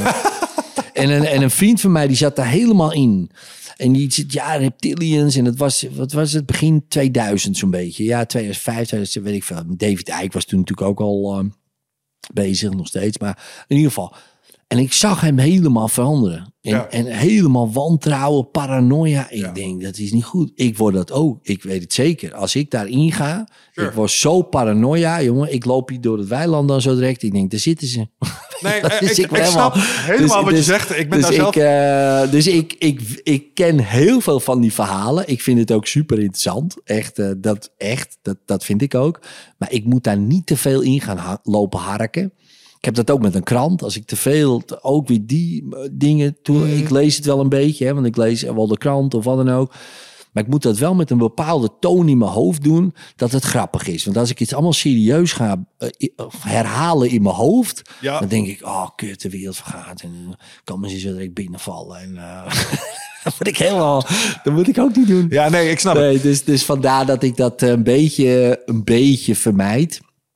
S2: en, een, en een vriend van mij die zat daar helemaal in. En die zit, ja, reptilians. En dat was, wat was het, begin tweeduizend zo'n beetje. Ja, tweeduizend vijf, tweeduizend, weet ik veel. David Icke was toen natuurlijk ook al uh, bezig, nog steeds. Maar in ieder geval. En ik zag hem helemaal veranderen. En, ja. en helemaal wantrouwen, paranoia. Ik ja. denk, dat is niet goed. Ik word dat ook. Ik weet het zeker. Als ik daarin ga, sure. ik word zo paranoia, jongen. Ik loop hier door het weiland dan zo direct. Ik denk, daar zitten ze.
S1: Nee, dus ik, ik, ik snap helemaal dus, wat dus, je zegt. Ik ben
S2: dus
S1: daar zelf...
S2: Ik, uh, dus ik, ik, ik ken heel veel van die verhalen. Ik vind het ook super interessant. Echt, uh, dat, echt dat, dat vind ik ook. Maar ik moet daar niet te veel in gaan ha- lopen harken. Ik heb dat ook met een krant. Als ik te veel, ook weer die dingen... Toe, mm. Ik lees het wel een beetje, hè, want ik lees wel de krant of wat dan ook. Maar ik moet dat wel met een bepaalde toon in mijn hoofd doen, dat het grappig is. Want als ik iets allemaal serieus ga uh, herhalen in mijn hoofd, ja. dan denk ik, oh, kut, de wereld vergaat. En dan kan me zo direct binnenvallen. En uh, dat moet ik helemaal, dat moet ik ook niet doen.
S1: Ja, nee, ik snap
S2: nee,
S1: het.
S2: Dus, dus vandaar dat ik dat een beetje, een beetje vermijd.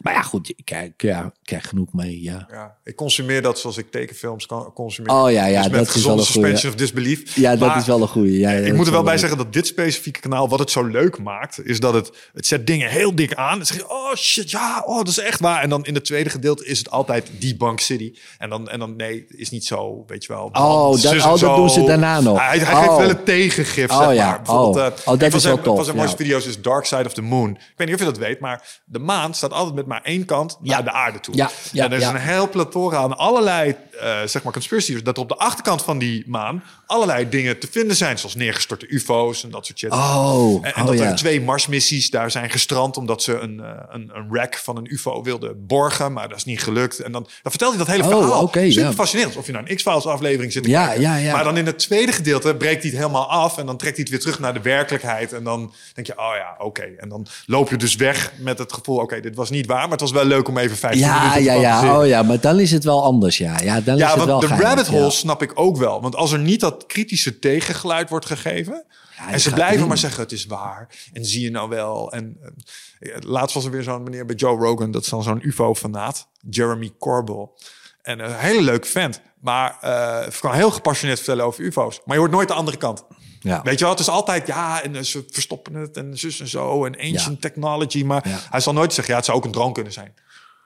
S2: Maar ja, goed, ik kijk, ja, ik krijg genoeg mee, ja.
S1: Ja, ik consumeer dat zoals ik tekenfilms kan consumeren.
S2: Oh ja, ja,
S1: dus met
S2: dat is wel een
S1: suspension
S2: goeie.
S1: of disbelief.
S2: Ja, dat
S1: Maar
S2: is wel een goeie. Ja, ja,
S1: ik
S2: dat
S1: moet
S2: is
S1: er wel bij
S2: leuk.
S1: zeggen dat dit specifieke kanaal, wat het zo leuk maakt, is dat het, het zet dingen heel dik aan. Dan zeg je, oh shit, ja, oh, dat is echt waar. En dan in het tweede gedeelte is het altijd Debunk City. En dan, en dan nee, is niet zo, weet je wel.
S2: Oh,
S1: zus
S2: dat,
S1: en
S2: oh, dat
S1: zo.
S2: doen ze daarna nog.
S1: Hij, hij
S2: Oh.
S1: geeft wel een tegengif,
S2: Oh,
S1: zeg maar.
S2: ja.
S1: Bijvoorbeeld,
S2: Oh.
S1: eh,
S2: Oh, dat
S1: een van
S2: is
S1: zijn,
S2: wel tof,
S1: van zijn mooiste
S2: ja.
S1: video's is Dark Side of the Moon. Ik weet niet of je dat weet, maar de maan staat altijd met maar één kant
S2: Ja.
S1: naar de aarde toe.
S2: Ja, ja,
S1: en er is
S2: ja.
S1: een heel plethora aan allerlei, uh, zeg maar, conspiracy theories, dat er op de achterkant van die maan allerlei dingen te vinden zijn, zoals neergestorte U F O's en dat soort shit.
S2: Oh,
S1: en en
S2: oh,
S1: dat er
S2: ja.
S1: twee Marsmissies daar zijn gestrand omdat ze een, uh, een, een wreck van een U F O wilden borgen, maar dat is niet gelukt. En dan, dan vertelt hij dat hele
S2: Oh,
S1: verhaal.
S2: okay,
S1: Super
S2: ja.
S1: fascinerend. Of je nou een X-Files aflevering zit te
S2: Ja,
S1: kijken.
S2: ja, ja.
S1: Maar dan in het tweede gedeelte breekt hij het helemaal af en dan trekt hij het weer terug naar de werkelijkheid. En dan denk je, oh ja, oké. Okay. En dan loop je dus weg met het gevoel, oké, okay, dit was niet waar, maar het was wel leuk om even vijftien
S2: Ja,
S1: minuten te
S2: ja, ja.
S1: fantaseren.
S2: Oh ja, maar dan is het wel anders, ja. Ja, dan is
S1: Ja,
S2: het wel
S1: want de
S2: geinig,
S1: rabbit hole
S2: ja.
S1: snap ik ook wel. Want als er niet dat kritische tegengeluid wordt gegeven,
S2: Ja,
S1: en
S2: je
S1: ze
S2: gaat
S1: blijven
S2: erin.
S1: maar zeggen, het is waar. En zie je nou wel. En uh, laatst was er weer zo'n meneer bij Joe Rogan. Dat is dan zo'n U F O-fanaat. Jeremy Corbell. En een hele leuke vent. Maar uh, kan heel gepassioneerd vertellen over U F O's. Maar je hoort nooit de andere kant.
S2: Ja.
S1: Weet je wel, het is altijd, ja, en ze verstoppen het en zus en zo. En ancient
S2: Ja.
S1: technology. Maar
S2: Ja.
S1: hij zal nooit zeggen, ja, het zou ook een drone kunnen zijn.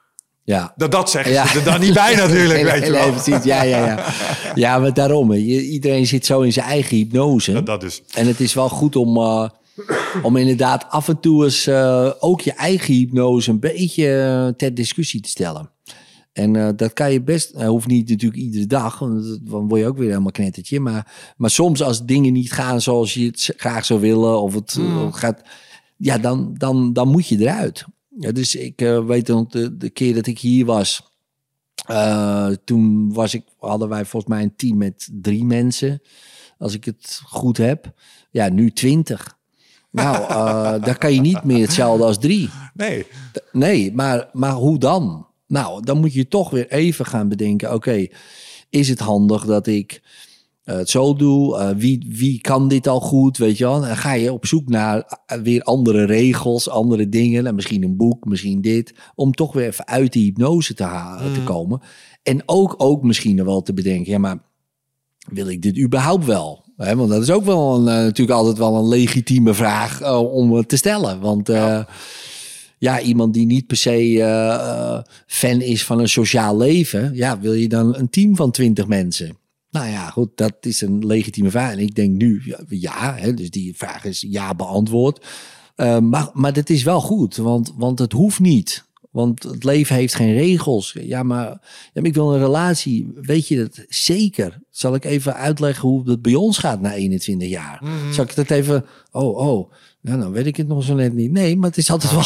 S2: Ja.
S1: Dat, dat zeggen
S2: Ja.
S1: ze er dan niet bij natuurlijk,
S2: Nee,
S1: weet je
S2: nee,
S1: wel.
S2: precies. Ja, ja, ja. Ja, maar daarom. hè. Je, iedereen zit zo in zijn eigen hypnose.
S1: Dat, dat dus.
S2: En het is wel goed om, uh, om inderdaad af en toe eens uh, ook je eigen hypnose een beetje uh, ter discussie te stellen. En uh, dat kan je best, uh, hoeft niet natuurlijk iedere dag, want dan word je ook weer helemaal knettertje. Maar, maar soms als dingen niet gaan zoals je het graag zou willen, of het uh, gaat, ja, dan, dan, dan moet je eruit. Ja, dus ik uh, weet nog de, de keer dat ik hier was, uh, toen was ik, hadden wij volgens mij een team met drie mensen, als ik het goed heb. Ja, nu twintig. Nou, uh, daar kan je niet meer hetzelfde als drie.
S1: Nee.
S2: Nee, maar, maar hoe dan? Nou, dan moet je toch weer even gaan bedenken, oké, okay, is het handig dat ik uh, het zo doe? Uh, wie, wie kan dit al goed, weet je wel? Dan ga je op zoek naar uh, weer andere regels, andere dingen. Nou, misschien een boek, misschien dit. Om toch weer even uit die hypnose te, ha- mm. te komen. En ook, ook misschien nog wel te bedenken, ja, maar wil ik dit überhaupt wel? He, want dat is ook wel een, uh, natuurlijk altijd wel een legitieme vraag uh, om te stellen. Want uh, ja. ja, iemand die niet per se uh, fan is van een sociaal leven, ja, wil je dan een team van twintig mensen? Nou ja, goed, dat is een legitieme vraag. En ik denk nu, ja, ja hè, dus die vraag is ja beantwoord. Uh, maar, maar dat is wel goed, want, want het hoeft niet. Want het leven heeft geen regels. Ja, maar, ja, maar ik wil een relatie. Weet je dat zeker? Zal ik even uitleggen hoe het bij ons gaat na eenentwintig jaar? Mm-hmm. Zal ik dat even... Oh, oh. Nou, dan weet ik het nog zo net niet. Nee, maar het is altijd wel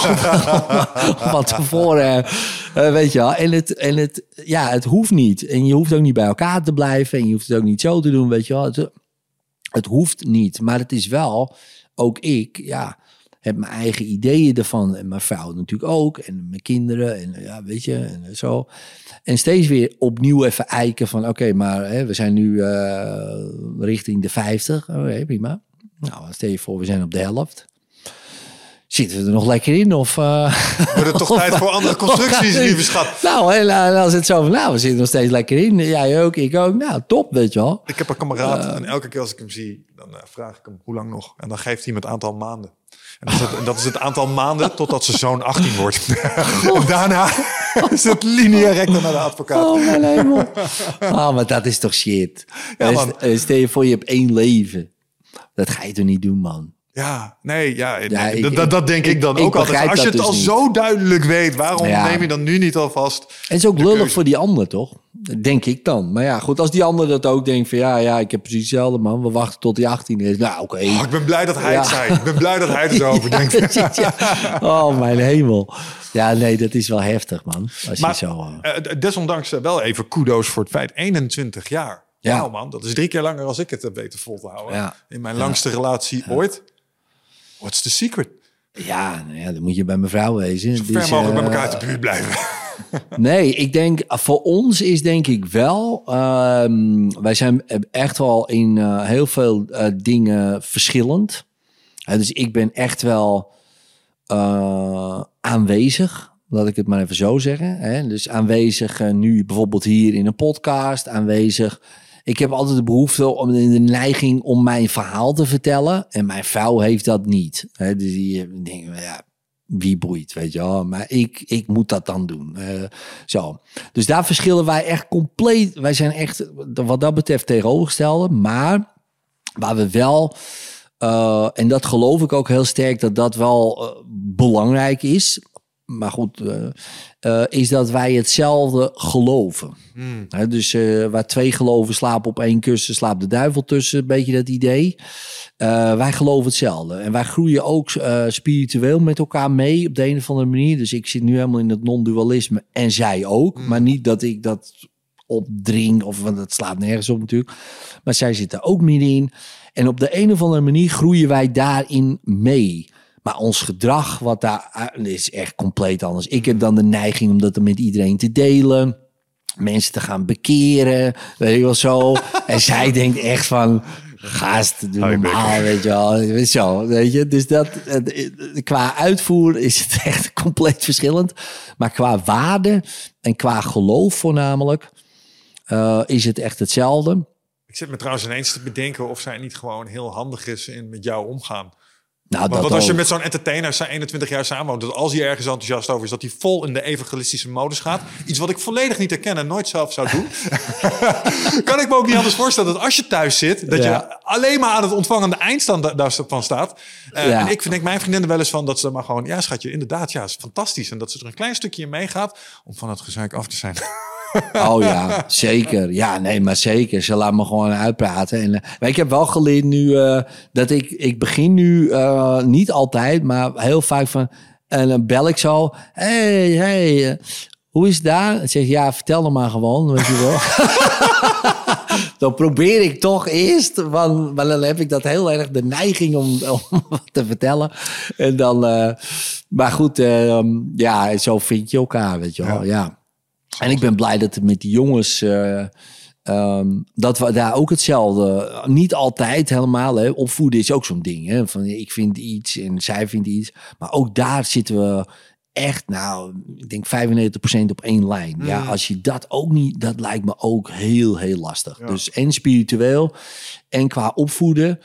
S2: goed wat tevoren. Uh, weet je wel. En, het, en het, ja, het hoeft niet. En je hoeft ook niet bij elkaar te blijven. En je hoeft het ook niet zo te doen, weet je wel. Het, het hoeft niet. Maar het is wel... Ook ik, ja... heb mijn eigen ideeën ervan. En mijn vrouw natuurlijk ook. En mijn kinderen. En ja, weet je. En zo. En steeds weer opnieuw even eiken van... Oké, okay, maar hè, we zijn nu uh, richting de vijftig. Oké, okay, prima. Nou, stel je voor, we zijn op de helft. Zitten we er nog lekker in? Of uh,
S1: wordt het toch tijd voor andere constructies, lieve schat?
S2: Nou, en als het zo van... Nou, we zitten nog steeds lekker in. Jij ook, ik ook. Nou, top, weet je wel.
S1: Ik heb een kameraad uh, en elke keer als ik hem zie... dan uh, vraag ik hem hoe lang nog. En dan geeft hij me het aantal maanden. En dat is het, dat is het aantal maanden totdat zijn zoon achttien wordt. En daarna is het linea recta naar de advocaat.
S2: Oh, mijn hemel. Oh, maar dat is toch shit. Ja, man. Stel je voor, je hebt één leven. Dat ga je toch niet doen, man?
S1: Ja, nee, ja,
S2: ja
S1: nee,
S2: ik,
S1: dat, dat denk ik, ik dan
S2: ik,
S1: ook
S2: ik
S1: altijd. Als je het
S2: dus
S1: al
S2: niet.
S1: zo duidelijk weet, waarom
S2: ja.
S1: neem je dan nu niet alvast?
S2: Het is ook lullig keuze. Voor die ander, toch? Denk ik dan. Maar ja, goed, als die ander dat ook denkt van... ja, ja, ik heb precies hetzelfde, man. We wachten tot hij achttien is. Nou, oké. Okay.
S1: Oh, ik ben blij dat hij
S2: ja.
S1: het zei. Ik ben blij dat hij er zo over
S2: ja,
S1: denkt.
S2: precies, ja. Oh, mijn hemel. Ja, nee, dat is wel heftig, man. Als
S1: maar
S2: je zo, uh...
S1: uh, desondanks uh, wel even kudo's voor het feit. eenentwintig jaar. Ja. Wauw, man. Dat is drie keer langer als ik het heb weten vol te houden. Ja. In mijn ja. langste relatie ja. ooit. What's the secret?
S2: Ja, nou ja, dan moet je bij mijn vrouw wezen.
S1: Zo ver dus, mogelijk uh, bij elkaar uit de buurt blijven.
S2: Nee, ik denk, voor ons is denk ik wel... Um, wij zijn echt wel in uh, heel veel uh, dingen verschillend. Uh, dus ik ben echt wel uh, aanwezig Laat ik het maar even zo zeggen. Hè? Dus aanwezig uh, nu bijvoorbeeld hier in een podcast. Aanwezig. Ik heb altijd de behoefte, om de neiging om mijn verhaal te vertellen. En mijn vrouw heeft dat niet. Hè? Dus die denkt, ja, wie boeit, weet je wel. Maar ik, ik moet dat dan doen. Uh, zo. Dus daar verschillen wij echt compleet. Wij zijn echt wat dat betreft tegenovergestelde. Maar waar we wel... Uh, en dat geloof ik ook heel sterk dat dat wel uh, belangrijk is. Maar goed, uh, uh, is dat wij hetzelfde geloven. Mm. He, dus uh, waar twee geloven slapen op één kussen, slaapt de duivel tussen. Een beetje dat idee. Uh, wij geloven hetzelfde. En wij groeien ook uh, spiritueel met elkaar mee op de een of andere manier. Dus ik zit nu helemaal in het non-dualisme en zij ook. Mm. Maar niet dat ik dat opdring, of, want dat slaat nergens op natuurlijk. Maar zij zit er ook middenin. En op de een of andere manier groeien wij daarin mee. Maar ons gedrag, wat daar is echt compleet anders. Ik heb dan de neiging om dat met iedereen te delen. Mensen te gaan bekeren, weet je wel zo. En zij denkt echt van, gast, doe normaal, weet je wel. Zo, weet je. Dus dat, qua uitvoer is het echt compleet verschillend. Maar qua waarde en qua geloof voornamelijk, uh, is het echt hetzelfde.
S1: Ik zit me trouwens ineens te bedenken of zij niet gewoon heel handig is in met jou omgaan.
S2: Nou,
S1: want als je met zo'n entertainer zijn eenentwintig jaar samenwoont, dat als hij ergens enthousiast over is, dat hij vol in de evangelistische modus gaat. Iets wat ik volledig niet herken en nooit zelf zou doen. Kan ik me ook niet anders voorstellen dat als je thuis zit, dat ja. je alleen maar aan het ontvangende eindstand daarvan staat. Uh, ja. En ik vind ik mijn vriendin er wel eens van dat ze maar gewoon, ja schatje, inderdaad, ja, is fantastisch. En dat ze er een klein stukje in meegaat om van het gezeik af te zijn.
S2: Oh ja, zeker. Ja, nee, maar zeker. Ze laat me gewoon uitpraten. En, uh, maar ik heb wel geleerd nu uh, dat ik... Ik begin nu uh, niet altijd, maar heel vaak van... En dan bel ik zo. Hey, hey, uh, hoe is het daar? En zeg ja, vertel hem maar gewoon, weet je wel. Dan probeer ik toch eerst, want, maar dan heb ik dat heel erg de neiging om, om wat te vertellen. En dan... Uh, maar goed, uh, um, ja, zo vind je elkaar, weet je wel. Ja. ja. En ik ben blij dat het met die jongens, uh, um, dat we daar ook hetzelfde, niet altijd helemaal, hè. Opvoeden is ook zo'n ding, hè. Van ik vind iets en zij vindt iets. Maar ook daar zitten we echt, nou, ik denk vijfennegentig procent op één lijn. Mm. Ja, als je dat ook niet, dat lijkt me ook heel, heel lastig. Ja. Dus en spiritueel en qua opvoeden.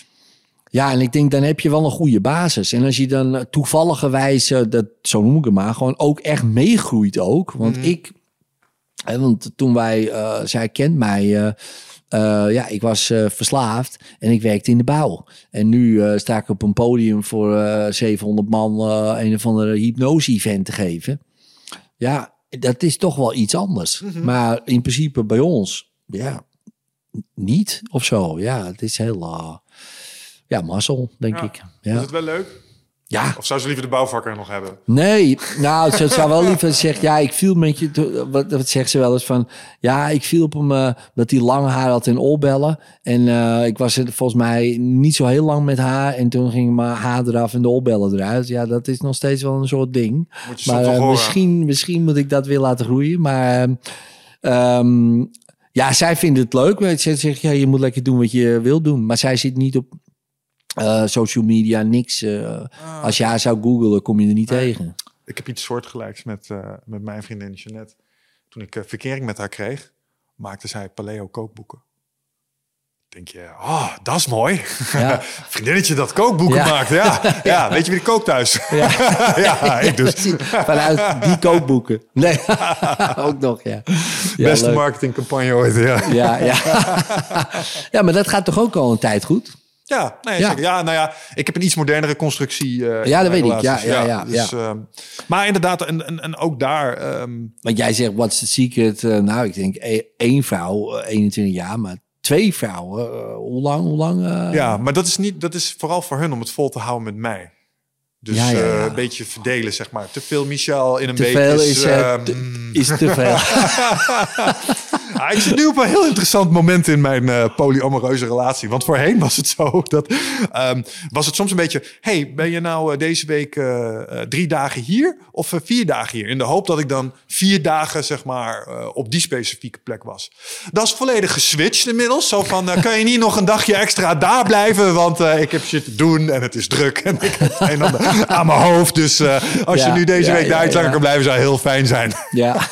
S2: Ja, en ik denk, dan heb je wel een goede basis. En als je dan toevalligerwijs, uh, dat, zo noem ik het maar, gewoon ook echt meegroeit ook. Want mm. ik, hè, want toen wij, uh, zij kent mij, uh, uh, ja, ik was uh, verslaafd en ik werkte in de bouw. En nu uh, sta ik op een podium voor uh, zevenhonderd man uh, een of andere hypnose-event te geven. Ja, dat is toch wel iets anders. Mm-hmm. Maar in principe bij ons, ja, niet of zo. Ja, het is heel... Uh, Ja, mazzel, denk ja. ik. Ja.
S1: Is het wel leuk?
S2: Ja.
S1: Of zou ze liever de bouwvakker nog hebben?
S2: Nee, nou, ze zou wel liever zeggen... Ja, ik viel met je... Wat, wat zegt ze wel eens van... Ja, ik viel op hem uh, dat hij lang haar had in oorbellen. En uh, ik was er volgens mij niet zo heel lang met haar. En toen ging mijn haar eraf en de oorbellen eruit. Ja, dat is nog steeds wel een soort ding.
S1: Moet je
S2: maar uh, misschien, misschien moet ik dat weer laten groeien. Maar... Uh, um, ja, zij vindt het leuk. Ze zegt, ja, je moet lekker doen wat je wil doen. Maar zij zit niet op... Uh, social media, niks. Uh, ah. Als je haar zou googlen, kom je er niet nee. tegen.
S1: Ik heb iets soortgelijks met, uh, met mijn vriendin Jeanette. Toen ik uh, verkering met haar kreeg, maakte zij paleo kookboeken. Denk je, oh, dat is mooi. Ja. Vriendinnetje dat kookboeken ja. maakt. Ja. Ja. ja, weet je wie er kookt thuis? Ja, ja ik dus.
S2: Vanuit die kookboeken. Nee, ook nog, ja. ja
S1: Beste leuk. Marketingcampagne ooit, ja.
S2: Ja, ja. ja, maar dat gaat toch ook al een tijd goed?
S1: Ja, nee, ja. Zeker. Ja, nou ja, ik heb een iets modernere constructie. Uh,
S2: ja, dat weet ik. Ja, ja, ja,
S1: dus,
S2: ja.
S1: Uh, maar inderdaad, en, en, en ook daar... Um...
S2: Want jij zegt, what's the secret? Uh, nou, ik denk één vrouw, uh, eenentwintig jaar, maar twee vrouwen. Uh, hoe lang? Hoe lang uh...
S1: Ja, maar dat is, niet, dat is vooral voor hun om het vol te houden met mij. Dus ja, ja, ja. Uh, een beetje verdelen, zeg maar. Te veel Michel in een
S2: te
S1: beetje
S2: veel
S1: is...
S2: Is, uh, um... te, is te veel.
S1: Ah, ik zit nu op een heel interessant moment in mijn uh, polyamoreuze relatie. Want voorheen was het zo dat um, was het soms een beetje... hey, ben je nou uh, deze week uh, uh, drie dagen hier of uh, vier dagen hier? In de hoop dat ik dan vier dagen zeg maar uh, op die specifieke plek was. Dat is volledig geswitcht inmiddels. Zo van, uh, kan je niet nog een dagje extra daar blijven? Want uh, ik heb shit te doen en het is druk. En ik heb het een en ander aan mijn hoofd. Dus uh, als ja, je nu deze ja, week daar iets ja, langer ja. kan blijven, zou heel fijn zijn.
S2: Ja.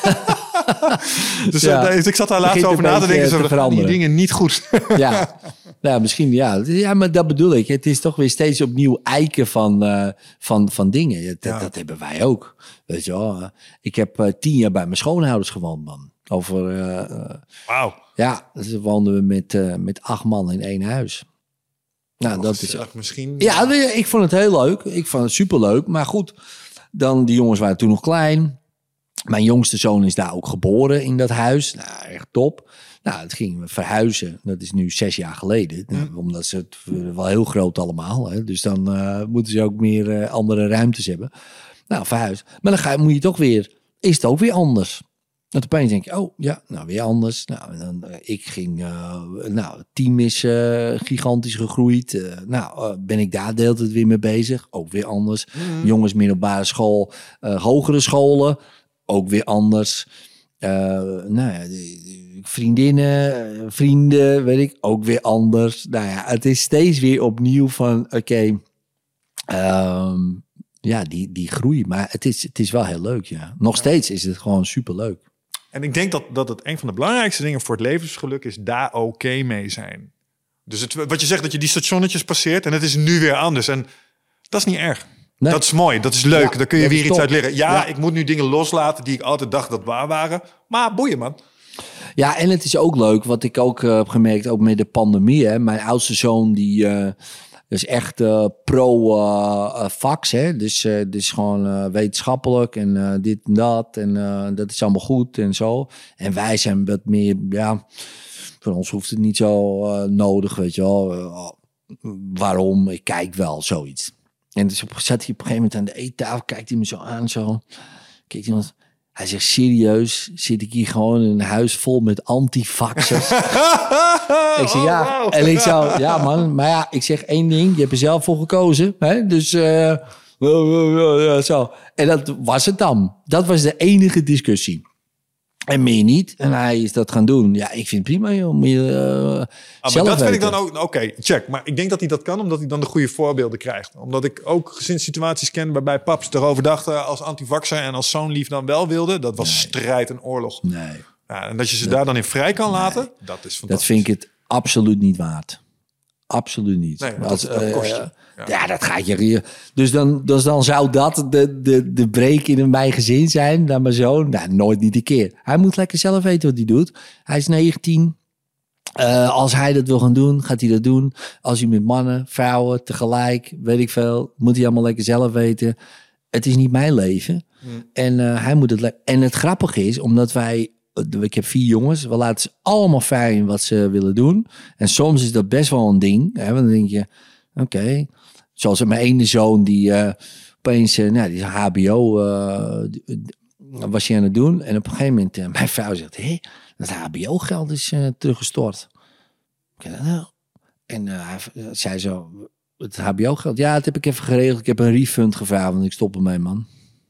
S1: Dus ja. uh, ik zat daar laatst over na te denken. Zo, gaan die dingen niet goed.
S2: Ja. Ja, misschien ja. Ja, maar dat bedoel ik. Het is toch weer steeds opnieuw eiken van, uh, van, van dingen. Dat, ja. dat hebben wij ook. Weet je wel. Ik heb uh, tien jaar bij mijn schoonouders gewoond, man. Over... Uh,
S1: Wauw.
S2: Ja, dus woonden we met, uh, met acht man in één huis. Nou,
S1: oh,
S2: dat is
S1: misschien.
S2: Ja, ik vond het heel leuk. Ik vond het superleuk. Maar goed, dan die jongens waren toen nog klein. Mijn jongste zoon is daar ook geboren in dat huis. Nou, echt top. Nou, het gingen we verhuizen. Dat is nu zes jaar geleden. Hm. Omdat ze het wel heel groot allemaal. Hè. Dus dan uh, moeten ze ook meer uh, andere ruimtes hebben. Nou, verhuizen. Maar dan ga, moet je toch weer... Is het ook weer anders? Dat opeens denk je, oh ja, nou weer anders. Nou, dan, uh, ik ging, uh, nou, het team is uh, gigantisch gegroeid. Uh, nou, uh, ben ik daar de hele tijd weer mee bezig. Ook weer anders. Mm. Jongens, middelbare school, uh, hogere scholen. Ook weer anders. Uh, nou ja, de, de vriendinnen, uh, vrienden, weet ik, ook weer anders. Nou ja, het is steeds weer opnieuw van, oké, okay, um, ja, die, die groei. Maar het is, het is wel heel leuk, ja. Nog steeds is het gewoon superleuk.
S1: En ik denk dat, dat het een van de belangrijkste dingen voor het levensgeluk is daar oké okay mee zijn. Dus het, wat je zegt, dat je die stationnetjes passeert en het is nu weer anders. En dat is niet erg. Nee. Dat is mooi, dat is leuk. Ja, daar kun je weer iets top. uit leren. Ja, ja, ik moet nu dingen loslaten die ik altijd dacht dat waar waren. Maar boeien, man.
S2: Ja, en het is ook leuk, wat ik ook uh, heb gemerkt, ook met de pandemie. Hè. Mijn oudste zoon, die uh, is echt uh, pro-vax. Uh, dus, uh, dus gewoon uh, wetenschappelijk en uh, dit en dat. En uh, dat is allemaal goed en zo. En wij zijn wat meer, ja, voor ons hoeft het niet zo uh, nodig, weet je wel. Uh, waarom? Ik kijk wel, zoiets. En dus zat hij op een gegeven moment aan de eettafel, kijkt hij me zo aan, zo. Kijkt iemand. Hij zegt, serieus, zit ik hier gewoon in een huis vol met antivaxers? Ik zeg, ja. En ik zo, ja man, maar ja, ik zeg één ding, je hebt er zelf voor gekozen. Hè? Dus, uh, zo. En dat was het dan. Dat was de enige discussie. En meer niet. En hij is dat gaan doen. Ja, ik vind het prima, joh. Moet je, uh,
S1: ah, maar dat vind ik dan ook... Oké, okay, check. Maar ik denk dat hij dat kan, omdat hij dan de goede voorbeelden krijgt. Omdat ik ook gezinssituaties ken waarbij paps erover dachten als antivaxer en als zoon lief dan wel wilde. Dat was nee. strijd en oorlog.
S2: Nee.
S1: Ja, en dat je ze dat, daar dan in vrij kan nee. laten, dat is fantastisch.
S2: Dat vind ik het absoluut niet waard. Absoluut niet.
S1: Nee, dat, als, dat uh, kost je.
S2: Ja. ja, dat gaat je... Dus dan, dus dan zou dat de, de, de break in mijn gezin zijn. Naar mijn zoon. Nou, nooit niet een keer. Hij moet lekker zelf weten wat hij doet. Hij is negentien. Uh, als hij dat wil gaan doen, gaat hij dat doen. Als hij met mannen, vrouwen, tegelijk, weet ik veel. Moet hij allemaal lekker zelf weten. Het is niet mijn leven. Hmm. En uh, hij moet het... Le- en het grappige is, omdat wij... Ik heb vier jongens. We laten ze allemaal vrij in wat ze willen doen. En soms is dat best wel een ding. Hè? Want dan denk je, oké... Okay. Zoals mijn ene zoon die uh, opeens, uh, nou, die H B O uh, was hij aan het doen. En op een gegeven moment, uh, mijn vrouw zegt, hé, dat H B O-geld is uh, teruggestort. Nou. En uh, hij zei zo, het H B O-geld, ja, dat heb ik even geregeld. Ik heb een refund gevraagd, want ik stop ermee, man.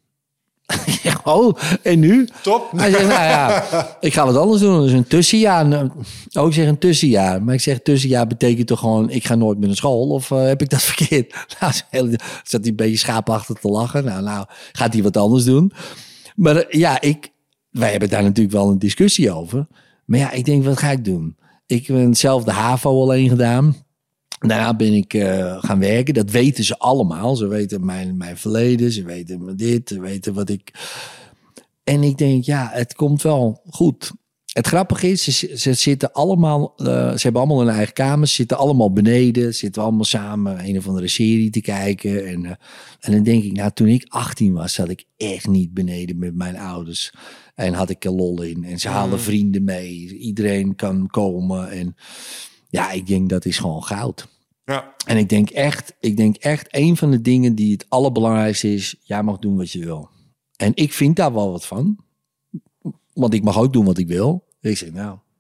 S2: Oh, en nu?
S1: Top.
S2: Hij zegt, nou ja, ik ga wat anders doen. Dat is een tussenjaar. Oh, ik zeg een tussenjaar. Maar ik zeg tussenjaar betekent toch gewoon... ik ga nooit meer naar school? Of uh, heb ik dat verkeerd? Nou, zat hij een beetje schaapachtig te lachen. Nou, nou, gaat hij wat anders doen? Maar uh, ja, ik, wij hebben daar natuurlijk wel een discussie over. Maar ja, ik denk, wat ga ik doen? Ik heb zelf de HAVO alleen gedaan. Daarna ben ik uh, gaan werken. Dat weten ze allemaal. Ze weten mijn, mijn verleden. Ze weten dit. Ze weten wat ik... En ik denk, ja, het komt wel goed. Het grappige is, ze, ze zitten allemaal... Uh, ze hebben allemaal hun eigen kamers. Ze zitten allemaal beneden. Ze zitten allemaal samen een of andere serie te kijken. En, uh, en dan denk ik, nou, toen ik achttien was... zat ik echt niet beneden met mijn ouders. En had ik er lol in. En ze halen vrienden mee. Iedereen kan komen. En... Ja, ik denk dat is gewoon goud.
S1: Ja.
S2: En ik denk echt, ik denk echt een van de dingen die het allerbelangrijkste is, jij mag doen wat je wil. En ik vind daar wel wat van. Want ik mag ook doen wat ik wil. Ik zeg, nou,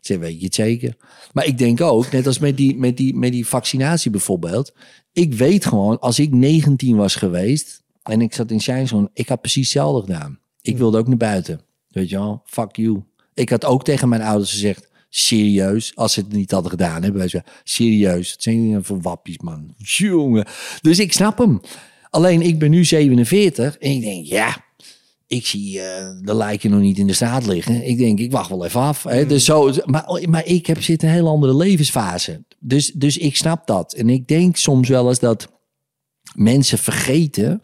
S2: Zeg, weet je het zeker? Maar ik denk ook, net als met die, met die, met die vaccinatie bijvoorbeeld. Ik weet gewoon, als ik negentien was geweest en ik zat in Schijnzoon, ik had precies hetzelfde gedaan. Ik wilde ook naar buiten. Weet je wel, fuck you. Ik had ook tegen mijn ouders gezegd, serieus, als ze het niet hadden gedaan hebben. Weet je, serieus, het zijn voor wappies, man. Jongen. Dus ik snap hem. Alleen, ik ben nu zevenenveertig en ik denk, ja, ik zie uh, de lijken nog niet in de straat liggen. Ik denk, ik wacht wel even af. Hè. Dus zo, maar, maar ik heb zit in een heel andere levensfase. Dus, dus ik snap dat. En ik denk soms wel eens dat mensen vergeten,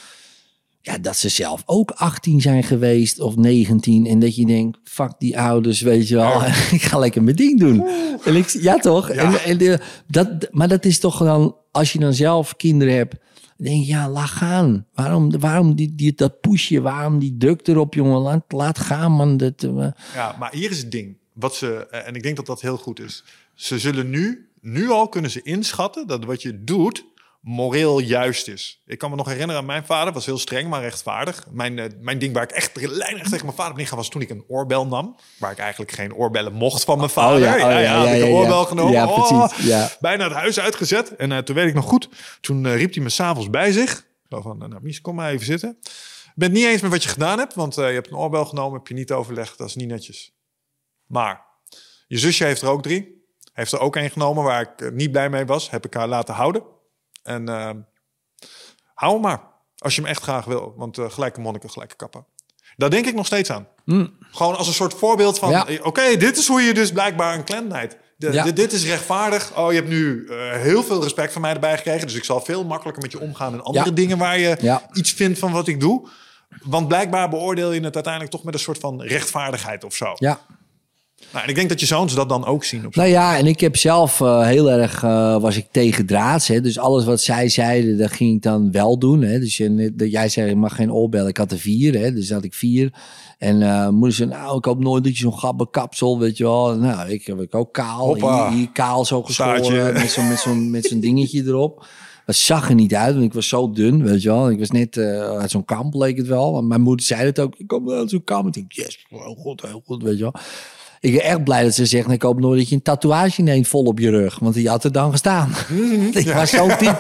S2: ja, dat ze zelf ook achttien zijn geweest of negentien. En dat je denkt, fuck die ouders, weet je wel. Ja. Ik ga lekker mijn ding doen. En ik, ja, toch? Ja. En, en de, dat, maar dat is toch dan, als je dan zelf kinderen hebt, denk je, ja, laat gaan. Waarom, waarom die, die, dat pushje, waarom die druk erop, jongen? Laat, laat gaan, man. Dat, uh...
S1: Ja, maar hier is het ding. Wat ze, en ik denk dat dat heel goed is. Ze zullen nu, nu al kunnen ze inschatten dat wat je doet moreel juist is. Ik kan me nog herinneren aan mijn vader, was heel streng, maar rechtvaardig. Mijn, uh, mijn ding waar ik echt lijnrecht tegen mijn vader ben ingegaan was toen ik een oorbel nam. Waar ik eigenlijk geen oorbellen mocht van mijn vader. Oh ja, oh ja, ja, ja, ja, had ik een oorbel ja, genomen. Ja, oh, ja. Bijna het huis uitgezet. En uh, toen weet ik nog goed, toen uh, riep hij me s'avonds bij zich. Zo van, nou Mies, kom maar even zitten. Ik ben het niet eens met wat je gedaan hebt, want uh, je hebt een oorbel genomen, heb je niet overlegd. Dat is niet netjes. Maar je zusje heeft er ook drie. Heeft er ook één genomen waar ik uh, niet blij mee was. Heb ik haar laten houden. En uh, hou hem maar, als je hem echt graag wil. Want uh, gelijke monniken, gelijke kappen. Daar denk ik nog steeds aan. Mm. Gewoon als een soort voorbeeld van, ja. Oké, okay, dit is hoe je dus blijkbaar een clan leidt. De, ja. de, dit is rechtvaardig. Oh, je hebt nu uh, heel veel respect van mij erbij gekregen. Dus ik zal veel makkelijker met je omgaan. En andere ja. dingen waar je ja. iets vindt van wat ik doe. Want blijkbaar beoordeel je het uiteindelijk toch met een soort van rechtvaardigheid of zo. Ja. Nou, en ik denk dat je zoons dat dan ook zien. Op
S2: nou ja, en ik heb zelf uh, heel erg, uh, was ik tegendraads. Hè? Dus alles wat zij zeiden, dat ging ik dan wel doen. Hè? Dus je, de, jij zei, je mag geen oorbel. Ik had er vier, hè? Dus had ik vier. En uh, moeder zei, nou, ik hoop nooit dat je zo'n gabbe kapsel, weet je wel. Nou, ik heb ik ook kaal. Hier, hier kaal zo geschoren, met zo'n met zo'n met zo'n dingetje erop. Dat zag er niet uit, want ik was zo dun, weet je wel. Ik was net uh, uit zo'n kamp, leek het wel. Want mijn moeder zei het ook, ik kom uit zo'n kamp. Ik denk, yes, heel goed, heel goed, weet je wel. Ik ben echt blij dat ze zegt, ik hoop nooit dat je een tatoeage neemt vol op je rug. Want die had er dan gestaan. Mm-hmm. Ik was zo diep.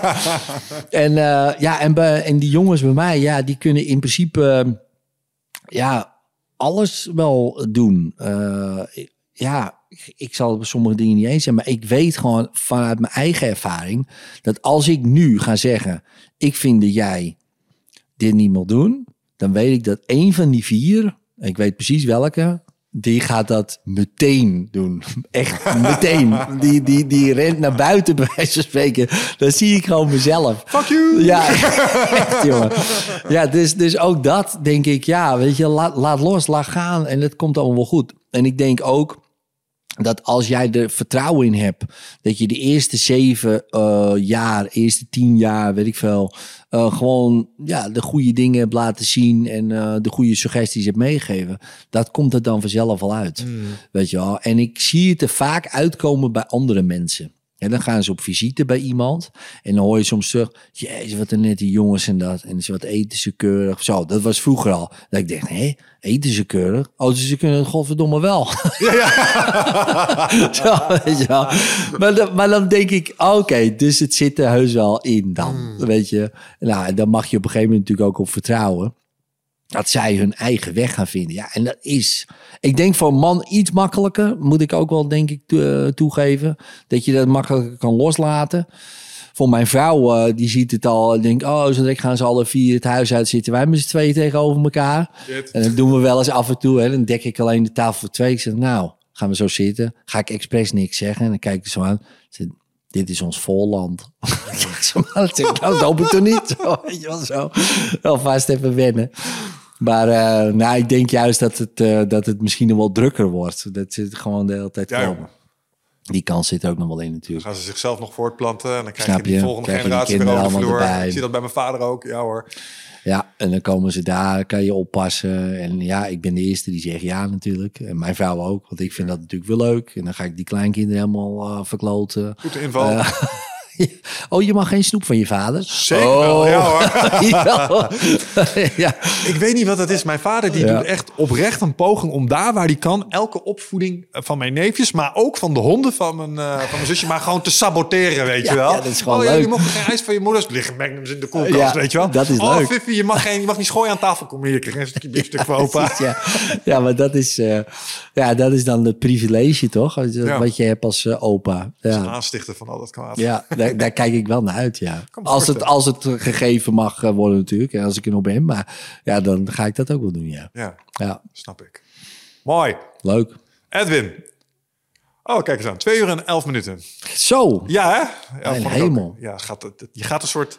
S2: En uh, ja, en, bij, en die jongens bij mij, ja, die kunnen in principe uh, ja, alles wel doen. Uh, ja, ik, ik zal bij sommige dingen niet eens zijn. Maar ik weet gewoon vanuit mijn eigen ervaring, dat als ik nu ga zeggen, ik vind dat jij dit niet moet doen, dan weet ik dat één van die vier, ik weet precies welke, die gaat dat meteen doen. Echt meteen. Die, die, die rent naar buiten, bij wijze van spreken. Dan zie ik gewoon mezelf.
S1: Fuck you!
S2: Ja, echt, jongen. Ja, dus, dus ook dat denk ik, ja, weet je, laat, laat los, laat gaan. En het komt allemaal wel goed. En ik denk ook dat als jij er vertrouwen in hebt, dat je de eerste zeven uh, jaar, eerste tien jaar, weet ik veel, uh, gewoon ja, de goede dingen hebt laten zien en uh, de goede suggesties hebt meegegeven, dat komt er dan vanzelf al uit. Mm. Weet je wel? En ik zie het er vaak uitkomen bij andere mensen. En dan gaan ze op visite bij iemand. En dan hoor je soms terug, jezus, wat een nette jongens en dat. En ze wat eten ze keurig. Zo, dat was vroeger al. Dat ik dacht, hé, eten ze keurig? Oh, dus ze kunnen het godverdomme wel. Ja, ja. Zo, weet je wel. Maar, dan, maar dan denk ik, oké, okay, dus het zit er heus wel in dan. Mm. Weet je. Nou, dan mag je op een gegeven moment natuurlijk ook op vertrouwen dat zij hun eigen weg gaan vinden. Ja, en dat is, ik denk voor een man iets makkelijker, moet ik ook wel denk ik to- toegeven, dat je dat makkelijker kan loslaten. Voor mijn vrouw, uh, die ziet het al en denkt, oh, zo direct gaan ze alle vier het huis uit zitten. Wij met z'n tweeën tegenover elkaar. Shit. En dat doen we wel eens af en toe. Hè. Dan dek ik alleen de tafel voor twee. Ik zeg, nou, gaan we zo zitten. Ga ik expres niks zeggen. En dan kijk ik zo aan. Zeg, dit is ons voorland. Nou, dat hoop ik toch niet. Zo, weet je wel, zo. Alvast even wennen. Maar uh, nou, ik denk juist dat het, uh, dat het misschien nog wel drukker wordt. Dat ze het gewoon de hele tijd ja, komen. Die kans zit er ook nog wel in natuurlijk.
S1: Dan gaan ze zichzelf nog voortplanten. En dan krijg Snap je die je? volgende krijg generatie weer over de vloer. Erbij. Ik zie dat bij mijn vader ook. Ja hoor.
S2: Ja, en dan komen ze daar, kan je oppassen. En ja, ik ben de eerste die zegt ja natuurlijk. En mijn vrouw ook, want ik vind dat natuurlijk wel leuk. En dan ga ik die kleinkinderen helemaal uh, verkloten.
S1: Goed inval. Uh,
S2: Oh, je mag geen snoep van je vader?
S1: Zeker
S2: oh.
S1: wel, ja hoor.
S2: ja. ja.
S1: Ik weet niet wat dat is. Mijn vader die
S2: Ja.
S1: doet echt oprecht een poging om daar waar hij kan... elke opvoeding van mijn neefjes, maar ook van de honden van mijn, uh, van mijn zusje... maar gewoon te saboteren, weet
S2: Ja,
S1: je wel.
S2: ja, dat is gewoon
S1: oh ja,
S2: leuk.
S1: je mag geen ijs van je moeders. Er liggen magnums in de koelkast,
S2: Ja,
S1: weet je wel.
S2: dat is
S1: oh,
S2: leuk.
S1: Fifi, je mag, geen, je mag niet schooien aan tafel. Kom hier, ik krijg een stukje biefstuk van opa.
S2: Precies, ja. ja, maar dat is, uh, ja, dat is dan het privilege, toch? Wat
S1: Ja.
S2: je hebt als uh, opa.
S1: Dat is
S2: Ja.
S1: een aanstichter van al dat kwaad.
S2: Ja, daar, daar kijk ik wel naar uit, ja.
S1: Kan me
S2: Als het,
S1: voorstellen.
S2: als het gegeven mag worden natuurlijk. En als ik er nog ben. Maar ja, dan ga ik dat ook wel doen, ja.
S1: Ja,
S2: Ja,
S1: snap ik. Mooi.
S2: leuk.
S1: Edwin. Oh, kijk eens aan. Twee uur en elf minuten.
S2: Zo.
S1: Ja, hè? Ja,
S2: Mijn
S1: vond ik
S2: hemel.
S1: ook. Ja, gaat, het- je gaat een soort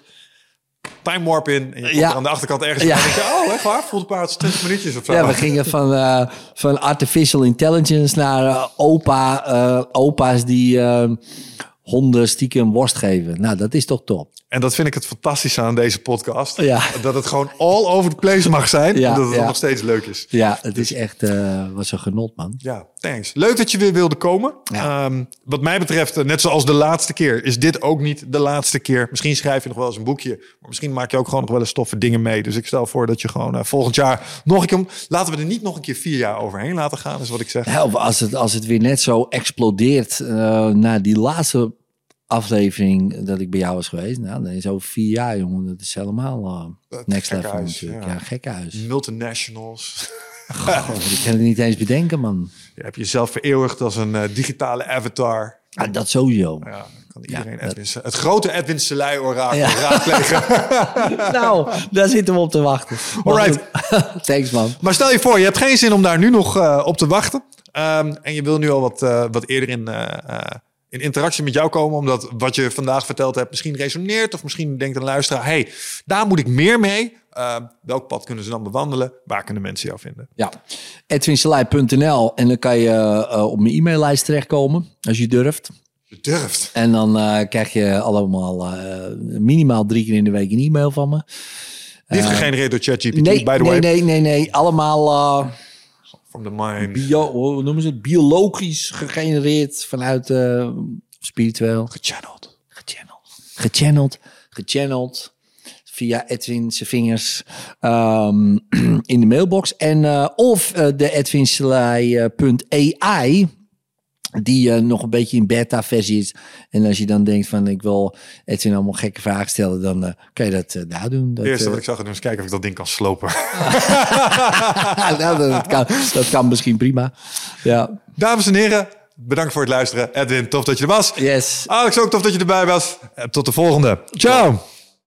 S1: time warp in. En je komt
S2: Ja.
S1: er aan de achterkant ergens.
S2: Ja.
S1: Ja. En denk je, oh, echt waar? Voelt een paar twintig minuutjes of zo.
S2: Ja, we gingen van, uh, van artificial intelligence naar uh, opa, uh, opa's die uh, honden stiekem worst geven. Nou, dat is toch top.
S1: En dat vind ik het fantastische aan deze podcast.
S2: Ja.
S1: Dat het gewoon all over the place mag zijn.
S2: Ja,
S1: en dat het
S2: ja.
S1: nog steeds leuk is.
S2: Ja, het is echt uh, was een genot, man.
S1: Ja, thanks. Leuk dat je weer wilde komen.
S2: Ja.
S1: Um, wat mij betreft, uh, net zoals de laatste keer, is dit ook niet de laatste keer. Misschien schrijf je nog wel eens een boekje. Maar misschien maak je ook gewoon nog wel eens toffe dingen mee. Dus ik stel voor dat je gewoon uh, volgend jaar nog een keer... Laten we er niet nog een keer vier jaar overheen laten gaan, is wat ik zeg.
S2: Ja, of als het, als het weer net zo explodeert uh, na die laatste aflevering dat ik bij jou was geweest. Nou, dan is over vier jaar, jongen. Dat is helemaal uh,
S1: Dat
S2: next level
S1: gekkenhuis,
S2: natuurlijk.
S1: ja.
S2: Ja, gekkenhuis.
S1: Multinationals.
S2: Goh, dat kan ik niet eens bedenken, man.
S1: Je hebt jezelf vereeuwigd als een uh, digitale avatar.
S2: Ah, dat sowieso.
S1: Ja, kan iedereen
S2: Ja,
S1: Edwin, het grote Edwin Selei-orakel
S2: Ja.
S1: raadplegen.
S2: Nou, daar zitten we op te wachten. Maar
S1: Alright.
S2: goed. Thanks, man.
S1: Maar stel je voor, je hebt geen zin om daar nu nog uh, op te wachten. Um, en je wil nu al wat, uh, wat eerder in, uh, uh, in interactie met jou komen. Omdat wat je vandaag verteld hebt misschien resoneert. Of misschien denkt een luisteraar, hey, daar moet ik meer mee. Uh, welk pad kunnen ze dan bewandelen? Waar kunnen mensen jou vinden?
S2: Ja, edwin selei punt n l en dan kan je uh, op mijn e-maillijst terechtkomen, als je durft.
S1: Je durft.
S2: En dan uh, krijg je allemaal uh, minimaal drie keer in de week een e-mail van me.
S1: Niet
S2: Uh,
S1: gegenereerd door ChatGPT,
S2: Nee,
S1: by the
S2: nee,
S1: way.
S2: nee, nee, nee. Allemaal uh,
S1: From the mind.
S2: bio, hoe noemen ze het? Biologisch gegenereerd vanuit uh, spiritueel.
S1: Gechanneld.
S2: Gechanneld. Gechanneld. Gechanneld. Via Edwin zijn vingers um, in de mailbox. En, uh, of uh, de edwin selei punt a i, die uh, nog een beetje in beta-versie is. En als je dan denkt van ik wil Edwin allemaal gekke vragen stellen, dan uh, kan je dat uh, daar doen. Dat,
S1: Het eerste
S2: uh,
S1: wat ik zag doen is kijken of ik dat ding kan slopen.
S2: nou, dat, kan, dat kan misschien prima. Ja.
S1: Dames en heren, bedankt voor het luisteren. Edwin, tof dat je er was.
S2: Yes.
S1: Alex, ook tof dat je erbij was. En tot de volgende. Ciao.